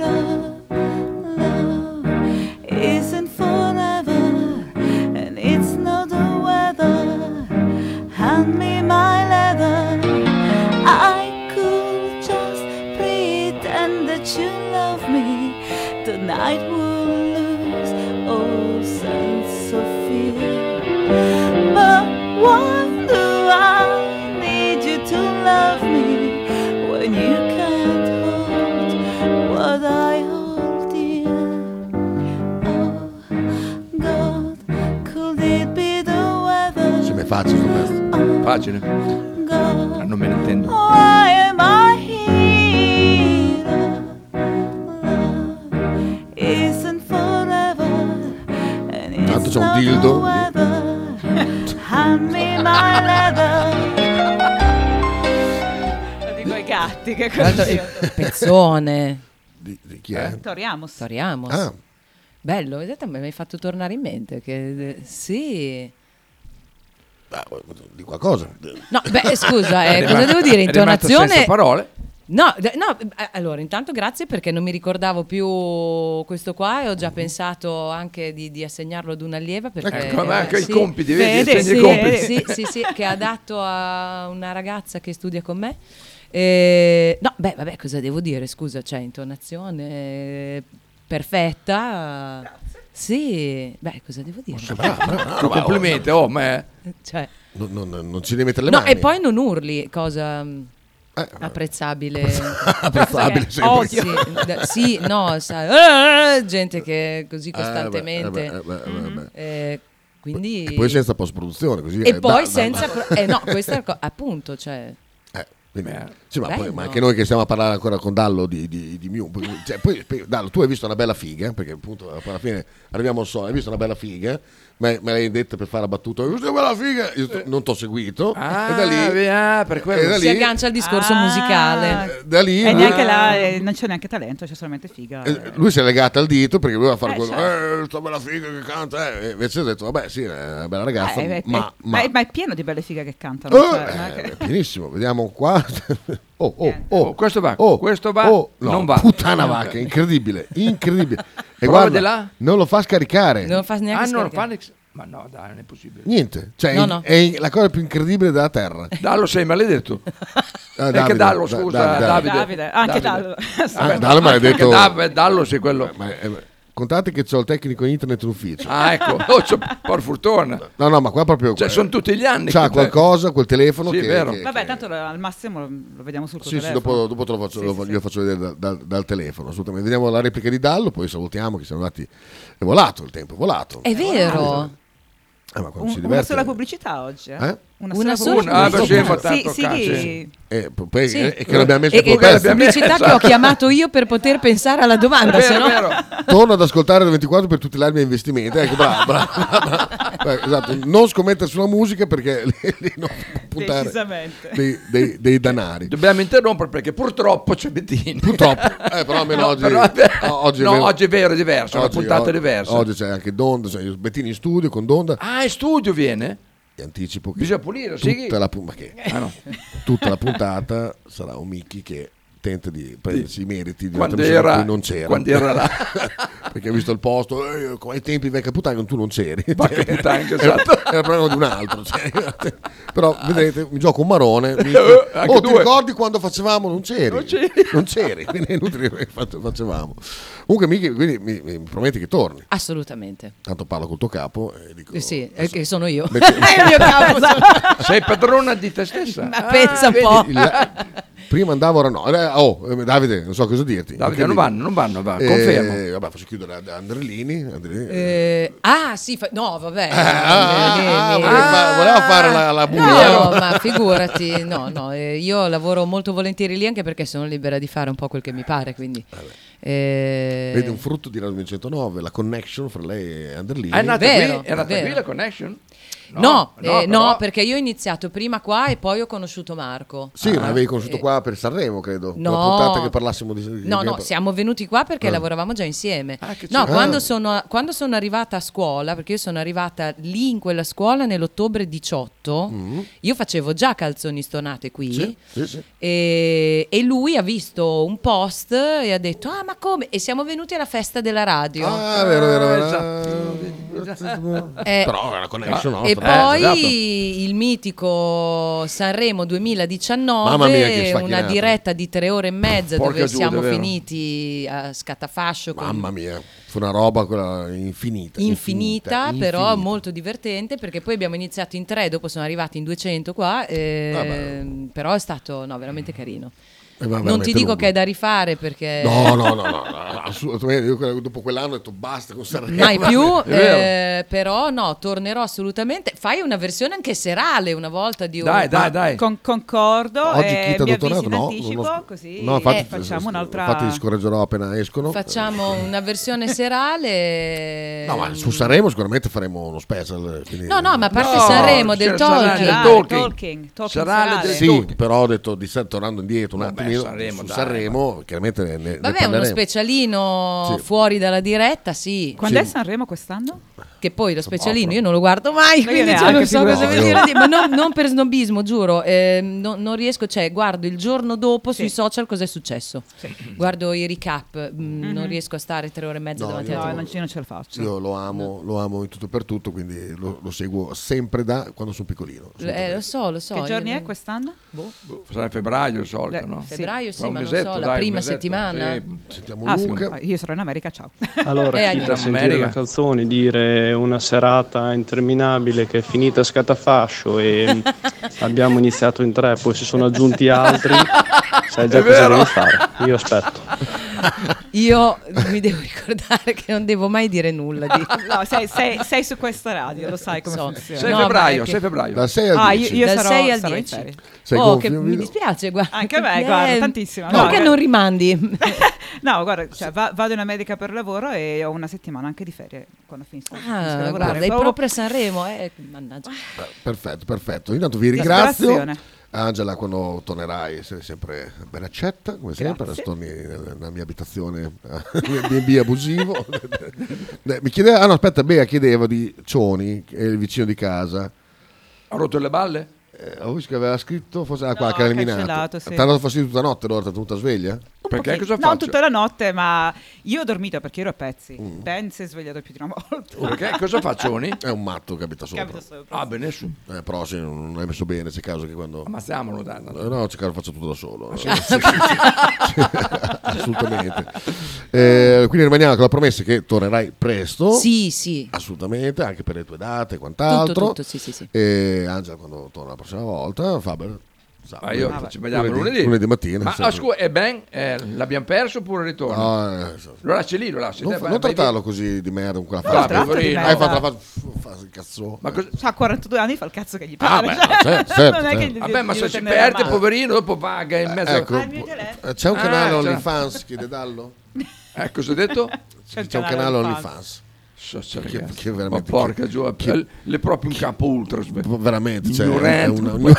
F: Love isn't forever, and it's not the weather. Hand me my leather. I could just pretend that you love me. The night will lose all sense of fear. But why do I need you to love me when you can't hold what I hold dear? Oh God, could it be the weather?
L: Sì, ma è facile sto pezzo.
O: Facile.
F: God,
O: Ah, non me ne intendo.
F: why am I here? Love isn't forever, and
L: Tanto
F: it's
L: c'è un
F: not the
L: dildo.
F: weather. Hand me my leather.
N: Lo dico ai gatti che
G: Tra l'altro,
N: così.
G: il pezzone.
L: Di, di chi è?
N: Toriamos.
G: Toriamos.
L: Ah.
G: Bello, vedete, mi hai fatto tornare in mente che sì.
L: Beh, di qualcosa.
G: No, beh, scusa, eh,
O: È
G: cosa
O: rimasta-
G: devo dire?
O: è rimasta
G: Intonazione.
O: senza parole.
G: No, d- no, eh, allora, intanto grazie perché non mi ricordavo più questo qua e ho già pensato anche di, di assegnarlo ad un'allieva perché
O: Ecco, ma anche i
G: sì.
O: compiti, vedi,
G: Vede,
O: assegni i
G: sì,
O: compiti.
G: sì, sì, sì, che è adatto a una ragazza che studia con me. Eh, no, beh, vabbè, cosa devo dire? Scusa, c'è intonazione eh, perfetta. Sì, beh, cosa devo dire?
L: Brava, brava,
O: Tu
L: brava.
O: complimenti, oh, ma
G: Cioè,
L: Non, non, non ci devi mettere le
G: no,
L: mani.
G: e poi non urli, cosa mm,
L: Eh,
G: apprezzabile.
L: apprezzabile
G: Sì,
L: sempre.
G: sì, d- sì, no, sai, eh, gente che così
L: Eh,
G: costantemente.
L: beh, eh, beh, eh, beh, eh, beh.
G: eh, quindi
L: E poi senza post produzione così.
G: e
L: eh,
G: poi
L: da- da-
G: senza pro- eh no, questa è la co- appunto, cioè
L: Eh, quindi- sì, ma,
G: bello.
L: poi, ma anche noi che stiamo a parlare ancora con Dallo di, di, di Mew, cioè, poi, poi, Dallo, tu hai visto una bella figa, perché appunto alla fine arriviamo al sole, hai visto una bella figa, me, me l'hai detto per fare la battuta, hai visto una bella figa, io sto- non ti ho seguito,
O: Ah,
L: e da lì,
O: via, per quello.
L: e da
G: si
L: lì,
G: aggancia al discorso
N: Ah.
G: musicale.
L: da lì
N: E
L: lui,
N: neanche là, eh, non c'è neanche talento, c'è solamente figa.
L: eh, lui si è legato al dito perché voleva fare
N: Eh,
L: quello,
N: certo.
L: eh, sta bella figa che canta, eh. E invece ho detto, vabbè sì, è una bella ragazza,
N: Eh, eh,
L: ma,
N: eh,
L: ma,
N: ma è, ma è pieno di belle fighe che cantano.
L: Oh,
N: cioè, non è
L: eh,
N: che-
L: è pienissimo, vediamo qua. Oh, oh, oh,
O: Oh, questo va,
L: oh,
O: questo va,
L: oh, no,
O: non va.
L: Puttana vacca, incredibile, incredibile. E
O: Prova
L: guarda,
O: di là?
L: non lo fa scaricare.
G: Non fa neanche
O: Ah, no,
G: scaricare.
O: fa nex- ma no, dai, non è possibile.
L: Niente, cioè
G: No,
L: è-
G: no.
L: è la cosa più incredibile della terra.
O: Dallo sei maledetto.
L: Ah,
O: E
L: Davide,
O: che Dallo,
L: Da-
O: scusa,
L: Davide,
O: Davide.
N: Davide, anche Dallo.
L: Ah, Dallo mi ha
O: Anche
L: detto,
O: Dav- Dallo sei quello.
L: ma, eh, contate che c'ho il tecnico internet in ufficio.
O: Ah, ecco, oh, c'ho, por fortuna.
L: No, no, ma qua proprio
O: Cioè, sono tutti gli anni.
L: c'ha
O: che-
L: qualcosa, quel telefono
O: Sì,
L: che,
O: vero.
L: che-
N: Vabbè,
L: che-
N: tanto lo- al massimo lo, lo vediamo sul tuo
L: Sì, sì,
N: telefono.
L: dopo, dopo te lo faccio,
N: Sì,
L: lo,
N: sì,
L: glielo faccio vedere dal, dal- dal telefono, assolutamente. Vediamo la replica di Dallo, poi salutiamo che siamo andati. È volato il tempo, è volato.
G: È vero.
L: Eh, ma quando
N: Un-
L: si
N: una
L: diverte.
N: sola pubblicità oggi. Eh?
L: Eh?
N: Una,
G: Una
N: sola
G: sola
O: Ah, beh, sì, ma
N: pubblicità.
O: tanto
N: Sì, sì,
O: cazzo,
N: sì.
O: sì.
L: E poi
G: Sì.
L: e che non abbiamo messo
G: E,
L: il
G: e quella
L: pezzo.
G: pubblicità che ho chiamato io per poter pensare alla domanda,
O: È
G: se
O: vero,
G: no
O: è vero.
L: Torno ad ascoltare il ventiquattro per tutelare i miei investimenti. Ecco, bravo, bravo, bravo. Beh, esatto. Non scommettere sulla musica perché lì, lì non può puntare
N: Decisamente.
L: dei, dei, dei danari.
O: Dobbiamo interrompere perché purtroppo c'è Bettini.
L: Purtroppo, eh, però almeno
O: No,
L: oggi,
O: però è vero.
L: o- oggi, è
O: No,
L: vero-
O: oggi è vero, è diverso, è una puntata
L: o-
O: diversa.
L: Oggi c'è anche Donda, cioè io- Bettini in studio con Donda.
O: Ah, in studio viene?
L: Ti anticipo che
O: Bisogna pulire, sì.
L: tutta la, pu- ma che-
O: Ah, no.
L: tutta la puntata sarà un Mickey che tenta di prendersi i meriti di
O: Quando
L: una trasmissione
O: era-
L: in cui non c'era.
O: quando era là.
L: Perché ha visto il posto, eh, ai tempi Vecchia Puttana tu non c'eri.
O: Vecchia Puttana,
L: era,
O: esatto.
L: era il problema di un altro. Cioè, però vedete, mi gioco un marone. Mi...
O: Anche
L: Oh, ti
O: due.
L: ricordi quando facevamo? Non c'eri.
O: Non c'eri.
L: Non c'eri, quindi è inutile che fac- facevamo. Comunque Miki, quindi mi, mi prometti che torni.
G: Assolutamente.
L: Tanto parlo col tuo capo e dico...
G: Eh sì, è che sono io.
L: Metti-
G: È il mio capo.
O: Sei padrona di te stessa.
G: Ma pensa un
O: vedi?
G: po'.
L: Il- prima andavo, ora no. Eh, Oh, eh, Davide, non so cosa dirti.
O: Davide,
L: Che
O: non
L: dico?
O: vanno, non vanno, va,
L: Eh,
O: confermo.
L: Vabbè, faccio chiudere ad Andrelini. Andrelini.
G: Eh, ah sì, fa- no vabbè.
L: ah,
G: Eh,
L: ah,
G: eh,
L: voleva fa- voleva fare la- la buia.
G: No, ma figurati, no, no, eh, io lavoro molto volentieri lì anche perché sono libera di fare un po' quel che mi pare, quindi... eh,
L: Vedi un frutto di Radio duecentonove, la connection fra lei e Anderlini.
O: È nata
G: Vero,
O: qui? È nata
G: vero.
O: qui la connection?
G: No,
O: no,
G: eh,
O: però-
G: no, perché io ho iniziato prima qua e poi ho conosciuto Marco.
L: Sì,
G: Ah,
L: ma avevi conosciuto
G: eh,
L: qua per Sanremo, credo.
G: No.
L: La puntata che parlassimo di... di-
G: No,
L: di-
G: no, siamo venuti qua perché
L: Ah.
G: lavoravamo già insieme.
L: che
G: No,
L: c'è-
G: quando
L: Ah.
G: sono, quando sono arrivata a scuola, perché io sono arrivata lì in quella scuola nell'ottobre diciotto, io facevo già Calzoni Stonate qui.
L: Mm. Sì, sì, sì.
G: E, e lui ha visto un post e ha detto: ah, ma come? E siamo venuti alla festa della radio.
L: Ah, vero, vero, vero.
G: Eh,
L: Però era connection
G: e
L: nostra.
G: poi
L: Eh, esatto.
G: il mitico Sanremo duemiladiciannove,
L: Mamma mia, che
G: una
L: sfacchinata.
G: diretta di tre ore e mezza
L: Porca
G: dove
L: Giuda,
G: siamo
L: vero.
G: finiti a scatafascio con
L: Mamma mia, fu una roba quella infinita.
G: infinita, però
L: infinita.
G: molto divertente perché poi abbiamo iniziato in tre, dopo sono arrivati in duecento qua, eh, però è stato no, veramente carino.
L: Eh, va
G: Non
L: veramente
G: ti dico
L: lungo.
G: che è da rifare perché
L: No, no, no, no, no, assolutamente. Io que- dopo quell'anno ho detto basta con Sanremo.
G: mai più,
L: È vero.
G: eh, però no, tornerò assolutamente. Fai una versione anche serale una volta di un...
O: Dai, dai, dai.
N: Con- concordo,
L: Oggi
N: eh,
L: chi ti ha
N: mi
L: dottorato?
N: avvisi in
L: No,
N: anticipo,
L: non lo-
N: così
L: no, infatti,
N: eh, facciamo un'altra...
L: Infatti li scorreggerò appena escono.
G: Facciamo una versione serale.
L: No, ma su Sanremo sicuramente faremo uno special. quindi-
G: No, no, ma a parte
O: No,
G: Sanremo, del
O: c'è Sanremo,
G: talking.
O: del
N: Talking,
O: talking.
N: talking, talking
O: Serale
N: serale.
O: del
L: Sì,
O: talking.
L: però ho detto di stare tornando indietro un
O: Vabbè,
L: attimino
O: Sanremo,
L: su
O: dai,
L: Sanremo, chiaramente ne, ne
G: Vabbè, uno
L: parleremo.
G: specialino
L: Sì.
G: fuori dalla diretta, sì.
N: Quando
L: Sì.
N: è Sanremo quest'anno?
G: Che poi lo specialino io non lo guardo mai,
N: io
G: quindi
N: neanche,
G: cioè, non so
N: figurati.
G: cosa vuol dire, di- ma non, non per snobismo, giuro, eh, non, non riesco, cioè guardo il giorno dopo sui social cosa è successo, guardo i recap, mm, non riesco a stare tre ore e mezza
L: No,
G: davanti
L: io-
G: alla
N: No,
G: tivù.
N: non, ce- non ce la faccio.
L: Io lo amo, lo amo in tutto e per tutto, quindi lo, lo seguo sempre da quando sono piccolino.
G: Eh, lo so, lo so.
N: Che
G: io
N: giorni
G: non-
N: è quest'anno?
G: Boh.
O: Sarà febbraio il solito,
N: Eh,
O: no?
G: Febbraio sì,
O: Tra un
G: ma non
O: mesetto,
G: so, la
O: dai, un
G: prima
O: mesetto,
G: settimana.
O: sì.
L: Sentiamo
N: Ah, sì,
L: Luca.
N: io sarò in America, ciao.
U: Allora,
G: Eh,
U: chi
G: aiuto.
U: per sentire
O: America.
U: la canzone dire una serata interminabile che è finita a scatafascio e abbiamo iniziato in tre, poi si sono aggiunti altri, sai già
O: È
U: cosa
O: vero.
U: devi fare. Io aspetto.
G: Io mi devo ricordare che non devo mai dire nulla di...
N: No, sei, sei- sei su questa radio, lo sai come
G: So.
N: funziona.
O: sei
G: No,
O: febbraio,
G: ma è che-
O: sei febbraio.
L: Dal sei al
N: Ah,
L: dieci.
N: io, io
G: Dal
N: sarò,
G: sei al
N: sarò in
G: dieci.
N: ferie.
L: Sei
G: Oh,
L: gonfio,
G: che mi
L: Vito?
G: dispiace, guarda.
N: Anche a me,
G: Eh,
N: guarda, tantissimo.
G: No,
N: No,
G: perché
N: guarda.
G: non rimandi?
N: No, guarda, cioè, va- vado in America per lavoro e ho una settimana anche di ferie quando finisco, finisco di
G: Ah,
N: lavorare.
G: guarda, è
N: Oh,
G: proprio a Sanremo, eh. Mannaggia.
L: Eh, Perfetto, perfetto. Intanto vi ringrazio.
N: Disperazione.
L: Angela, quando tornerai sei sempre ben accetta, come sempre. Adesso torni nella nella mia abitazione B and B abusivo. Eh, Mi chiedeva, ah no, aspetta, Bea chiedeva di Cioni, che è il vicino di casa.
O: Ha rotto le balle?
L: Eh, ho visto che aveva scritto, forse era
N: No,
L: qua che era
N: ha
L: eliminato.
N: cancellato, sì.
L: Ti ha dato fastidio tutta la notte, allora ti ha tenuta sveglia?
N: Un
O: Perché
N: pochino.
O: cosa
N: No,
O: faccio?
N: tutta la notte, ma io ho dormito perché ero a pezzi.
L: Mm.
N: Ben si è svegliato più di una volta.
O: Perché? Cosa faccioni?
L: È un matto che abita sopra.
N: Capita sopra.
O: Ah, bene su.
L: Eh, però se non hai messo bene, c'è caso che quando...
O: Ammazziamolo, dai. no.
L: Eh, no, c'è caso che faccio tutto da solo. Sì, sì, sì, sì. Assolutamente. Eh, quindi rimaniamo con la promessa che tornerai presto.
G: Sì, sì.
L: Assolutamente, anche per le tue date e quant'altro.
G: Tutto, tutto, sì, sì, sì.
L: E Angela quando torna la prossima volta, Faber. sabato.
O: Ah, io
L: Lunedì.
O: ci vediamo lunedì.
L: Lunedì mattina.
O: Ma
L: sempre.
O: ah, scusa, e Ben eh, l'abbiamo perso oppure ritorna?
L: No, eh, so-
O: Allora c'è lì, lo lasci.
L: non,
O: Dai,
L: fa-
O: vai,
L: non
O: vai
L: trattarlo così di merda con quella
O: No,
L: faccia.
O: tratto di
L: Hai
O: merda.
L: fatto la faccia, fa il cazzo.
O: Ma cosa-
N: Ha quarantadue anni, fa il cazzo che gli
L: Ah,
N: pare.
L: beh,
N: cioè,
L: certo, certo,
N: non è che
L: certo.
N: gli-
O: Vabbè, ma
N: gli
O: se
N: devo
O: si
N: tenere la
O: perde,
N: mano.
O: poverino, dopo paga in mezzo.
L: Ecco,
N: Ah, il mio telefono.
L: eh, c'è un
O: Ah,
L: canale
O: c'è.
L: OnlyFans, chiede Dallo?
O: Eh, cosa hai detto?
L: C'è un canale OnlyFans.
O: So, so,
L: Che-
O: ragazzi.
L: che veramente-
O: ma porca giù,
L: che-
O: le- le proprio in campo ultra.
L: Veramente, cioè,
O: Ignorante.
L: è una-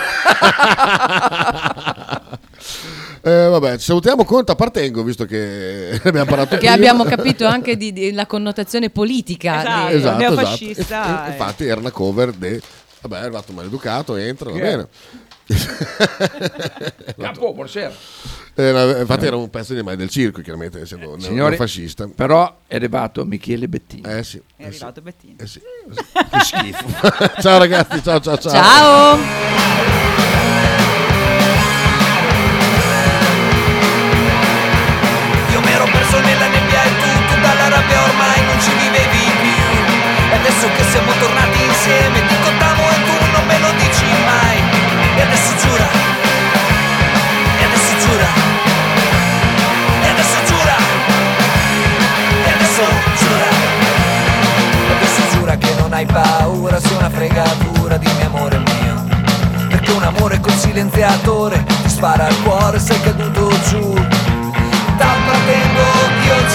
L: Eh, vabbè, ci salutiamo con T'appartengo, visto che abbiamo parlato
G: Che
L: prima.
G: abbiamo capito anche di, di- la connotazione politica.
N: Esatto.
G: di-
L: Esatto,
N: neofascista,
L: esatto. E- e-
N: eh.
L: infatti era una cover de vabbè, è arrivato maleducato, entra, va
O: Che è?
L: bene.
O: Capo, buonasera.
L: Eh, no, infatti era un pezzo di animali del circo, chiaramente, essendo
O: Signori,
L: fascista.
O: Però è arrivato Michele Bettini.
L: Eh sì.
N: È arrivato Bettini.
L: Eh sì. Che schifo. Ciao ragazzi, ciao ciao ciao.
G: Ciao.
S: Io mi ero perso nella nebbia e tu, tu dalla rabbia ormai non ci vivevi più. E adesso che siamo tornati insieme ti contavo e tu non me lo dici mai. E adesso giura, e adesso giura, e adesso giura, e adesso giura, e adesso giura che non hai paura, sei una fregatura, dimmi amore mio. Perché un amore col silenziatore ti spara al cuore, sei caduto giù. T'appartengo io.